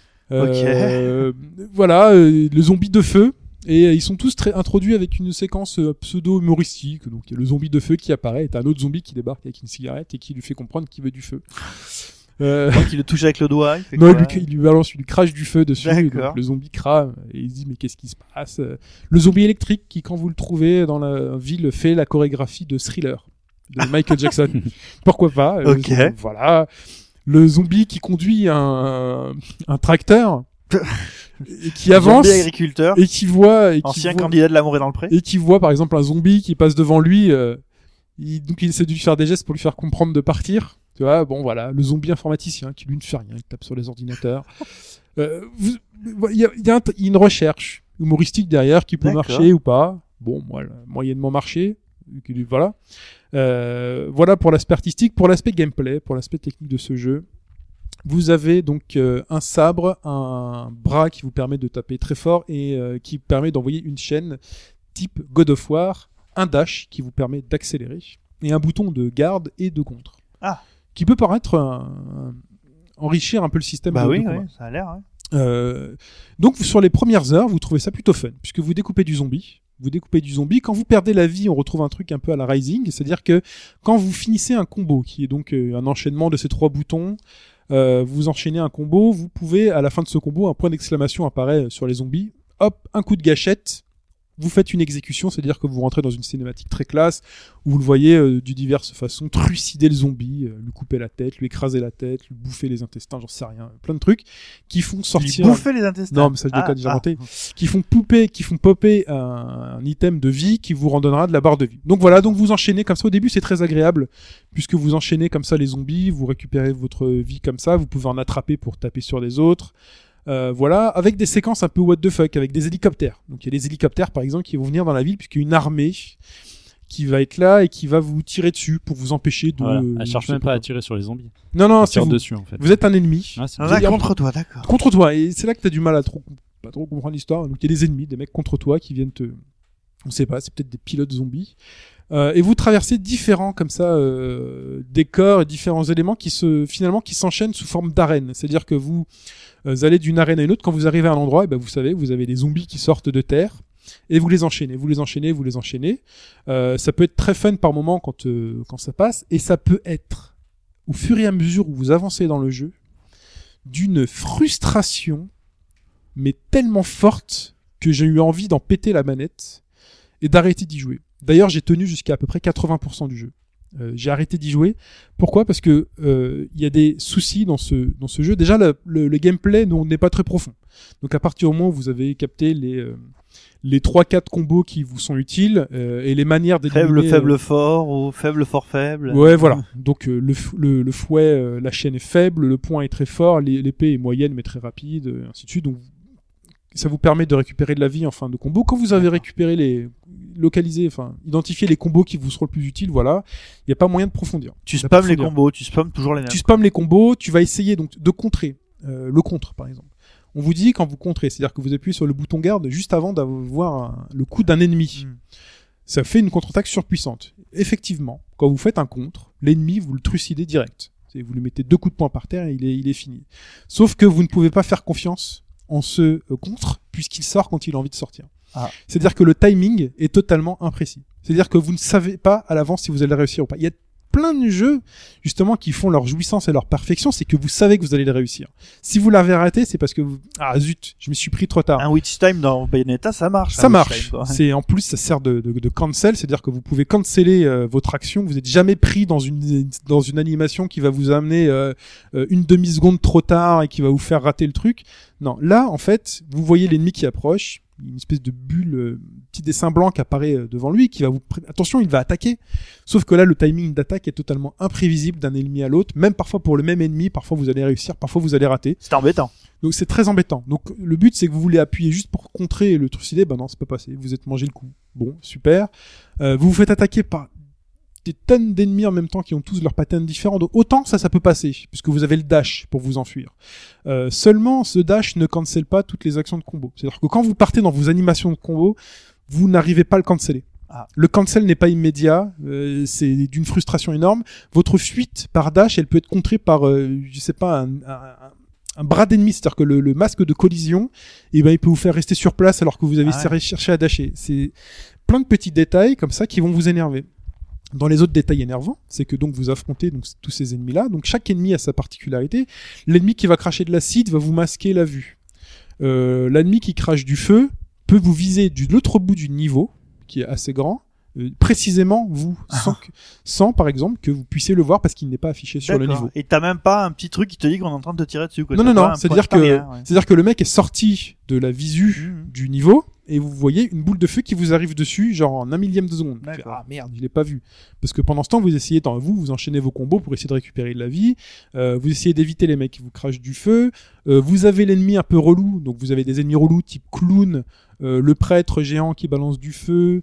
voilà, le zombie de feu. Et ils sont tous très introduits avec une séquence pseudo-humoristique. Donc il y a le zombie de feu qui apparaît, et t'as un autre zombie qui débarque avec une cigarette et qui lui fait comprendre qu'il veut du feu. Donc il le touche avec le doigt. Il lui balance, il lui crache du feu dessus. Et donc le zombie crame et il se dit mais qu'est-ce qui se passe ? Le zombie électrique qui, quand vous le trouvez dans la ville, fait la chorégraphie de Thriller de Michael Jackson. Pourquoi pas ? Voilà. Le zombie qui conduit un tracteur. Et qui avance, agriculteur, et qui voit, candidat de l'amour est dans le pré, et qui voit par exemple un zombie qui passe devant lui, donc il essaie de lui faire des gestes pour lui faire comprendre de partir, tu vois, bon voilà, le zombie informaticien qui lui ne fait rien, il tape sur les ordinateurs. Il y a une recherche humoristique derrière qui peut marcher ou pas, bon moi moyennement marché, voilà. Voilà pour l'aspect artistique, pour l'aspect gameplay, pour l'aspect technique de ce jeu. Vous avez donc un sabre, un bras qui vous permet de taper très fort et qui permet d'envoyer une chaîne type God of War, un dash qui vous permet d'accélérer et un bouton de garde et de contre. Ah. Qui peut paraître enrichir un peu le système Bah de oui, combat. oui, ça a l'air. Ouais. Donc sur les premières heures, vous trouvez ça plutôt fun, puisque vous découpez du zombie. Quand vous perdez la vie, on retrouve un truc un peu à la Rising, c'est-à-dire que quand vous finissez un combo, qui est donc un enchaînement de ces 3 boutons, vous enchaînez un combo, vous pouvez, à la fin de ce combo, un point d'exclamation apparaît sur les zombies, hop, un coup de gâchette, vous faites une exécution, c'est-à-dire que vous rentrez dans une cinématique très classe, où vous le voyez de diverses façons, trucider le zombie, lui couper la tête, lui écraser la tête, lui bouffer les intestins, j'en sais rien, plein de trucs, qui font sortir... Lui bouffer les intestins. Non, mais ça je déconne, j'ai inventé. Qui font popper un item de vie qui vous redonnera de la barre de vie. Donc voilà, donc vous enchaînez comme ça. Au début, c'est très agréable, puisque vous enchaînez comme ça les zombies, vous récupérez votre vie comme ça, vous pouvez en attraper pour taper sur les autres. Voilà, avec des séquences un peu what the fuck, avec des hélicoptères. Donc il y a des hélicoptères par exemple qui vont venir dans la ville, puisqu'il y a une armée qui va être là et qui va vous tirer dessus pour vous empêcher de... Voilà. Elle cherche même pas à tirer sur les zombies. Non, Elle c'est tire vous. dessus en fait. Vous êtes un ennemi. Ouais, c'est Ah, Vous êtes- contre toi, d'accord. Contre toi, et c'est là que t'as du mal à pas trop comprendre l'histoire. Donc il y a des ennemis, des mecs contre toi qui viennent te... On sait pas, c'est peut-être des pilotes zombies. Et vous traversez différents comme ça décors et différents éléments qui s'enchaînent sous forme d'arène. C'est-à-dire que vous allez d'une arène à une autre. Quand vous arrivez à un endroit, et ben vous savez, vous avez des zombies qui sortent de terre et vous les enchaînez. Ça peut être très fun par moment quand ça passe, et ça peut être au fur et à mesure où vous avancez dans le jeu d'une frustration mais tellement forte que j'ai eu envie d'en péter la manette et d'arrêter d'y jouer. D'ailleurs, j'ai tenu jusqu'à à peu près 80% du jeu. J'ai arrêté d'y jouer. Pourquoi ? Parce que il y a des soucis dans ce jeu. Déjà, le gameplay n'est pas très profond. Donc à partir du moment où vous avez capté les 3-4 combos qui vous sont utiles et les manières d'éliminer... Faible, fort, ou faible, fort, faible. Ouais, voilà. Donc le fouet, la chaîne est faible, le poing est très fort, l'épée est moyenne mais très rapide, ainsi de suite. Donc ça vous permet de récupérer de la vie en fin de combo. Quand vous avez récupéré identifié les combos qui vous seront le plus utiles, voilà, il n'y a pas moyen de profondir. Tu spammes les combos, tu spammes toujours les mêmes. Tu spammes les combos, tu vas essayer donc de contrer le contre par exemple. On vous dit quand vous contrez, c'est-à-dire que vous appuyez sur le bouton garde juste avant d'avoir le coup d'un ennemi. Ça fait une contre-attaque surpuissante. Effectivement, quand vous faites un contre, l'ennemi vous le trucidez direct. Vous lui mettez 2 coups de poing par terre et il est fini. Sauf que vous ne pouvez pas faire confiance en ce contre, puisqu'il sort quand il a envie de sortir. Ah. C'est-à-dire que le timing est totalement imprécis. C'est-à-dire que vous ne savez pas à l'avance si vous allez réussir ou pas. Il y a plein de jeux, justement, qui font leur jouissance et leur perfection, c'est que vous savez que vous allez les réussir. Si vous l'avez raté, c'est parce que ah zut, je me suis pris trop tard. Un witch time dans Bayonetta, ça marche. Ça marche. C'est en plus, ça sert de cancel, c'est-à-dire que vous pouvez canceller votre action. Vous n'êtes jamais pris dans une animation qui va vous amener une demi-seconde trop tard et qui va vous faire rater le truc. Non, là, en fait, vous voyez l'ennemi qui approche, une espèce de bulle, petit dessin blanc qui apparaît devant lui, qui va attention, il va attaquer. Sauf que là, le timing d'attaque est totalement imprévisible d'un ennemi à l'autre. Même parfois pour le même ennemi, parfois vous allez réussir, parfois vous allez rater. C'est embêtant. Donc c'est très embêtant. Donc le but c'est que vous voulez appuyer juste pour contrer le trucider, ben non, c'est pas passé. Vous êtes mangé le coup. Bon, super. Vous vous faites attaquer par des tonnes d'ennemis en même temps qui ont tous leurs patterns différents. Donc autant ça peut passer, puisque vous avez le dash pour vous enfuir. Seulement, ce dash ne cancelle pas toutes les actions de combo. C'est-à-dire que quand vous partez dans vos animations de combo, vous n'arrivez pas à le canceller. Ah. Le cancel n'est pas immédiat, c'est d'une frustration énorme. Votre fuite par dash, elle peut être contrée par, je sais pas, un bras d'ennemi, c'est-à-dire que le masque de collision, il peut vous faire rester sur place alors que vous avez cherché à dasher. C'est plein de petits détails comme ça qui vont vous énerver. Dans les autres détails énervants, c'est que donc vous affrontez donc tous ces ennemis-là. Donc chaque ennemi a sa particularité. L'ennemi qui va cracher de l'acide va vous masquer la vue. L'ennemi qui crache du feu peut vous viser de l'autre bout du niveau, qui est assez grand, précisément vous, sans par exemple que vous puissiez le voir parce qu'il n'est pas affiché sur le niveau. Et t'as même pas un petit truc qui te dit qu'on est en train de te tirer dessus, quoi. Non, c'est-à-dire que le mec est sorti de la visu du niveau et vous voyez une boule de feu qui vous arrive dessus, genre en 1/1000 de seconde. Ah merde, je l'ai pas vu. Parce que pendant ce temps, vous essayez, vous enchaînez vos combos pour essayer de récupérer de la vie, vous essayez d'éviter les mecs qui vous crachent du feu, vous avez l'ennemi un peu relou, donc vous avez des ennemis relous type clown, le prêtre géant qui balance du feu,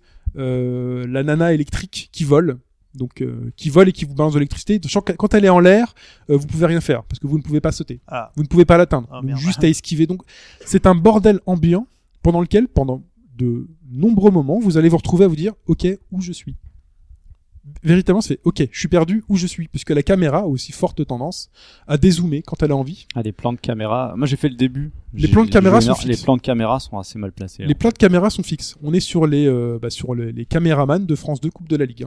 la nana électrique qui vole. Donc qui vole et qui vous balance de l'électricité. Quand elle est en l'air, vous pouvez rien faire parce que vous ne pouvez pas sauter. Vous ne pouvez pas l'atteindre. Donc, juste à esquiver. Donc c'est un bordel ambiant pendant lequel, pendant de nombreux moments, vous allez vous retrouver à vous dire OK, où je suis. véritablement c'est ok, je suis perdu où je suis, puisque la caméra a aussi forte tendance à dézoomer quand elle a envie. Ah, les plans de caméra. Moi, j'ai fait le début. Les plans de caméra sont fixes. Les plans de caméra sont assez mal placés. Les plans de caméra sont fixes. On est sur les caméramans de France 2 Coupe de la Ligue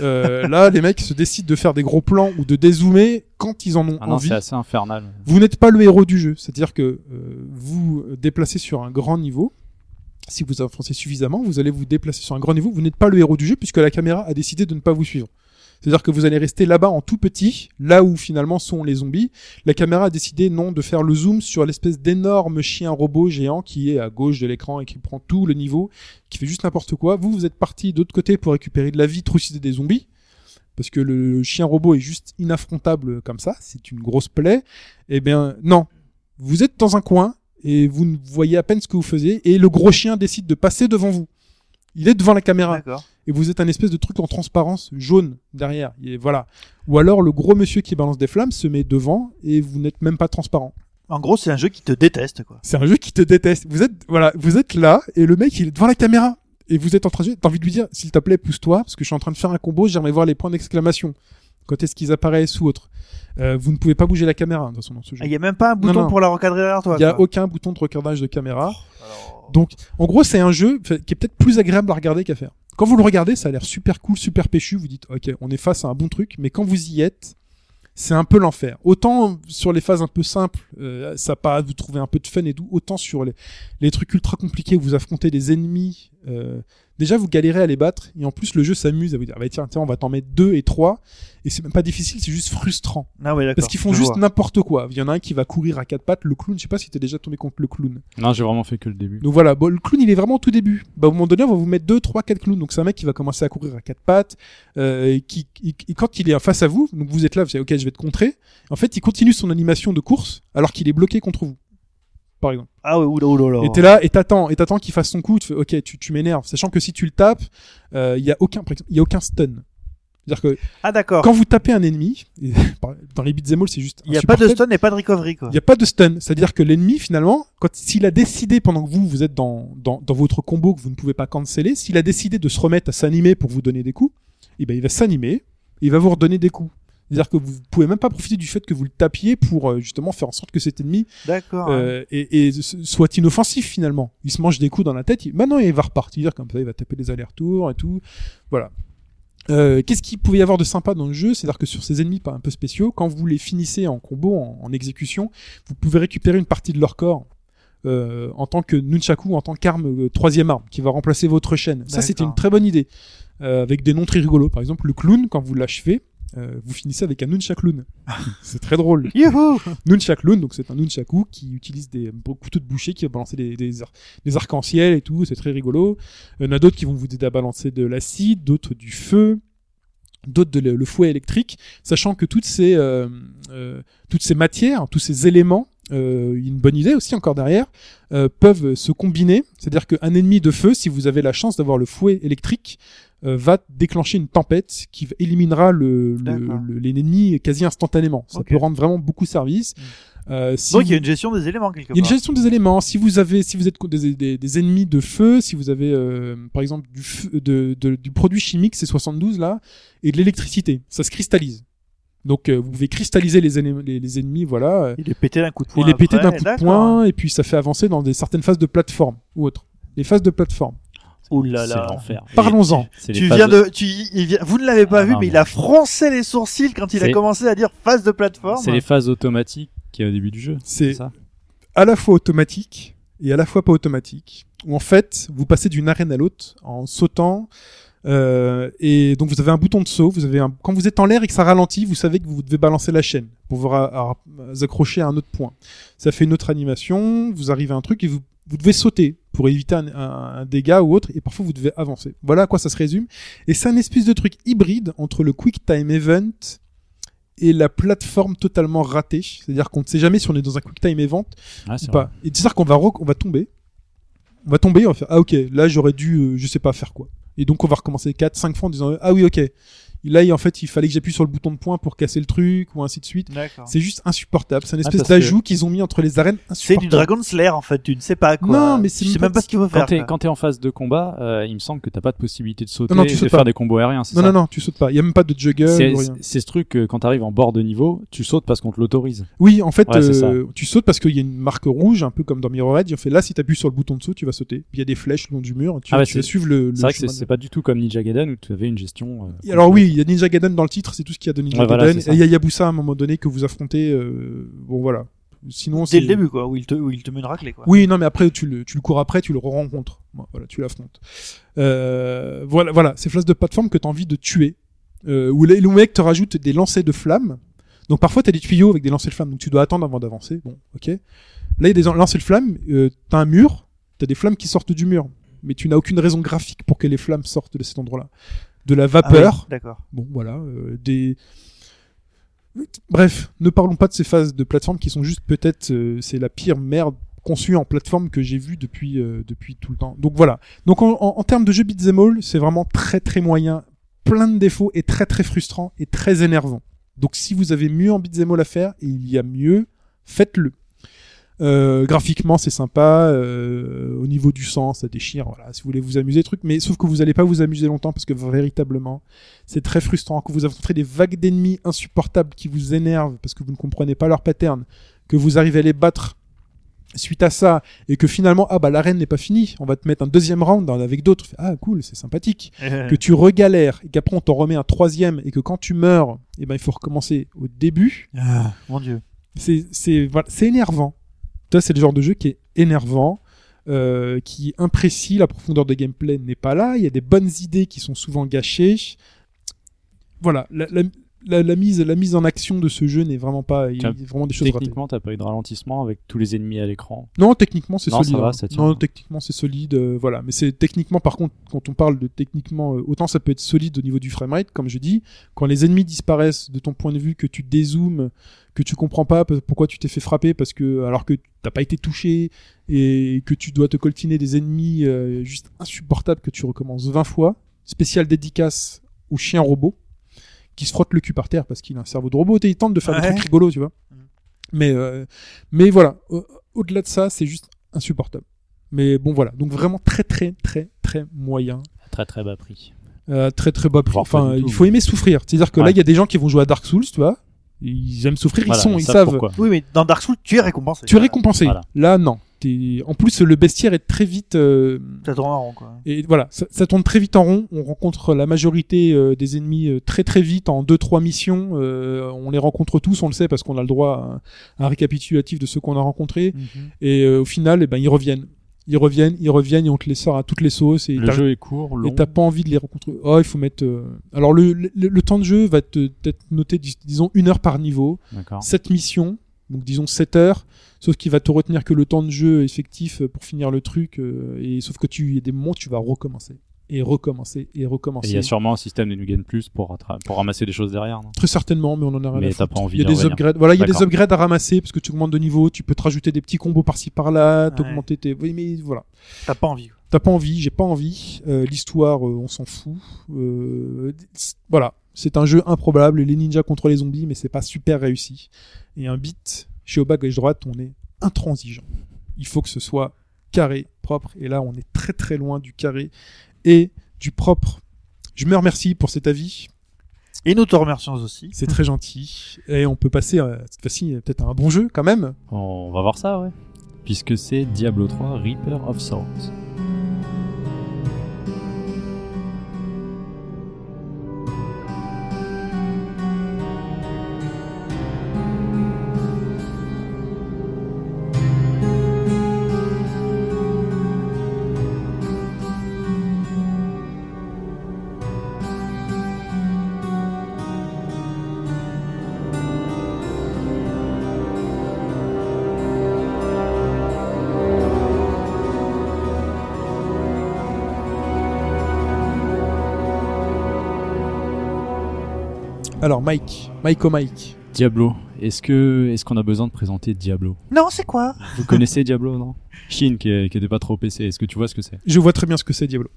1. Là, les mecs se décident de faire des gros plans ou de dézoomer quand ils en ont Ah non, envie. c'est assez infernal. Vous n'êtes pas le héros du jeu, c'est-à-dire que vous déplacez sur un grand niveau. Si vous avancez suffisamment, vous allez vous déplacer sur un grand niveau. Vous n'êtes pas le héros du jeu puisque la caméra a décidé de ne pas vous suivre. C'est-à-dire que vous allez rester là-bas en tout petit, là où finalement sont les zombies. La caméra a décidé non de faire le zoom sur l'espèce d'énorme chien robot géant qui est à gauche de l'écran et qui prend tout le niveau, qui fait juste n'importe quoi. Vous êtes parti de l'autre côté pour récupérer de la vie, trucider des zombies. Parce que le chien robot est juste inaffrontable comme ça, c'est une grosse plaie. Eh bien, non. Vous êtes dans un coin, et vous ne voyez à peine ce que vous faisiez, et le gros chien décide de passer devant vous. Il est devant la caméra. D'accord. Et vous êtes un espèce de truc en transparence jaune derrière. Et voilà. Ou alors le gros monsieur qui balance des flammes se met devant et vous n'êtes même pas transparent. En gros, c'est un jeu qui te déteste, quoi. C'est un jeu qui te déteste. Vous êtes là et le mec il est devant la caméra et vous êtes en train de jouer. T'as envie de lui dire s'il te plaît pousse-toi parce que je suis en train de faire un combo. J'aimerais voir les points d'exclamation. Quand est-ce qu'ils apparaissent ou autre. Vous ne pouvez pas bouger la caméra de toute façon dans ce jeu. Il y a même pas un bouton Non. pour la recadrer derrière toi. Il y a quoi. aucun bouton de recadrage de caméra. Alors, Donc, en gros, c'est un jeu qui est peut-être plus agréable à regarder qu'à faire. Quand vous le regardez, ça a l'air super cool, super péchu. Vous dites, ok, on est face à un bon truc. Mais quand vous y êtes, c'est un peu l'enfer. Autant sur les phases un peu simples, ça paraît vous trouvez un peu de fun et tout. Autant sur les trucs ultra compliqués où vous affrontez des ennemis. Déjà, vous galérez à les battre. Et en plus, le jeu s'amuse à vous dire, ah bah, tiens, on va t'en mettre 2 et 3. Et c'est même pas difficile, c'est juste frustrant. ah ouais, d'accord. Parce qu'ils font Je juste vois. n'importe quoi. Il y en a un qui va courir à 4 pattes, le clown. Je sais pas si t'es déjà tombé contre le clown. Non, j'ai vraiment fait que le début. Donc voilà, bon, le clown il est vraiment au tout début. Bah, au moment donné, on va vous mettre 2, 3, 4 clowns. Donc c'est un mec qui va commencer à courir à 4 pattes, et quand il est face à vous, donc vous êtes là, vous savez, ok, je vais te contrer. En fait, il continue son animation de course alors qu'il est bloqué contre vous. Par exemple. Ah ouais, oula. Et t'es là, et t'attends qu'il fasse son coup, tu fais, ok, tu m'énerves. Sachant que si tu le tapes, il y a aucun stun. C'est-à-dire que Ah d'accord. quand vous tapez un ennemi, et dans les beat'em all, c'est juste Il y a pas de insupportable. stun et pas de recovery, quoi. Il n'y a pas de stun, c'est-à-dire que l'ennemi finalement, s'il a décidé pendant que vous êtes dans votre combo que vous ne pouvez pas canceller, s'il a décidé de se remettre à s'animer pour vous donner des coups, et ben il va s'animer, et il va vous redonner des coups. C'est-à-dire que vous pouvez même pas profiter du fait que vous le tapiez pour justement faire en sorte que cet ennemi D'accord. soit inoffensif finalement. Il se mange des coups dans la tête, maintenant il va repartir comme ça, il va taper des allers-retours et tout. Voilà. Qu'est-ce qu'il pouvait y avoir de sympa dans le jeu? C'est-à-dire que sur ces ennemis pas un peu spéciaux, quand vous les finissez en combo, en exécution, vous pouvez récupérer une partie de leur corps en tant que nunchaku, en tant qu'arme troisième arme, qui va remplacer votre chaîne. Ça, c'était une très bonne idée. Avec des noms très rigolos. Par exemple, le clown, quand vous l'achevez, vous finissez avec un nunchakloun. C'est très drôle. Youhou. Nunchakloun, donc c'est un nunchaku qui utilise des couteaux de boucher qui va balancer des arcs-en-ciel et tout, c'est très rigolo. Il y en a d'autres qui vont vous aider à balancer de l'acide, d'autres du feu, d'autres le fouet électrique, sachant que toutes ces matières, tous ces éléments, une bonne idée aussi encore derrière, peuvent se combiner. C'est-à-dire qu'un ennemi de feu, si vous avez la chance d'avoir le fouet électrique, va déclencher une tempête qui éliminera l'ennemi quasi instantanément. Ça peut rendre vraiment beaucoup service. Donc il y a une gestion des éléments quelque part. Il y a une gestion des éléments. Si vous êtes des ennemis de feu, si vous avez par exemple du produit chimique C72 là et de l'électricité, ça se cristallise. Donc vous pouvez cristalliser les ennemis, voilà. Il est pété d'un coup de poing. Il est pété d'un après. coup de D'accord. poing et puis ça fait avancer dans certaines phases de plateforme ou autres. Les phases de plateforme. Ouh là C'est là. l'enfer. Parlons-en. C'est les Tu phases viens de, vous ne l'avez pas Ah, vu, non, mais mais- il a froncé les sourcils quand il a C'est- commencé à dire phase de plateforme. C'est les phases automatiques qu'il y a au début du jeu. C'est ça. à la fois automatique et à la fois pas automatique. Où en fait, vous passez d'une arène à l'autre en sautant. Et donc vous avez un bouton de saut. Quand vous êtes en l'air et que ça ralentit, vous savez que vous devez balancer la chaîne pour vous accrocher à un autre point. Ça fait une autre animation. Vous arrivez à un truc et vous devez sauter pour éviter un dégât ou autre. Et parfois vous devez avancer. Voilà à quoi ça se résume. Et c'est un espèce de truc hybride entre le Quick Time Event et la plateforme totalement ratée. C'est-à-dire qu'on ne sait jamais si on est dans un Quick Time Event Ah, c'est ou pas. Et c'est-à-dire qu'on va tomber. On va tomber, on va faire, ah ok, là j'aurais dû, je sais pas faire quoi. Et donc on va recommencer 4-5 fois en disant, ah oui ok, Là, en fait, il fallait que j'appuie sur le bouton de point pour casser le truc ou ainsi de suite. D'accord. C'est juste insupportable. C'est une espèce parce d'ajout qu'ils ont mis entre les arènes. C'est du Dragon Slayer en fait, tu ne sais pas quoi. Non, mais c'est tu sais même même pas pas ce qu'il faut faire. Quand t'es en phase de combat, il me semble que t'as pas de possibilité de sauter Non, tu et de sautes faire pas. des combos aériens, c'est Non, ça? non, tu sautes pas. Il y a même pas de juggle ou rien. C'est ce truc quand t'arrives en bord de niveau, tu sautes parce qu'on te l'autorise. Oui, en fait, Ouais, c'est ça. tu sautes parce qu'il y a une marque rouge, un peu comme dans Mirror's Edge. En fait, là, si t'appuies sur le bouton de saut, tu vas sauter. Il y a des flèches le long du mur. Tu Ah ouais, vas suivre le C'est vrai que chemin c'est pas du tout comme Ninja Gaiden où tu avais une gestion. Et alors oui, il y a Ninja Gaiden dans le titre, c'est tout ce qu'il y a de Ninja Ouais, voilà, Gaiden. c'est ça. Et il y a Yabusa à un moment donné que vous affrontez. Bon voilà. Sinon, Dès c'est le début quoi, où il te met une raclée quoi. Oui, non, mais après tu le cours après, tu le rencontres. Voilà, tu l'affrontes. Voilà, ces phases de plateforme que t'as envie de tuer, où le mec te rajoute des lancers de flammes. Donc parfois t'as des tuyaux avec des lancers de flammes, donc tu dois attendre avant d'avancer. Bon, ok. Là il y a des lancers de flammes. T'as un mur, t'as des flammes qui sortent du mur, mais tu n'as aucune raison graphique pour que les flammes sortent de cet endroit-là. De la vapeur. Ah oui, d'accord. Bon, voilà, Bref, ne parlons pas de ces phases de plateforme qui sont juste peut-être c'est la pire merde conçue en plateforme que j'ai vue depuis tout le temps. Donc voilà. Donc en termes de jeu beat'em all, c'est vraiment très très moyen, plein de défauts et très très frustrant et très énervant. Donc si vous avez mieux en beat'em all à faire et il y a mieux, faites-le. Graphiquement c'est sympa, au niveau du sang ça déchire, voilà, si vous voulez vous amuser truc, mais sauf que vous allez pas vous amuser longtemps parce que véritablement c'est très frustrant, que vous affrontez des vagues d'ennemis insupportables qui vous énervent parce que vous ne comprenez pas leur pattern, que vous arrivez à les battre suite à ça et que finalement l'arène n'est pas finie, on va te mettre un deuxième round avec d'autres, cool, c'est sympathique, que tu regalères et qu'après on t'en remet un troisième et que quand tu meurs il faut recommencer au début. Mon dieu. C'est énervant. Ça, c'est le genre de jeu qui est énervant, qui est imprécis, la profondeur de gameplay n'est pas là, il y a des bonnes idées qui sont souvent gâchées. Voilà, la mise en action de ce jeu n'est vraiment pas... Il y a vraiment des choses ratées. Techniquement, t'as pas eu de ralentissement avec tous les ennemis à l'écran? Non, techniquement, c'est Non, solide. ça va, ça tient. Non, techniquement, c'est solide. Voilà, mais c'est techniquement, par contre, quand on parle de techniquement, autant ça peut être solide au niveau du framerate, comme je dis, quand les ennemis disparaissent de ton point de vue, que tu dézoomes, que tu comprends pas pourquoi tu t'es fait frapper alors que t'as pas été touché et que tu dois te coltiner des ennemis juste insupportables que tu recommences 20 fois. Spécial dédicace au chien robot qui se frotte le cul par terre parce qu'il a un cerveau de robot et il tente de faire des trucs rigolos, tu vois. Mais voilà, au-delà de ça, c'est juste insupportable. Mais bon voilà, donc vraiment très très très très moyen. Très très bas prix. Très très bas prix. Voire pas Enfin, du tout, il faut aimer souffrir. C'est-à-dire que là, il y a des gens qui vont jouer à Dark Souls, tu vois. Ils aiment souffrir, Voilà, ils savent. pourquoi. Oui, mais dans Dark Souls, tu es récompensé. Tu es récompensé. Voilà. Là, non. En plus, le bestiaire est très vite. Ça tourne en rond, quoi. Et voilà, ça tourne très vite en rond. On rencontre la majorité des ennemis très très vite en 2-3 missions. On les rencontre tous, on le sait parce qu'on a le droit à un récapitulatif de ceux qu'on a rencontrés. Et au final, ils reviennent. Ils reviennent et on te les sort à toutes les sauces. Et Le jeu est court, long. et t'as pas envie de les rencontrer. Oh, il faut mettre. Alors le temps de jeu va être noté, disons 1 heure par niveau. D'accord. 7 missions, donc disons 7 heures. Sauf qu'il va te retenir que le temps de jeu effectif pour finir le truc. Et sauf que il y a des moments où tu vas recommencer. Et recommencer. Et Et recommencer. il y a sûrement un système de New Game Plus pour ramasser des choses derrière, non? Très certainement, mais on en a rien Mais à t'as foutre. pas envie Il y a d'y des revenir. upgrades. Voilà, il y a des D'accord. upgrades à ramasser parce que tu augmentes de niveau. Tu peux te rajouter des petits combos par-ci par-là, Ouais. t'augmenter tes. Oui, mais voilà. T'as pas envie. T'as pas envie, j'ai pas envie. L'histoire, on s'en fout. Voilà, c'est un jeu improbable. Les ninjas contre les zombies, mais c'est pas super réussi. Et un beat, chez Oba gauche droite, on est intransigeant. Il faut que ce soit carré, propre. Et là, on est très très loin du carré et du propre. Je me remercie pour cet avis. Et nous te remercions aussi. C'est très gentil. Et on peut passer cette fois-ci peut-être à un bon jeu quand même. On va voir ça, ouais. Puisque c'est Diablo 3 Reaper of Souls. Alors Mike. Diablo. Est-ce qu'on a besoin de présenter Diablo? Non, c'est quoi? Vous connaissez Diablo, non? Shin qui était pas trop PC. Est-ce que tu vois ce que c'est? Je vois très bien ce que c'est Diablo.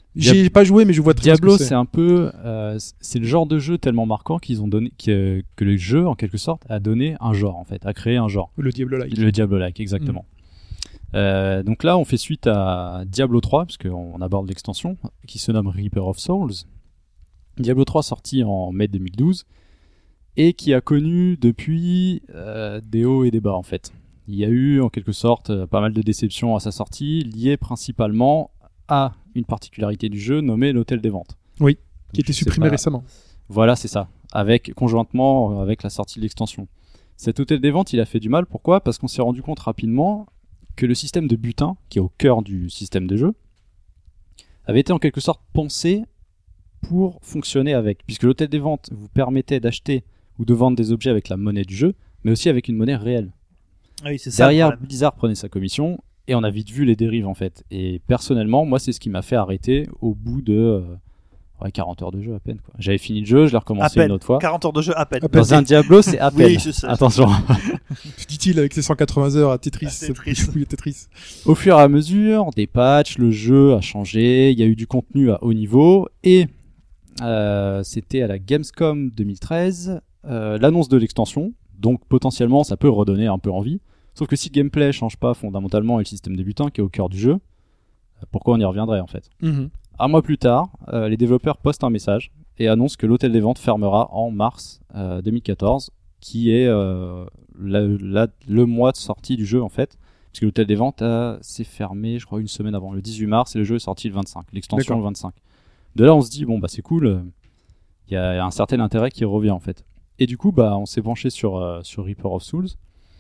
J'ai pas joué, mais je vois très bien Diablo, ce que c'est un peu, c'est le genre de jeu tellement marquant qu'ils ont donné que le jeu, en quelque sorte, a donné un genre en fait, a créé un genre. Le Diablo-like. Le Diablo-like, exactement. Donc là, on fait suite à Diablo 3, parce qu'on aborde l'extension, qui se nomme Reaper of Souls. Diablo 3 sorti en mai 2012, et qui a connu depuis des hauts et des bas, en fait. Il y a eu, en quelque sorte, pas mal de déceptions à sa sortie, liées principalement à une particularité du jeu nommée l'hôtel des ventes. Oui, Donc, qui était je sais supprimé pas- récemment. Voilà, c'est ça. Conjointement avec la sortie de l'extension. Cet hôtel des ventes, il a fait du mal. Pourquoi ? Parce qu'on s'est rendu compte rapidement que le système de butin, qui est au cœur du système de jeu, avait été en quelque sorte pensé pour fonctionner avec. Puisque l'hôtel des ventes vous permettait d'acheter ou de vendre des objets avec la monnaie du jeu, mais aussi avec une monnaie réelle. Ah oui, c'est ça. le Derrière, problème. Blizzard prenait sa commission et on a vite vu les dérives en fait. Et personnellement, moi, c'est ce qui m'a fait arrêter au bout de 40 heures de jeu à peine. Quoi. J'avais fini le jeu, je l'ai À recommencé peine. une autre fois. 40 heures de jeu à peine. À peine. Dans un Diablo, c'est à peine. Oui, je sais. Attention. Dit-il avec ses 180 heures à Tetris. À Tetris. Oui, Tetris. Au fur et à mesure, des patchs, le jeu a changé, il y a eu du contenu à haut niveau et c'était à la Gamescom 2013 l'annonce de l'extension. Donc potentiellement, ça peut redonner un peu envie. Sauf que si le gameplay change pas fondamentalement et le système de butin qui est au cœur du jeu, pourquoi on y reviendrait en fait ? Un mois plus tard, les développeurs postent un message et annoncent que l'hôtel des ventes fermera en mars 2014, qui est le mois de sortie du jeu en fait, puisque l'hôtel des ventes s'est fermé, je crois, une semaine avant, le 18 mars, et le jeu est sorti le 25, l'extension D'accord. le 25. De là, on se dit, bon, bah c'est cool, il y a un certain intérêt qui revient en fait. Et du coup, bah, on s'est penché sur Reaper of Souls.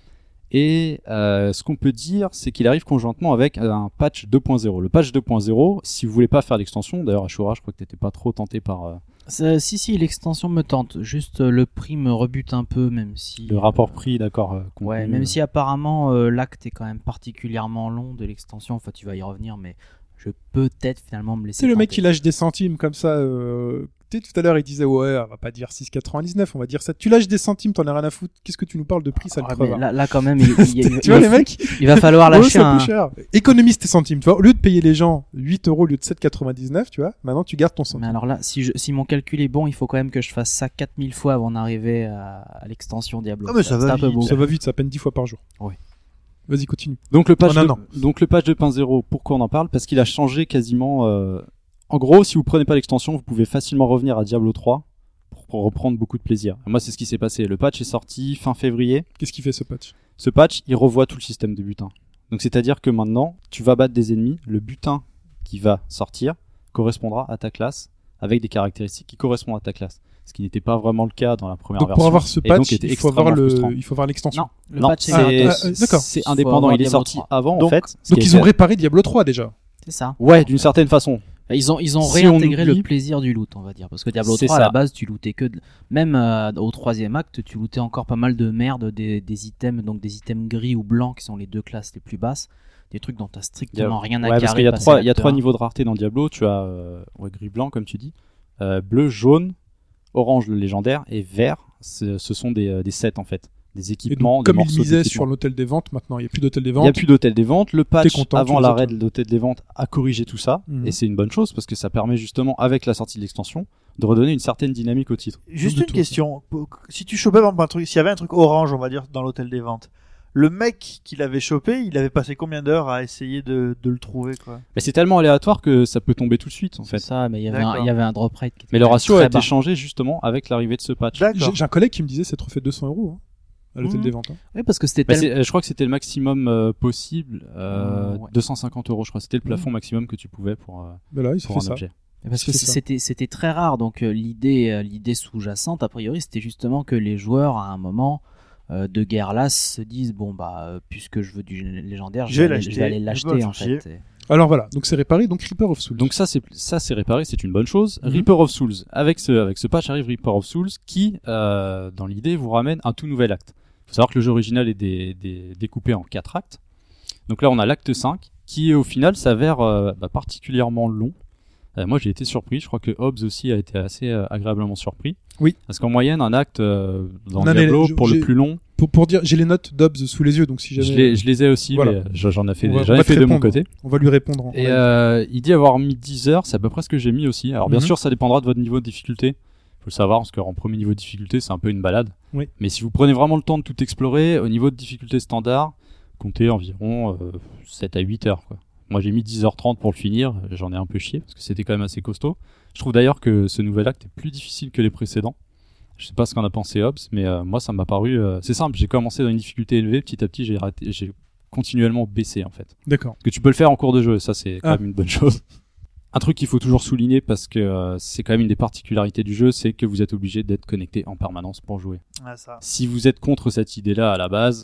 Et ce qu'on peut dire, c'est qu'il arrive conjointement avec un patch 2.0. Le patch 2.0, si vous voulez pas faire l'extension, d'ailleurs Ashura, je crois que t'étais pas trop tenté par Si, l'extension me tente. Juste le prix me rebute un peu, même si. le rapport prix, d'accord. Ouais, contenu, même si apparemment l'acte est quand même particulièrement long de l'extension. Enfin, tu vas y revenir, mais je peux peut-être finalement me laisser. C'est le mec tenter. qui lâche des centimes comme ça. Tu sais, tout à l'heure, il disait ouais, on va pas dire 6,99, on va dire ça. Tu lâches des centimes, t'en as rien à foutre. Qu'est-ce que tu nous parles de prix, ça le Ouais, creve. mais hein. là, quand même, Tu vois les mecs, il va falloir oh, lâcher c'est un un. peu cher. Économise tes centimes, tu vois. Au lieu de payer les gens 8 euros au lieu de 7,99, tu vois. Maintenant, tu gardes ton centime. Mais alors là, si mon calcul est bon, il faut quand même que je fasse ça 4000 fois avant d'arriver à l'extension Diablo. Ah, mais ça va C'est un peu vite. beau. Ça va vite, ça peine 10 fois par jour. Oui. Vas-y, continue. Donc le patch, En un an. donc le patch 2.0, pourquoi on en parle ? Parce qu'il a changé quasiment. En gros, si vous prenez pas l'extension, vous pouvez facilement revenir à Diablo 3 pour reprendre beaucoup de plaisir. Et moi, c'est ce qui s'est passé. Le patch est sorti fin février. Qu'est-ce qu'il fait ce patch? Ce patch, il revoit tout le système de butin. Donc c'est-à-dire que maintenant, tu vas battre des ennemis, le butin qui va sortir correspondra à ta classe avec des caractéristiques qui correspondent à ta classe. Ce qui n'était pas vraiment le cas dans la première Donc version. pour avoir ce et donc patch, était il faut avoir extrêmement frustrant. il faut avoir l'extension. Non, le Non, patch c'est d'accord. c'est Faut indépendant. avoir Il est Diablo sorti 3. avant Donc- en fait. ce Donc qui ils ont était- réparé Diablo 3 déjà. C'est ça. Ouais, d'une certaine façon. Ils ont Si réintégré on le oublie- plaisir du loot, on va dire. Parce que Diablo C'est 3, à la ça. base, tu lootais que. Même au troisième acte, tu lootais encore pas mal de merde, des items, donc des items gris ou blancs qui sont les deux classes les plus basses. Des trucs dont t'as strictement rien à Ouais, parce carrer. qu'il y a passer trois, il y a l'acte trois 1. niveaux de rareté dans Diablo. Tu as gris blanc comme tu dis, bleu, jaune, orange le légendaire et vert. Ce sont des sets en fait, des Et équipements. donc, des comme il morceaux misait d'équipement. sur l'hôtel des ventes, maintenant il n'y a plus d'hôtel des Il n'y ventes. a plus d'hôtel des ventes. Le patch content, avant tu l'arrêt les de l'hôtel des ventes a corrigé tout ça. Mhm. Et c'est une bonne chose parce que ça permet justement, avec la sortie de l'extension, de redonner une certaine dynamique au titre. Juste de une tout, question. Si tu chopais par exemple un truc, s'il y avait un truc orange, on va dire, dans l'hôtel des ventes, le mec qui l'avait chopé, il avait passé combien d'heures à essayer de le trouver, quoi? Mais c'est tellement aléatoire que ça peut tomber tout de suite en C'est fait. ça, mais il y D'accord. avait un drop rate qui était Mais le quand même ratio a très été bas. changé justement avec l'arrivée de ce patch. D'accord. J'ai un collègue qui me disait c'est refait 200 euros hein, à l'hôtel Mhm. des ventes. hein. Oui, parce que c'était Bah, tellement. je crois que c'était le maximum possible, Ouais. 250 euros je crois. C'était le plafond maximum que tu pouvais pour Ben là, il se un fait ça. objet. Parce que C'est ça. c'était très rare, donc l'idée sous-jacente, a priori, c'était justement que les joueurs, à un moment de guerre lasse, se disent bon bah puisque je veux du légendaire, Je vais je vais aller l'acheter, l'acheter je en vais me fait. Alors voilà, donc c'est réparé, donc Reaper of Souls. Donc ça c'est réparé, c'est une bonne chose. Mhm. Reaper of Souls, avec ce patch arrive Reaper of Souls qui, dans l'idée, vous ramène un tout nouvel acte. Il faut savoir que le jeu original est découpé en 4 actes. Donc là on a l'acte 5 qui au final s'avère particulièrement long. Moi j'ai été surpris, je crois que Hobbs aussi a été assez agréablement surpris. Oui. Parce qu'en moyenne un acte dans Non, mais Diablo pour le j'ai- plus long, pour dire, j'ai les notes d'Hobbs sous les yeux, donc si jamais. Je les ai aussi, Voilà. mais j'en ai fait, On va j'en ai fait te de mon répondre. côté. On va lui répondre. En Et live. il dit avoir mis 10 heures, c'est à peu près ce que j'ai mis aussi. Alors bien Mhm. sûr, ça dépendra de votre niveau de difficulté. Faut le savoir, parce qu'en premier niveau de difficulté, c'est un peu une balade. Oui. Mais si vous prenez vraiment le temps de tout explorer, au niveau de difficulté standard, comptez environ 7 à 8 heures, quoi. Moi, j'ai mis 10h30 pour le finir. J'en ai un peu chié, parce que c'était quand même assez costaud. Je trouve d'ailleurs que ce nouvel acte est plus difficile que les précédents. Je sais pas ce qu'en a pensé Hobbs, mais moi, ça m'a paru... c'est simple, j'ai commencé dans une difficulté élevée, petit à petit, j'ai continuellement baissé, en fait. D'accord. Parce que tu peux le faire en cours de jeu, et ça c'est quand Ah. même une bonne chose. Un truc qu'il faut toujours souligner parce que c'est quand même une des particularités du jeu, c'est que vous êtes obligé d'être connecté en permanence pour jouer. Ah, ça. Si vous êtes contre cette idée-là à la base,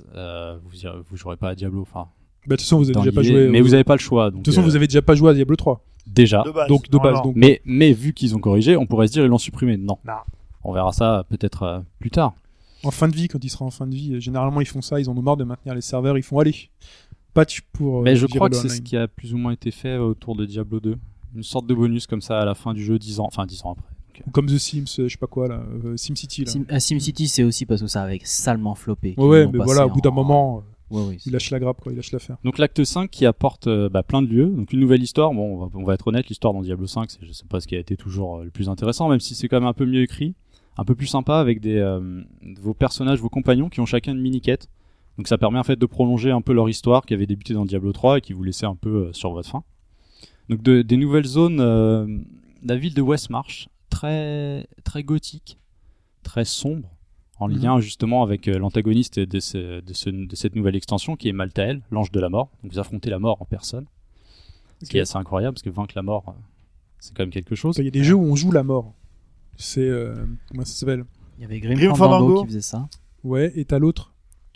vous jouerez pas à Diablo, enfin. Bah, de toute façon, vous avez dans déjà pas l'idée, joué. mais vous avez pas le choix. De toute façon, vous avez déjà pas joué à Diablo 3. déjà. De base. Donc, de base. normalement. Donc, Mais vu qu'ils ont corrigé, on pourrait se dire ils l'ont supprimé. Non. Non. On verra ça peut-être plus tard. en fin de vie, quand il sera en fin de vie, généralement, ils font ça. Ils en ont marre de maintenir les serveurs. Ils font, allez, patch pour. Mais je gérer crois que le c'est ce online. qui a plus ou moins été fait autour de Diablo 2. Une sorte de bonus comme ça à la fin du jeu 10 ans après. Ou comme The Sims, je sais pas quoi, là. SimCity, là. SimCity, c'est aussi parce que ça avait salement floppé. Ouais, mais voilà, au bout d'un moment, Ouais, il lâche la grappe, quoi. Il lâche l'affaire. Donc l'acte 5 qui apporte plein de lieux, donc une nouvelle histoire. Bon, on va être honnête, l'histoire dans Diablo 5, je sais pas ce qui a été toujours le plus intéressant, même si c'est quand même un peu mieux écrit, un peu plus sympa avec vos personnages, vos compagnons qui ont chacun une mini-quête. Donc ça permet en fait de prolonger un peu leur histoire qui avait débuté dans Diablo 3 et qui vous laissait un peu sur votre fin. Donc des nouvelles zones, la ville de Westmarch, très très gothique, très sombre, en lien justement avec l'antagoniste de cette nouvelle extension qui est Maltael, l'ange de la mort. Donc vous affrontez la mort en personne, ce qui est assez incroyable parce que vaincre la mort, c'est quand même quelque chose. Il y a des jeux où on joue la mort. C'est. Comment ça s'appelle? Il y avait Grim Grim Fandango Fandango qui faisait ça. Ouais, et t'as l'autre.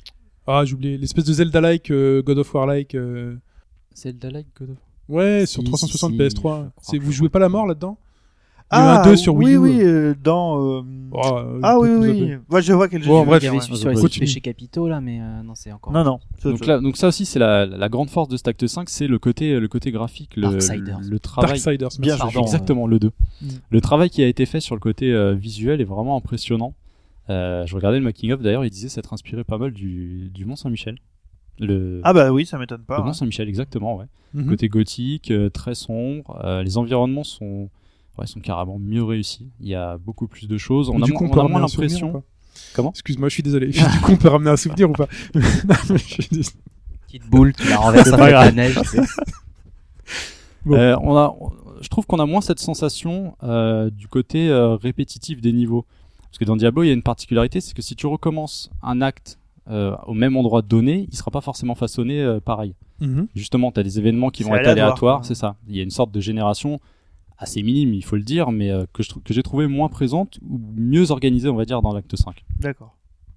Ah, j'ai oublié. L'espèce de Zelda-like, God of War-like. Zelda-like God of War. Ouais, Si, sur si, 360 si, PS3. je crois C'est, que vous je jouez crois. pas la mort là-dedans? Il y en a Ah, un 2 sur Wii U. Oui, dans. Oh, Ah oui, peut-être vous oui. appelez. Ouais, je vois quel jeu. Bon, tu veux bref, dire, Il y ouais. avait celui sur les Continue. péchés capitaux là, mais non, c'est encore. Non, non. c'est autre Donc chose. là, donc ça aussi c'est la grande force de cet acte 5, c'est le côté graphique, Darksiders. le travail. Darksiders, Bien merci. joué. Pardon, Exactement, le 2. Mm. Le travail qui a été fait sur le côté visuel est vraiment impressionnant. Je regardais le making of d'ailleurs, il disait s'être inspiré pas mal du Mont Saint-Michel. Ah bah oui, ça m'étonne pas. Le Mont Saint-Michel, exactement, ouais. Mhm. Côté gothique, très sombre. Les environnements sont carrément mieux réussis. Il y a beaucoup plus de choses. On a Du coup, on on peut a ramener moins un souvenir l'impression. ou pas? Comment Excuse-moi, je suis désolé. Du coup, on peut ramener un souvenir ou pas? Non, mais Petite boule, tu la renverses C'est avec pas la grave. neige. Bon. Je trouve qu'on a moins cette sensation du côté répétitif des niveaux. Parce que dans Diablo, il y a une particularité, c'est que si tu recommences un acte au même endroit donné, il sera pas forcément façonné pareil. Mhm. Justement, tu as des événements qui C'est vont être aléatoire, aléatoires, quoi. c'est ça. Il y a une sorte de génération assez minime, il faut le dire, mais que j'ai trouvé moins présente ou mieux organisée, on va dire, dans l'acte 5. D'accord.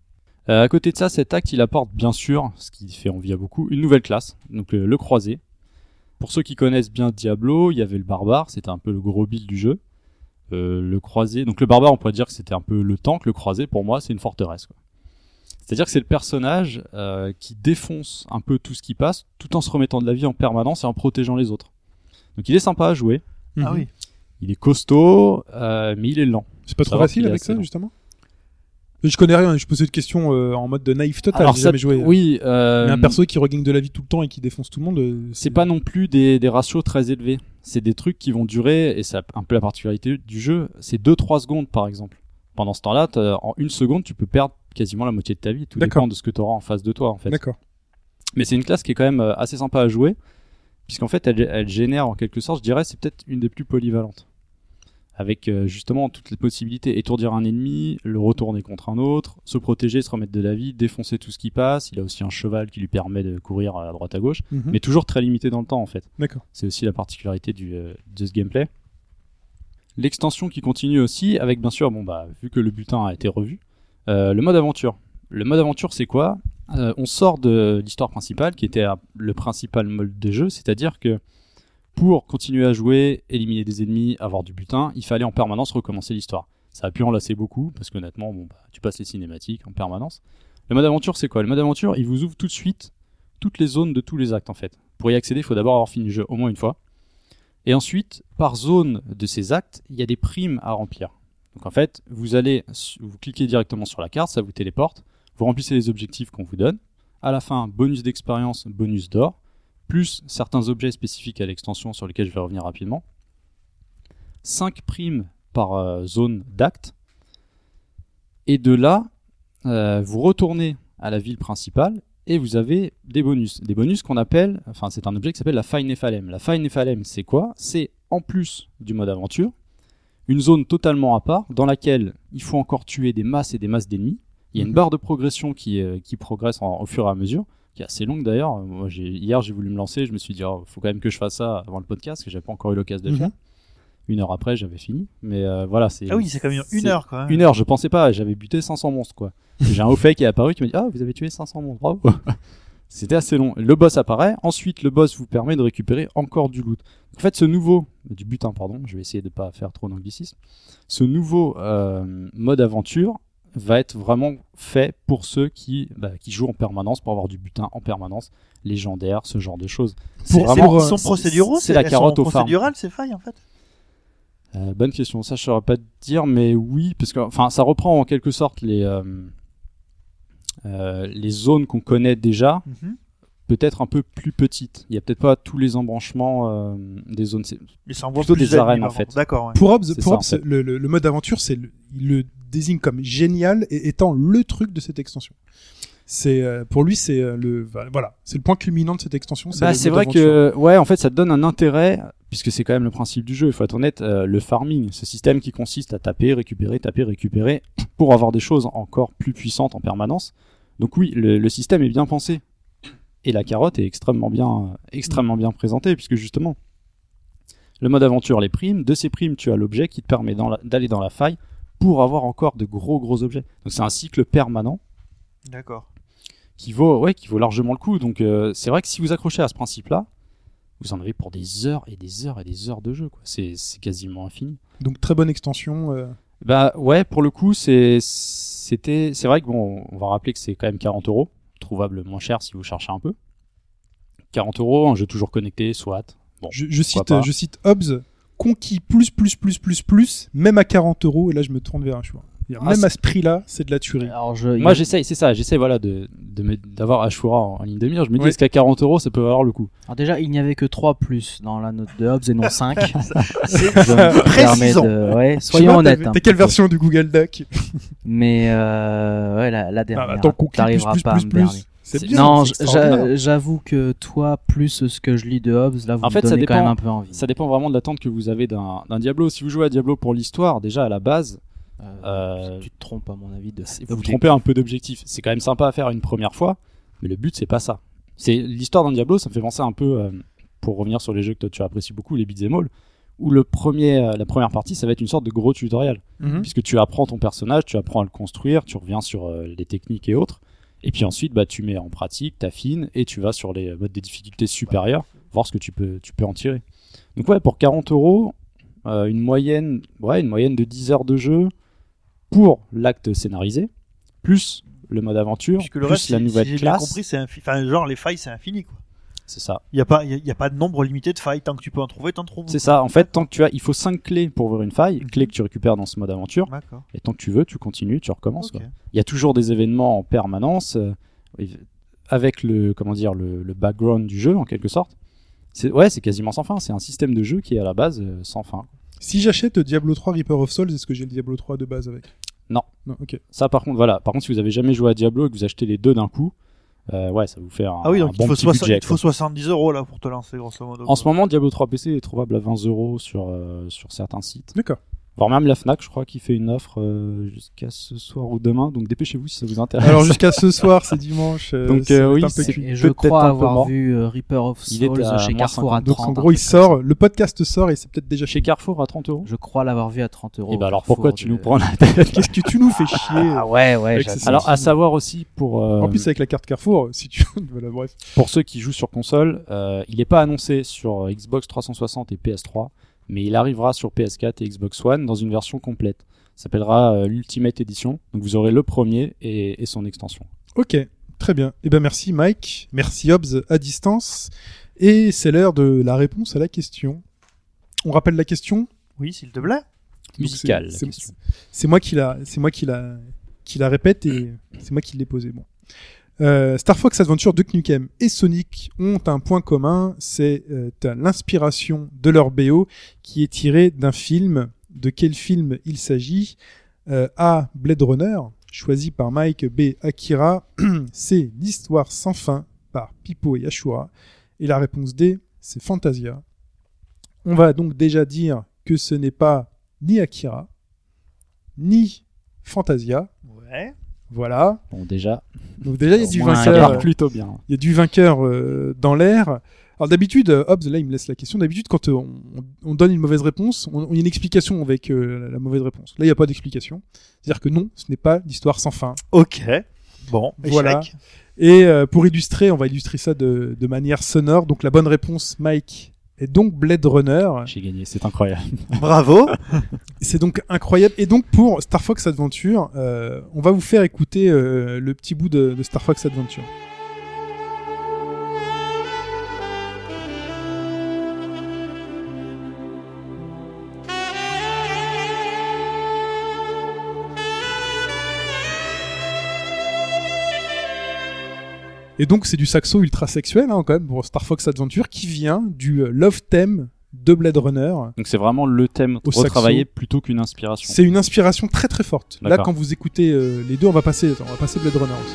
À côté de ça, cet acte, il apporte bien sûr, ce qui fait envie à beaucoup, une nouvelle classe, donc le croisé. Pour ceux qui connaissent bien Diablo, il y avait le barbare, c'était un peu le gros build du jeu. Le croisé, donc le barbare, on pourrait dire que c'était un peu le tank, le croisé, pour moi, c'est une forteresse, quoi. C'est-à-dire que c'est le personnage qui défonce un peu tout ce qui passe, tout en se remettant de la vie en permanence et en protégeant les autres. Donc il est sympa à jouer, Ah Mhm. oui. il est costaud, mais il est lent. C'est pas trop Savoir facile qu'il est avec assez ça, lent. justement? Je connais rien, je pose cette question en mode de naïf total. Alors J'ai ça, jamais joué. oui, Mais un perso qui regagne de la vie tout le temps et qui défonce tout le monde. c'est pas non plus des ratios très élevés. C'est des trucs qui vont durer, et c'est un peu la particularité du jeu, c'est 2-3 secondes par exemple. Pendant ce temps-là, en une seconde, tu peux perdre quasiment la moitié de ta vie. Tout D'accord. dépend de ce que tu auras en face de toi, en fait. D'accord. Mais c'est une classe qui est quand même assez sympa à jouer, puisqu'en fait, elle génère en quelque sorte, je dirais, c'est peut-être une des plus polyvalentes. Avec justement toutes les possibilités, étourdir un ennemi, le retourner contre un autre, se protéger, se remettre de la vie, défoncer tout ce qui passe. Il a aussi un cheval qui lui permet de courir à droite à gauche, Mhm. mais toujours très limité dans le temps en fait. D'accord. C'est aussi la particularité de ce gameplay. L'extension qui continue aussi, avec bien sûr, vu que le butin a été revu, le mode aventure. Le mode aventure, c'est quoi ? On sort de l'histoire principale, qui était le principal mode de jeu, c'est-à-dire que pour continuer à jouer, éliminer des ennemis, avoir du butin, il fallait en permanence recommencer l'histoire. Ça a pu en lasser beaucoup, parce qu'honnêtement, tu passes les cinématiques en permanence. Le mode aventure, c'est quoi ? Le mode aventure, il vous ouvre tout de suite toutes les zones de tous les actes, en fait. Pour y accéder, il faut d'abord avoir fini le jeu au moins une fois. Et ensuite, par zone de ces actes, il y a des primes à remplir. Donc en fait, vous cliquez directement sur la carte, ça vous téléporte. Vous remplissez les objectifs qu'on vous donne. À la fin, bonus d'expérience, bonus d'or, plus certains objets spécifiques à l'extension sur lesquels je vais revenir rapidement. 5 primes par zone d'acte. Et de là, vous retournez à la ville principale et vous avez des bonus. Des bonus qu'on appelle, enfin c'est un objet qui s'appelle la faille Néphalem. La faille Néphalem, c'est quoi ? C'est en plus du mode aventure, une zone totalement à part dans laquelle il faut encore tuer des masses et des masses d'ennemis. Il y a une barre de progression qui progresse au fur et à mesure, qui est assez longue d'ailleurs. Moi, hier, j'ai voulu me lancer, je me suis dit, faut quand même que je fasse ça avant le podcast, parce que j'avais pas encore eu l'occasion de le faire. 1 heure après, j'avais fini. Mais voilà, c'est. Ah oui, c'est quand même une heure quand même. 1 heure, je pensais pas, j'avais buté 500 monstres quoi. J'ai un haut fait qui est apparu qui m'a dit, ah, vous avez tué 500 monstres, bravo. C'était assez long. Le boss apparaît, ensuite le boss vous permet de récupérer encore du loot. En fait, du butin, pardon, je vais essayer de pas faire trop d'anglicisme. Ce nouveau mode aventure va être vraiment fait pour ceux qui jouent en permanence, pour avoir du butin en permanence, légendaire, ce genre de choses. Ils sont procéduraux, c'est la carotte au farm. Procédural ces failles en fait. Bonne question, ça je saurais pas te dire, mais oui, parce que ça reprend en quelque sorte les zones qu'on connaît déjà, peut-être un peu plus petites. Il y a peut-être pas tous les embranchements des zones, c'est plutôt des arènes en fait. D'accord. Ouais. Pour Hobbs, en fait. le mode aventure, il le désigne comme génial et étant le truc de cette extension. C'est pour lui, c'est le point culminant de cette extension. C'est vrai que en fait, ça te donne un intérêt. Puisque c'est quand même le principe du jeu, il faut être honnête, le farming, ce système qui consiste à taper, récupérer, pour avoir des choses encore plus puissantes en permanence. Donc oui, le système est bien pensé. Et la carotte est extrêmement bien présentée, puisque justement, le mode aventure, les primes, de ces primes, tu as l'objet qui te permet d'aller dans la faille pour avoir encore de gros objets. Donc c'est un cycle permanent. D'accord. Qui vaut largement le coup. Donc c'est vrai que si vous accrochez à ce principe-là, vous en avez pour des heures et des heures et des heures de jeu, quoi. C'est quasiment infini. Donc très bonne extension. Pour le coup, c'est vrai que on va rappeler que c'est quand même 40 €, trouvable moins cher si vous cherchez un peu. 40 €, un jeu toujours connecté, soit. Bon, je cite Hobbs, conquis plus, même à 40 €, et là je me tourne vers un choix. Même à ce prix-là, c'est de la tuerie. Alors moi j'essaye d'avoir Ashura en ligne de mire. Je me dis, est-ce qu'à 40 € ça peut valoir le coup? Alors déjà, il n'y avait que 3 plus dans la note de Hobbs et non 5. C'est précisant. Soyons honnêtes. T'as quelle version du Google Doc? Mais la dernière. T'arriveras pas à me berner. C'est bien. Non, j'avoue que toi, plus ce que je lis de Hobbs, là, vous me donnez quand même un peu envie. Ça dépend vraiment de l'attente que vous avez d'un Diablo. Si vous jouez à Diablo pour l'histoire, déjà à la base, tu te trompes à mon avis vous vous trompez un peu d'objectif. C'est quand même sympa à faire une première fois, mais le but c'est pas ça. C'est l'histoire d'un Diablo, ça me fait penser un peu, pour revenir sur les jeux que toi tu apprécies beaucoup, les beat'em all, où la première partie ça va être une sorte de gros tutoriel, puisque tu apprends ton personnage, tu apprends à le construire, tu reviens sur les techniques et autres, et puis ensuite tu mets en pratique, t'affines, et tu vas sur les modes de difficulté supérieurs, voir ce que tu peux en tirer. Donc pour 40 €, une moyenne de 10 heures de jeu pour l'acte scénarisé, plus le mode aventure, puisque le plus reste, la nouvelle j'ai classe. Bien compris, c'est genre les failles, c'est infini quoi. C'est ça. Il y a pas de nombre limité de failles, tant que tu peux en trouver, t'en trouves. C'est ça. En fait, il faut 5 clés pour ouvrir une faille, clés que tu récupères dans ce mode aventure. D'accord. Et tant que tu veux, tu continues, tu recommences. Okay. Il y a toujours des événements en permanence avec le background du jeu en quelque sorte. C'est quasiment sans fin. C'est un système de jeu qui est à la base sans fin. Si j'achète Diablo 3 Reaper of Souls, est-ce que j'ai le Diablo 3 de base avec? Non. Ok. Ça par contre, si vous avez jamais joué à Diablo et que vous achetez les deux d'un coup, ça vous fait un donc bon petit budget. Il faut 70 € là pour te lancer grosso modo. En ce moment, Diablo 3 PC est trouvable à 20 € sur certains sites. D'accord. Voire même la Fnac, je crois, qui fait une offre jusqu'à ce soir ou demain. Donc dépêchez-vous si ça vous intéresse. Alors jusqu'à ce soir, c'est dimanche. Donc oui, je crois avoir vu Reaper of Souls chez Carrefour à 30. Donc en gros, le podcast sort et c'est peut-être déjà chez Carrefour à 30 €. Je crois l'avoir vu à 30 €. Et bah alors pourquoi tu nous prends la tête? Qu'est-ce que tu nous fais chier? Ah ouais. Alors à savoir aussi pour. En plus avec la carte Carrefour, si tu. Voilà, bref. Pour ceux qui jouent sur console, il n'est pas annoncé sur Xbox 360 et PS3. Mais il arrivera sur PS4 et Xbox One dans une version complète. Ça s'appellera l'Ultimate Edition. Donc vous aurez le premier et son extension. Ok, très bien. Eh ben merci Mike, merci Hobbs à distance. Et c'est l'heure de la réponse à la question. On rappelle la question? Oui, s'il te plaît. Musicale. C'est moi qui l'a qui la répète et c'est moi qui l'ai posée. Bon. Star Fox Adventure, Duke Nukem et Sonic ont un point commun, c'est l'inspiration de leur BO qui est tirée d'un film. De quel film il s'agit? A. Blade Runner, choisi par Mike. B. Akira. C. L'histoire sans fin par Pipo et Ashura. Et la réponse D, c'est Fantasia. On va donc déjà dire que ce n'est pas ni Akira, ni Fantasia. Ouais. Voilà. Bon, déjà. Donc déjà, il y a du moins, Ça vainqueur. part plutôt bien. Il y a du vainqueur dans l'air. Alors d'habitude, Hobbs, là, il me laisse la question. D'habitude, quand on donne une mauvaise réponse, il y a une explication avec la mauvaise réponse. Là, il n'y a pas d'explication. C'est-à-dire que non, ce n'est pas l'histoire sans fin. Ok. Bon, Voilà. échec. Et pour illustrer, on va illustrer ça de manière sonore. Donc la bonne réponse, Mike, est donc Blade Runner. J'ai gagné, c'est incroyable. Bravo. C'est donc incroyable. Et donc pour Star Fox Adventure, on va vous faire écouter le petit bout de Star Fox Adventure. Et donc c'est du saxo ultra sexuel quand même pour Star Fox Adventure qui vient du Love Theme de Blade Runner. Donc c'est vraiment le thème Au saxo. retravaillé plutôt qu'une inspiration. C'est une inspiration très très forte. Là D'accord. quand vous écoutez les deux, on va passer Blade Runner aussi.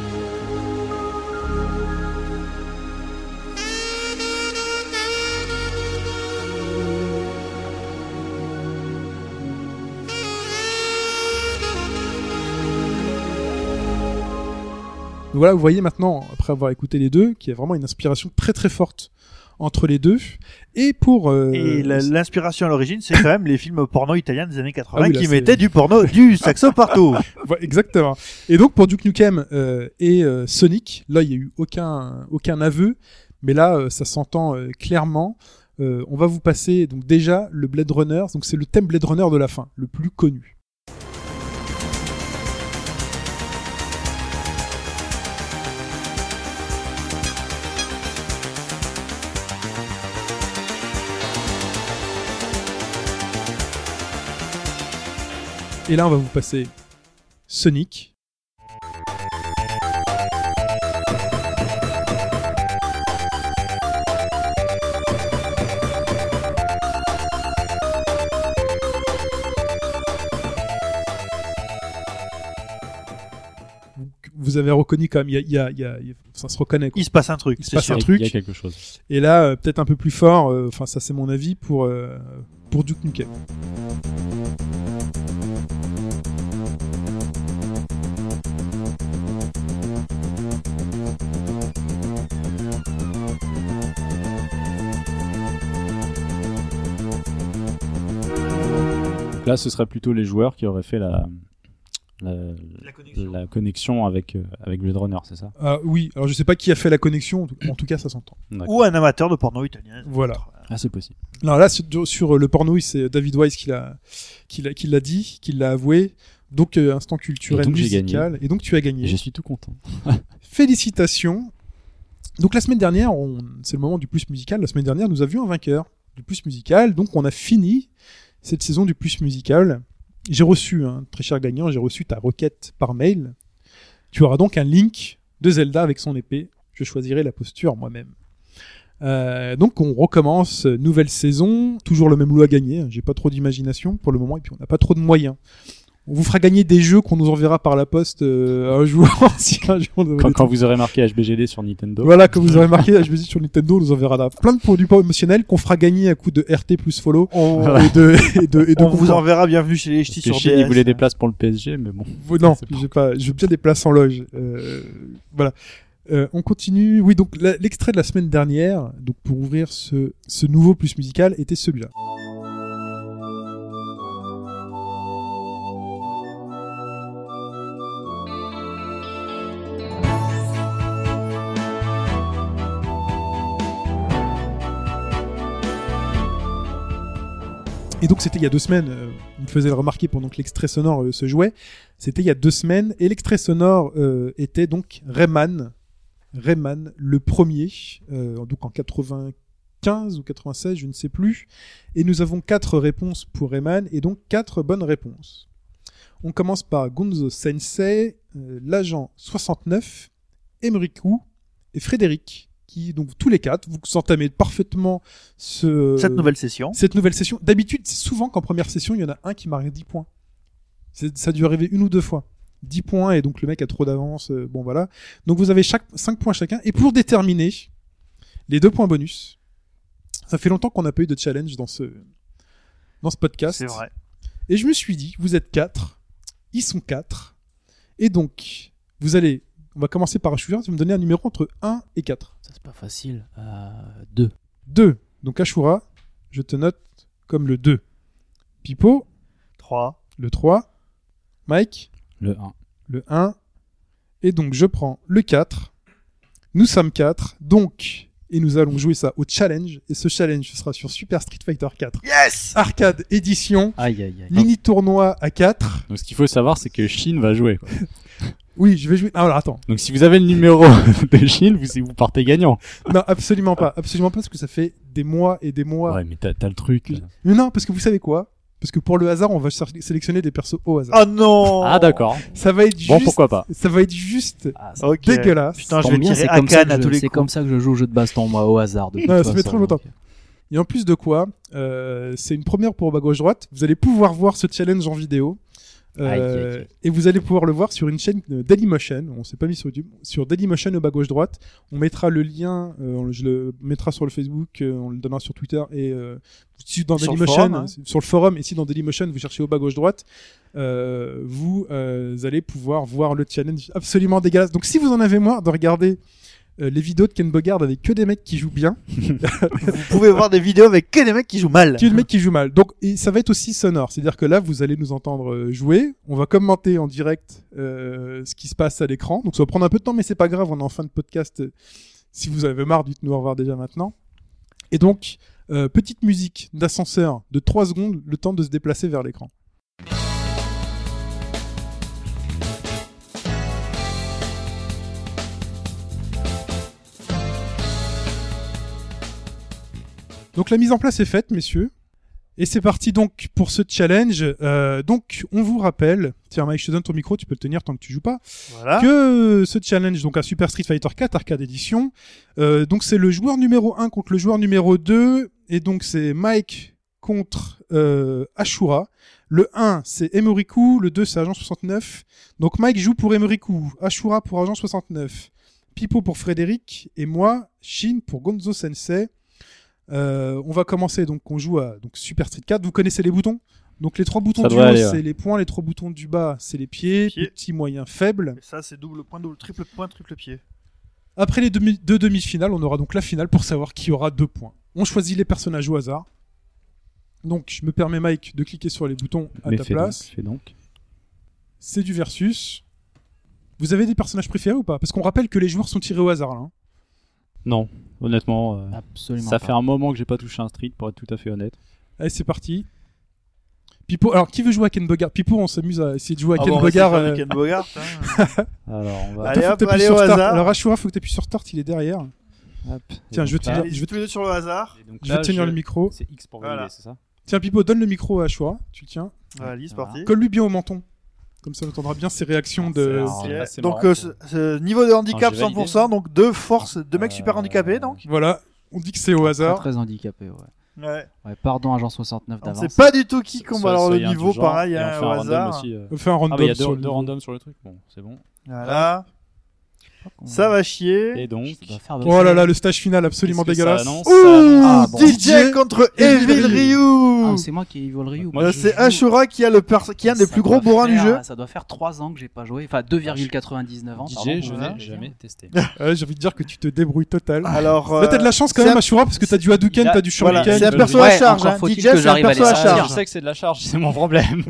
Donc voilà, vous voyez maintenant, après avoir écouté les deux, qu'il y a vraiment une inspiration très très forte entre les deux. Et pour... Et l'inspiration à l'origine, c'est quand même les films porno italiens des années 80 Ah oui, là, qui c'est- mettaient du porno, du saxo partout. Ouais, exactement. Et donc pour Duke Nukem et Sonic, là il y a eu aucun aveu, mais là ça s'entend clairement. On va vous passer donc déjà le Blade Runner, donc c'est le thème Blade Runner de la fin, le plus connu. Et là on va vous passer Sonic. Vous avez reconnu quand même, ça se reconnaît. Quoi. Il se passe un truc. Il se c'est passe sûr. un Il y a- truc. Il y a quelque chose. Et là, peut-être un peu plus fort, enfin ça c'est mon avis pour Duke Nukem. Donc là, ce serait plutôt les joueurs qui auraient fait la connexion avec Blade Runner, c'est ça? Oui, alors je sais pas qui a fait la connexion, en tout cas ça s'entend. D'accord. Ou un amateur de porno italien. Voilà. Ah, c'est possible. Alors là, sur le porno, oui, c'est David Wise qui l'a dit, qui l'a avoué. Donc instant culturel Et donc, j'ai musical. Et donc tu as gagné. Et je suis tout content. Félicitations. Donc la semaine dernière, c'est le moment du plus musical. La semaine dernière, nous avions un vainqueur du plus musical. Donc on a fini cette saison du plus musical. J'ai reçu, très cher gagnant, j'ai reçu ta requête par mail. Tu auras donc un link de Zelda avec son épée. Je choisirai la posture moi-même. Donc on recommence, nouvelle saison, toujours le même lot à gagner. J'ai pas trop d'imagination pour le moment et puis on n'a pas trop de moyens. On vous fera gagner des jeux qu'on nous enverra par la poste un jour. Si un jour on devait Quand vous aurez marqué HBGD sur Nintendo. Voilà, comme vous aurez marqué, je me dis sur Nintendo, on nous enverra plein de produits promotionnels qu'on fera gagner à coup de RT plus follow On, et de on vous concours. enverra bienvenue chez les ch'tis Parce que sur Chine, il DS. voulait des places pour le PSG, mais bon. Non, C'est pas- je veux bien des places en loge. Voilà. On continue. Oui, donc l'extrait de la semaine dernière, donc pour ouvrir ce nouveau plus musical, était celui-là. Et donc c'était il y a 2 semaines, il me faisait le remarquer pendant que l'extrait sonore se jouait, c'était il y a 2 semaines, et l'extrait sonore était donc Rayman, le premier, donc en 95 ou 96, je ne sais plus, et nous avons 4 réponses pour Rayman, et donc 4 bonnes réponses. On commence par Gonzo Sensei, l'agent 69, Emriku et Frédéric, qui, donc, tous les quatre, vous entamez parfaitement Cette nouvelle session. cette nouvelle session. D'habitude, c'est souvent qu'en première session, il y en a un qui marque 10 points. Ça a dû arriver 1 ou 2 fois. 10 points, et donc le mec a trop d'avance, bon voilà. Donc vous avez 5 points chacun, et pour déterminer les 2 points bonus, ça fait longtemps qu'on n'a pas eu de challenge dans ce podcast. C'est vrai. Et je me suis dit, vous êtes 4, ils sont 4, et donc, on va commencer par Ashura, tu vas me donner un numéro entre 1 et 4. Ça, c'est pas facile. 2. 2. Donc Ashura, je te note comme le 2. Pipo, 3. le 3. Mike, Le 1. le 1. Et donc je prends le 4. Nous sommes 4. Donc, et nous allons jouer ça au challenge. Et ce challenge sera sur Super Street Fighter 4. Yes! Arcade édition. Aïe, aïe, aïe. Mini tournoi à 4. Donc ce qu'il faut savoir, c'est que Shin va jouer, quoi. Oui, je vais jouer. Ah, alors attends. Donc si vous avez le numéro de Shin, vous partez gagnant. Non, absolument pas. Absolument pas, parce que ça fait des mois et des mois. Ouais, mais t'as le truc. là. Mais non, parce que vous savez quoi? Parce que pour le hasard, on va sélectionner des persos au hasard. Oh non! Ah d'accord. Ça va être juste. Bon, pourquoi pas. Ça va être juste Ah, Ok. dégueulasse. Putain, je Tant vais bien, tirer c'est comme ça Akan que à tous les c'est coups. comme ça que je joue au jeu de baston, moi, au hasard. De toute Ouais, ça façon, fait trop longtemps. donc. Et en plus de quoi, c'est une première pour bas gauche droite. Vous allez pouvoir voir ce challenge en vidéo. Aïe, aïe, aïe. Et vous allez pouvoir le voir sur une chaîne Dailymotion. On s'est pas mis sur YouTube. Sur Dailymotion au bas gauche droite. On mettra le lien. Je le mettrai sur le Facebook. On le donnera sur Twitter. Et si dans Sur le Dailymotion, forum, hein. sur le forum. Et si dans Dailymotion vous cherchez au bas gauche droite, vous allez pouvoir voir le challenge absolument dégueulasse. Donc si vous en avez marre de regarder les vidéos de Ken Bogard avec que des mecs qui jouent bien, Vous pouvez voir des vidéos avec que des mecs qui jouent mal. que des mecs qui jouent mal. Donc et ça va être aussi sonore, c'est-à-dire que là vous allez nous entendre jouer, on va commenter en direct ce qui se passe à l'écran. Donc ça va prendre un peu de temps, mais c'est pas grave, on est en fin de podcast. Si vous avez marre, dites-nous au revoir déjà maintenant. Et donc petite musique d'ascenseur de 3 secondes, le temps de se déplacer vers l'écran. Donc la mise en place est faite, messieurs. Et c'est parti donc pour ce challenge. Donc on vous rappelle, tiens Mike, je te donne ton micro, tu peux le tenir tant que tu joues pas, Voilà. que ce challenge donc à Super Street Fighter 4 Arcade Edition, donc c'est le joueur numéro 1 contre le joueur numéro 2, et donc c'est Mike contre Ashura. Le 1 c'est Emoriku, le 2 c'est Agent 69. Donc Mike joue pour Emoriku, Ashura pour Agent 69, Pipo pour Frédéric, et moi, Shin pour Gonzo Sensei. On va commencer, donc on joue à donc Super Street 4. Vous connaissez les boutons? Donc les 3 boutons Ça du doit haut, aller, ouais. c'est les points, les 3 boutons du bas, c'est les pieds, Pieds. petit, moyen, faible. Et ça, c'est double point, double, triple point, triple pied. Après les deux demi-finales, on aura donc la finale pour savoir qui aura 2 points. On choisit les personnages au hasard. Donc je me permets, Mike, de cliquer sur les boutons à Mais ta fais place. donc, fais donc. C'est du versus. Vous avez des personnages préférés ou pas? Parce qu'on rappelle que les joueurs sont tirés au hasard là. Hein. Non, honnêtement, Absolument ça pas. fait un moment que j'ai pas touché un street, pour être tout à fait honnête. Allez, c'est parti. Pipo, alors qui veut jouer à Ken Bogard? Pipo, on s'amuse à essayer de jouer à Ah Ken bon, on va essayer de Bogard. faire du Ken Bogard. Hein. Alors on va. Allez, Attends, faut hop, que t'appuies allez sur au Start. hasard. Alors Ashura, faut que t'appuies sur Start, il est derrière. Hop. Tiens, Et je vais donc te là- dire- Allez, je vais tous les deux sur le hasard. et donc Je vais là, tenir le micro. C'est X pour Voilà. valider, c'est ça? Tiens, Pipo, donne le micro à Ashura. Tu le tiens. Allez, c'est Voilà. parti. Colle-lui bien au menton. Comme ça, on entendra bien ses réactions de. C'est Ok. assez Donc marrant, ce niveau de handicap j'ai validé. 100%, donc 2 forces, 2 mecs super handicapés donc. Voilà. On dit que c'est au hasard. Très handicapé, ouais. Ouais. Ouais, pardon, agent 69 On d'avance. sait pas du tout qui combat. Ça- Alors le soyez niveau indulgents. pareil, Et on hein, fait au un random hasard. aussi, On fait un random Ah bah il y a sur deux le- randoms sur le truc, bon c'est bon. Voilà. Ça va chier. Et donc, Ça doit faire Oh là là, le stage final absolument qu'est-ce que dégueulasse. ça annonce Ouh, Ah, bon. DJ contre Evil Ah, Ryu. c'est moi qui ai Evil Ryu. Moi, je C'est joue- Ashura qui a qui est un des Ça plus gros doit bourrins du faire- jeu. Ça doit faire 3 ans que j'ai pas joué. Enfin, 2,99 ans. pardon, DJ, je voilà. n'ai jamais testé. J'ai envie de dire que tu te débrouilles total. Alors, Là, t'as de la chance quand c'est même, un- Ashura, parce que t'as du Hadouken, Là, t'as du Voilà, Shuriken. c'est un je perso le à dis. charge. Ouais, Hein. encore faut-il DJ, que c'est un j'arrive à perso les à sortir. charge. Je sais que c'est de la charge, c'est mon problème.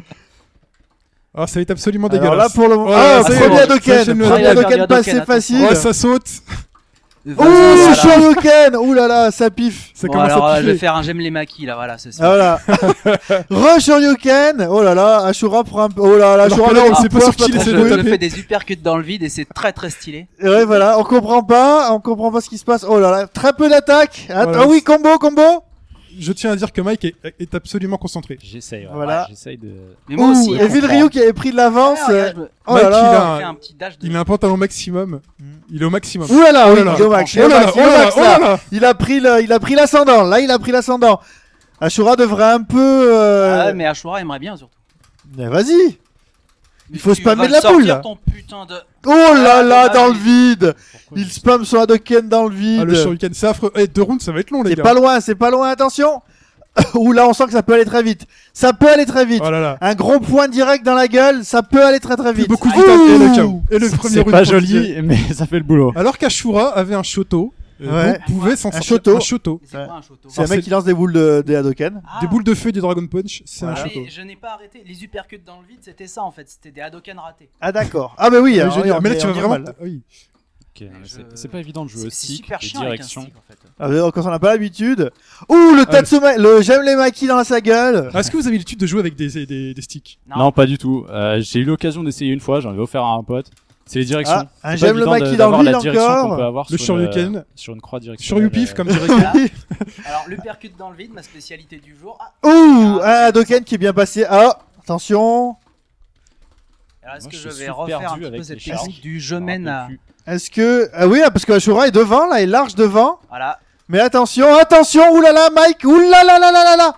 Ah, ça va être absolument Alors dégueulasse. là, pour le moment, Oh, ah, ça y est, premier ça Hadouken, enchaîne le premier Hadouken. Hadouken passé Hadouken, facile. Oh, ça saute. Oh, Voilà. ce Shoryuken. Ouh là là, ça piffe. Ça Bon, commence alors, à je vais piquer. faire un j'aime les maquis là, voilà, c'est ça. Ah, voilà. Re-Shoryuken. Oh là là, Ashura prend un peu. Oh là là, Alors Ashura que là, avec on un sait pas poids, sur qui il trop essaie Je, de cool. je taper. fais des uppercuts dans le vide et c'est très très stylé. Ouais, voilà, on comprend pas ce qui se passe. Oh là là, très peu d'attaque. Voilà. Ah oui, combo. je tiens à dire que Mike est absolument concentré. J'essaye. Ouais. Voilà. J'essaye de. Mais moi aussi. Evil Ryu qui avait pris de l'avance. Oh Mike, là là. il a fait un petit dash de... Il a un pantalon maximum. Il est au maximum. Ouh là là, Oh oui, là là. il est au max. Oh là là, Il est au max, oh là là. là. Il a pris l'ascendant. Là, il a pris l'ascendant. Ashura devrait un peu. Ah, mais Ashura aimerait bien surtout. Mais vas-y. Il faut Tu spammer vas de la sortir boule, là. ton putain de... Oh là là, dommage, dans le il- vide. Pourquoi Il spam son Hadoken dans le vide. Ah, le shuriken, c'est affreux. 2 rounds, ça va être long, les C'est gars. pas loin, attention. Ouh là, on sent que ça peut aller très vite. Ça peut aller très vite. Oh là là. Un gros point direct dans la gueule, ça peut aller très très vite. Beaucoup de Ouh. vitesse et le KO. Et le premier C'est round pas pour le tirer. joli, mais ça fait le boulot. Alors qu'Ashura avait un Shoto, Ouais. donc pouvait s'en Un sortir. Shoto. Un Shoto. C'est quoi un shoto? C'est un mec qui lance des boules des Hadoken. Ah. Des boules de feu et des Dragon Punch, c'est un Ah, Shoto. mais je n'ai pas arrêté. Les uppercuts dans le vide, c'était ça en fait. C'était des Hadoken ratés. Ah d'accord. Ah bah oui. Ah, alors, génial. oui, Mais là, on tu est- vas on est vraiment. mal. Oui. Ok, Mais je- c'est pas évident de jouer au C'est stick, super les chiant avec un directions. stick en fait. Ah, quand on n'a pas l'habitude. Ouh, le Tatsuma, le j'aime les maquis dans sa gueule. Ah, est-ce que vous avez l'habitude de jouer avec des sticks? Non, pas du tout. J'ai eu l'occasion d'essayer une fois, j'en ai offert à un pote. C'est les directions. Ah, un C'est j'aime pas le évident maquis dans d'avoir le vide la direction qu'on peut encore. avoir Le sur shuriken. sur une croix direction. Sur YouPif, comme dirait Voilà. Kelly. Alors, l'uppercut dans le vide, ma spécialité du jour. Ah, Ouh, un Hadoken qui est bien passé. Ah, attention. alors est-ce Moi, que je je suis vais super refaire un dû petit peu avec cette les charges. technique du je mène à... Est-ce que ah oui, parce que Ashura est devant là, est large devant. Voilà. Mais attention, oulala Mike, oulala là là là là.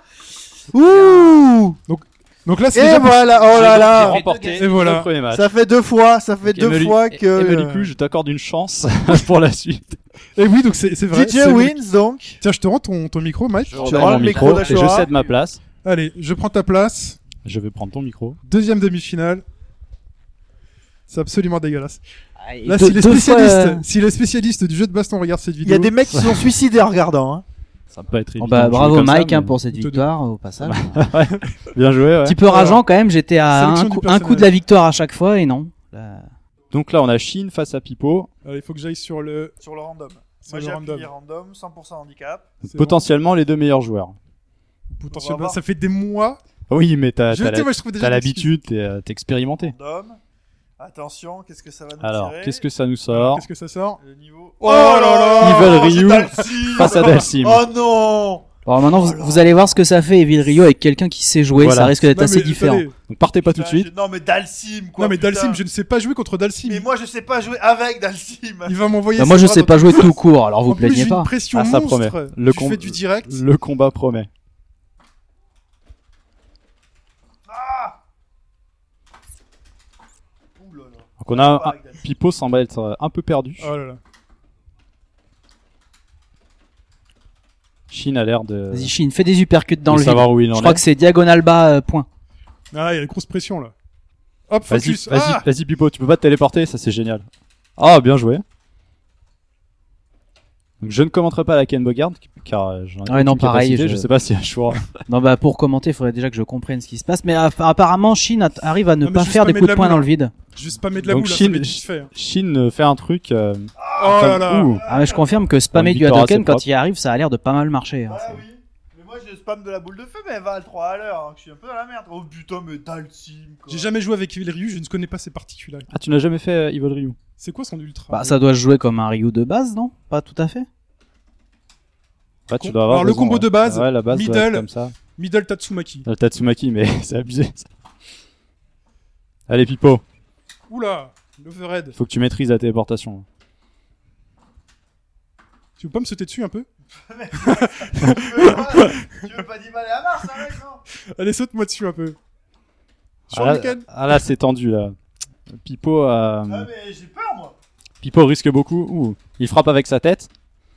Ouh. Donc là, c'est Et déjà pour- voilà, oh là J'ai là. remporté Et voilà. le premier match. Ça fait deux fois Ok, Emily- fois que Emily, je t'accorde une chance pour la suite. Et oui, donc c'est vrai. DJ c'est- wins donc. Tiens, je te rends ton micro, Mike. Je Tu remets rends mon le micro micro et je d'Ashura. cède ma place. Allez, je prends ta place. Je vais prendre ton micro. Deuxième demi-finale. C'est absolument dégueulasse. Ah, et Là, deux- si les deux spécialistes, fois, si les spécialistes du jeu de baston regardent cette Il y vidéo, a des mecs qui se sont suicidés en regardant. Hein. Ça va pas être évident. Bon, bah, de jouer bravo comme ça, Mike mais- pour cette Tout de- victoire au passage. Bien joué, ouais. Un petit peu rageant quand même, j'étais à Sélection du un coup personnage. de la victoire à chaque fois et non. Là- Donc là, on a Shin face à Pipo. il faut que j'aille sur le. Sur le random. Sur le random. random, 100% handicap. C'est Potentiellement les deux meilleurs joueurs. bon. Potentiellement, On va voir. ça fait des mois. Oui, mais t'as Je sais, moi, je trouve déjà t'as des excuses. l'habitude, t'es expérimenté. Random. Attention, qu'est-ce que ça va nous Alors, tirer qu'est-ce que ça nous Alors, sort Qu'est-ce que ça sort? Le niveau. Oh là là Evil c'est Ryu Dalsim. face à Dalsim. Oh non. Alors maintenant, vous allez voir ce que ça fait Evil Rio avec quelqu'un qui sait jouer, Voilà. ça risque d'être Non, assez mais différent. attendez. Donc partez pas tout de Putain, suite. Non mais Dalsim quoi. Non, mais putain. Dalsim, je ne sais pas jouer contre Dalsim. Mais moi je sais pas jouer avec Dalsim. Il va m'envoyer. Bah, moi ses je bras sais dans pas tous jouer les tout sens. court, alors vous En plus, plaignez j'ai pas. une pression Ah, ça monstre. promet. Du fait du direct. Le combat promet. Ouh là là. Donc on a Pas avec Dalsim. Pipo semble être un peu perdu. Oh là là. Shin a l'air de Vas-y Shin, fais des uppercuts dans de le vide. savoir où il en Je crois est. que c'est diagonal bas point. Ah, il y a une grosse pression là. Hop, Vas-y, focus. vas-y, Ah vas-y Pipo, tu peux pas te téléporter, ça c'est génial. Ah, bien joué. Donc, je ne commenterai pas la Ken Bogard car j'en ai Ouais, non, aucune pareil, capacité, je- je sais pas si Ashura. Non bah pour commenter, il faudrait déjà que je comprenne ce qui se passe. Mais apparemment Shin arrive à ne Non, mais pas juste faire pas des mettre coups de la poing boule, dans hein. le vide. Juste pas mettre de la Donc boule, là, Shin- ça va être vite fait. hein. Shin fait un truc. Oh là là. ouh. Ah mais je confirme que spammer Une du victoire Hadoken assez quand propre. il arrive, ça a l'air de pas mal marcher. hein. Ouais oui. Mais moi je spam de la boule de feu mais elle va à 3 à l'heure. Hein. Je suis un peu dans la merde. Oh putain mais Dalsim quoi. J'ai jamais joué avec Evil Ryu, je ne connais pas ses particularités. Ah, tu n'as jamais fait Evil Ryu. C'est quoi son ultra? Bah ça doit se jouer comme un Ryu de base, non? Pas tout à fait. Bah, tu dois avoir Alors, le raison, combo ouais. de base, Ouais, la base doit middle. être comme ça. Middle Tatsumaki. Le Tatsumaki, mais c'est abusé. Ça. Allez Pipo, Oula, l'overhead. faut que tu maîtrises la téléportation. Tu veux pas me sauter dessus un peu? tu veux pas d'y aller à Mars hein, mec non. Allez, saute-moi dessus un peu. Sur Ah le là, week-end. ah là, c'est tendu là. Pipo, Ah mais j'ai peur moi. Pipo risque beaucoup. Ouh, il frappe avec sa tête.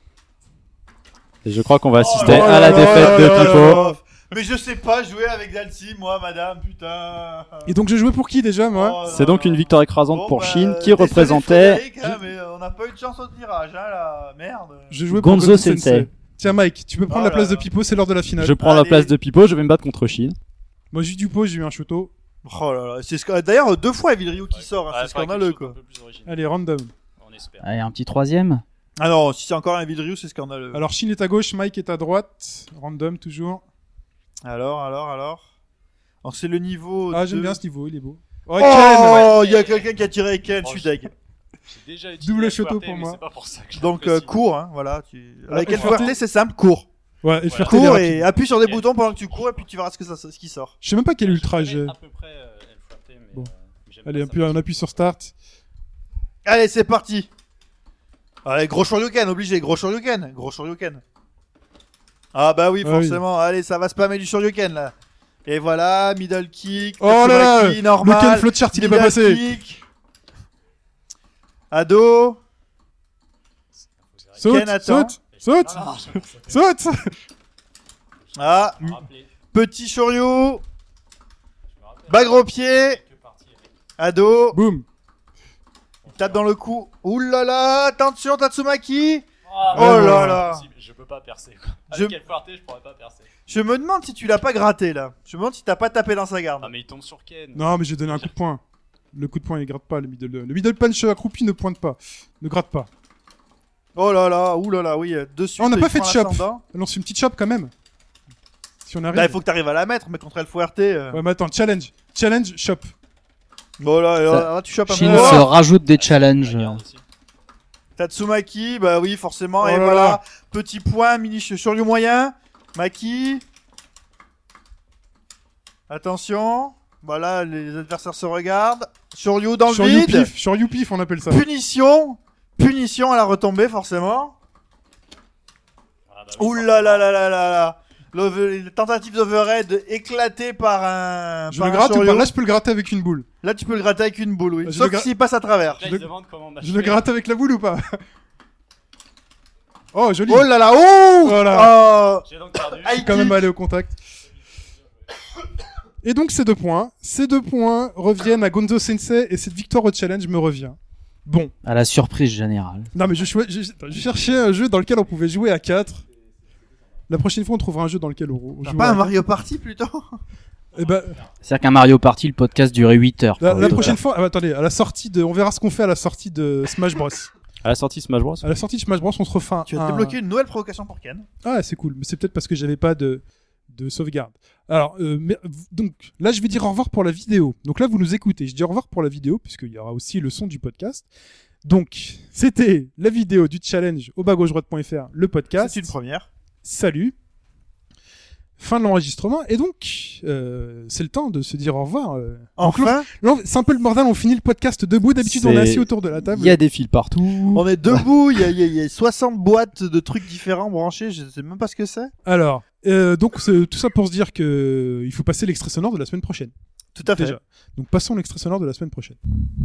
Et je crois qu'on va assister Oh là à la là défaite là de là Pipo. là. Mais je sais pas jouer avec Dalsim moi madame putain. Et donc, je jouais pour qui déjà, moi? Oh là C'est donc là. une victoire écrasante Bon, pour bah, Shin qui désolé, représentait Frédéric, hein, mais on n'a pas eu de chance au tirage hein là. Merde. Je jouais pour Gonzo Sensei. Tiens, Mike, tu peux prendre Oh la place là de là. Pipo, c'est l'heure de la finale. Je prends la Allez. place de Pipo, je vais me battre contre Shin. Moi, j'ai eu du pot, j'ai eu un Shoto. Oh là là, c'est d'ailleurs deux fois Evil Ryu qui sort, hein, c'est scandaleux quoi. Allez, random. On espère. Allez, un petit troisième. Ah non, si c'est encore un Evil Ryu, c'est scandaleux. Alors, Shin est à gauche, Mike est à droite. Random, toujours. Alors c'est le niveau. Ah, j'aime de- bien ce niveau, il est beau. Oh, Ken. Oh, il y a quelqu'un qui a tiré avec Ken, je suis deg. Double Shoto pour moi. Donc cours, hein, voilà. Avec Ah, FQRT, c'est simple, cours. Ouais, et fierté des Cours rapides. et appuie sur des boutons pendant que tu cours et puis tu verras ce qui sort. Je sais même pas quel ultra j'ai. À peu près elle flirtait, mais Bon. j'aime Allez, pas ça. on appuie sur start. Allez, c'est parti. Allez, gros shoryuken, obligé, gros shoryuken. Ah bah oui, Ah forcément. Allez, ça va spammer du shoryuken là. Et voilà, middle kick, Oh là là, Tatsumaki, normal. le Ken Flowchart, il est pas middle passé. kick. Ado. Saute, Ken attend. saute. Ah, Je me rappelais. petit shoryu. Bague au pied. Ado. Boum. Tape dans le cou. Oulala, attention Tatsumaki. Ah, Oh ouais, là ouais. là. Je peux pas percer. Quoi. Je- Avec elle flirtait, je pourrais pas percer. Je me demande si tu l'as pas gratté là. Je me demande si t'as pas tapé dans sa garde. Ah mais il tombe sur Ken. Non, mais j'ai donné un coup de poing. Le coup de poing, il gratte pas. Le middle punch accroupi ne pointe pas. Ne gratte pas. Oh là là, oulala, oui, dessus. On n'a il pas fait de prend chop. l'ascendant. Lance une petite chop quand même. Si on arrive. Là, il faut que t'arrives à la mettre, mais contre El Fuerte. Ouais, mais attends, challenge, chop. Oh là, là, Ça- là, tu chopes un peu. Shin Oh, se rajoute des challenges. Regarde aussi. Tatsumaki, bah oui, forcément. Oh et là voilà, là. petit point, mini shoryu moyen. Maki. Attention. Voilà, les adversaires se regardent. Shoryu dans le vide. Sur YouPif, on appelle ça. Punition à la retombée, forcément. Ah, bah oui, Ouh là là là là là là. La tentative d'overhead éclatée par un. Je par le un gratte ou shoryu. pas? Là, je peux le gratter avec une boule. Là, tu peux le gratter avec une boule, oui. Je Sauf le gra- s'il passe à travers. Là, Je il le- demande comment Je le gratte avec la boule ou pas? Oh, joli. Oh là là, oh Voilà. Oh J'ai donc perdu. Aïe. Quand même aller au contact. Et donc ces deux points reviennent à Gonzo Sensei et cette victoire au challenge me revient. Bon, À la surprise générale. non mais je cherchais un jeu dans lequel on pouvait jouer à 4. La prochaine fois on trouvera un jeu dans lequel on T'as joue pas à un Mario Party plutôt? Et ben C'est-à-dire qu'un Mario Party, le podcast durait 8 heures. la, quoi, la au total. prochaine fois, attendez, à la sortie de, on verra ce qu'on fait à la sortie de Smash Bros. À la sortie Smash Bros. À la sortie de Smash Bros, on se refait Tu as un- débloqué une nouvelle provocation pour Ken. Ah, c'est cool, mais c'est peut-être parce que j'avais pas de sauvegarde. Alors, donc là, je vais dire au revoir pour la vidéo. Donc là, vous nous écoutez. Je dis au revoir pour la vidéo, puisqu'il y aura aussi le son du podcast. Donc, c'était la vidéo du challenge au bas-gauche-droite.fr, le podcast. C'est une première. Salut. Fin de l'enregistrement. Et donc, c'est le temps de se dire au revoir. Enfin, Là, c'est un peu le bordel, on finit le podcast debout. D'habitude, on est C'est- assis autour de la table. Il y a des fils partout. on est debout, il y a 60 boîtes de trucs différents branchés, je sais même pas ce que c'est. Alors, donc, c'est tout ça pour se dire que il faut passer l'extrait sonore de la semaine prochaine. Tout à fait. Déjà. Donc passons l'extrait sonore de la semaine prochaine.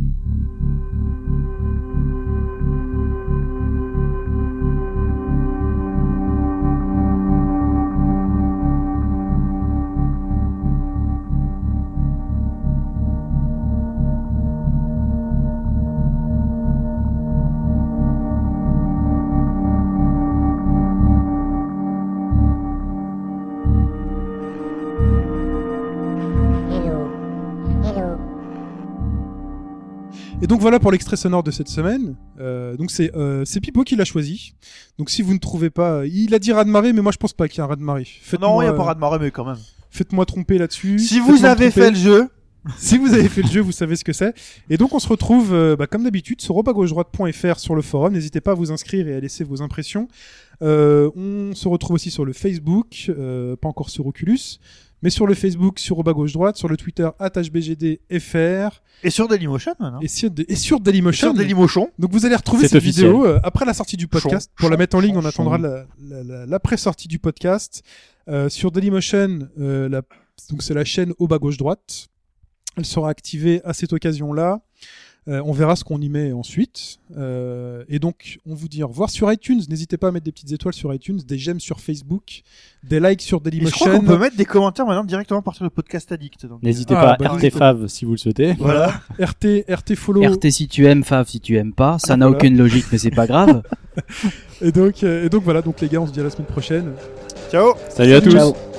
Et donc voilà pour l'extrait sonore de cette semaine. Donc c'est Pipo qui l'a choisi. Donc si vous ne trouvez pas, il a dit raz-de-marée, mais moi je pense pas qu'il y a un raz-de-marée. Non, il n'y a pas raz-de-marée, mais quand même. Faites-moi tromper là-dessus. Si vous Faites-moi avez tromper. fait le jeu, Si vous avez fait le jeu, vous savez ce que c'est. Et donc on se retrouve comme d'habitude sur robagauche-droite.fr sur le forum. N'hésitez pas à vous inscrire et à laisser vos impressions. On se retrouve aussi sur le Facebook, pas encore sur Oculus, mais sur le Facebook sur robagauche-droite, sur le Twitter @hbgdfr et sur Dailymotion maintenant. et sur Dailymotion. Sur Dailymotion. Donc vous allez retrouver C'est cette officiel. vidéo après la sortie du podcast. Pour la mettre en ligne, on attendra l'après-sortie du podcast. Sur Dailymotion, donc c'est la chaîne au bas gauche droite. Elle sera activée à cette occasion-là. On verra ce qu'on y met ensuite. Et donc, on vous dit au revoir sur iTunes. N'hésitez pas à mettre des petites étoiles sur iTunes, des j'aime sur Facebook, des likes sur Et je Dailymotion. crois qu'on peut mettre des commentaires maintenant directement à partir de Podcast Addict. Donc. N'hésitez Ah, pas bah, à RTFav si vous le souhaitez. Voilà. RT follow. RT si tu aimes, Fav si tu aimes pas. Ça n'a Voilà. aucune logique, mais c'est pas grave. Et donc voilà. Donc les gars, on se dit à la semaine prochaine. Ciao. Salut à tous. Ciao.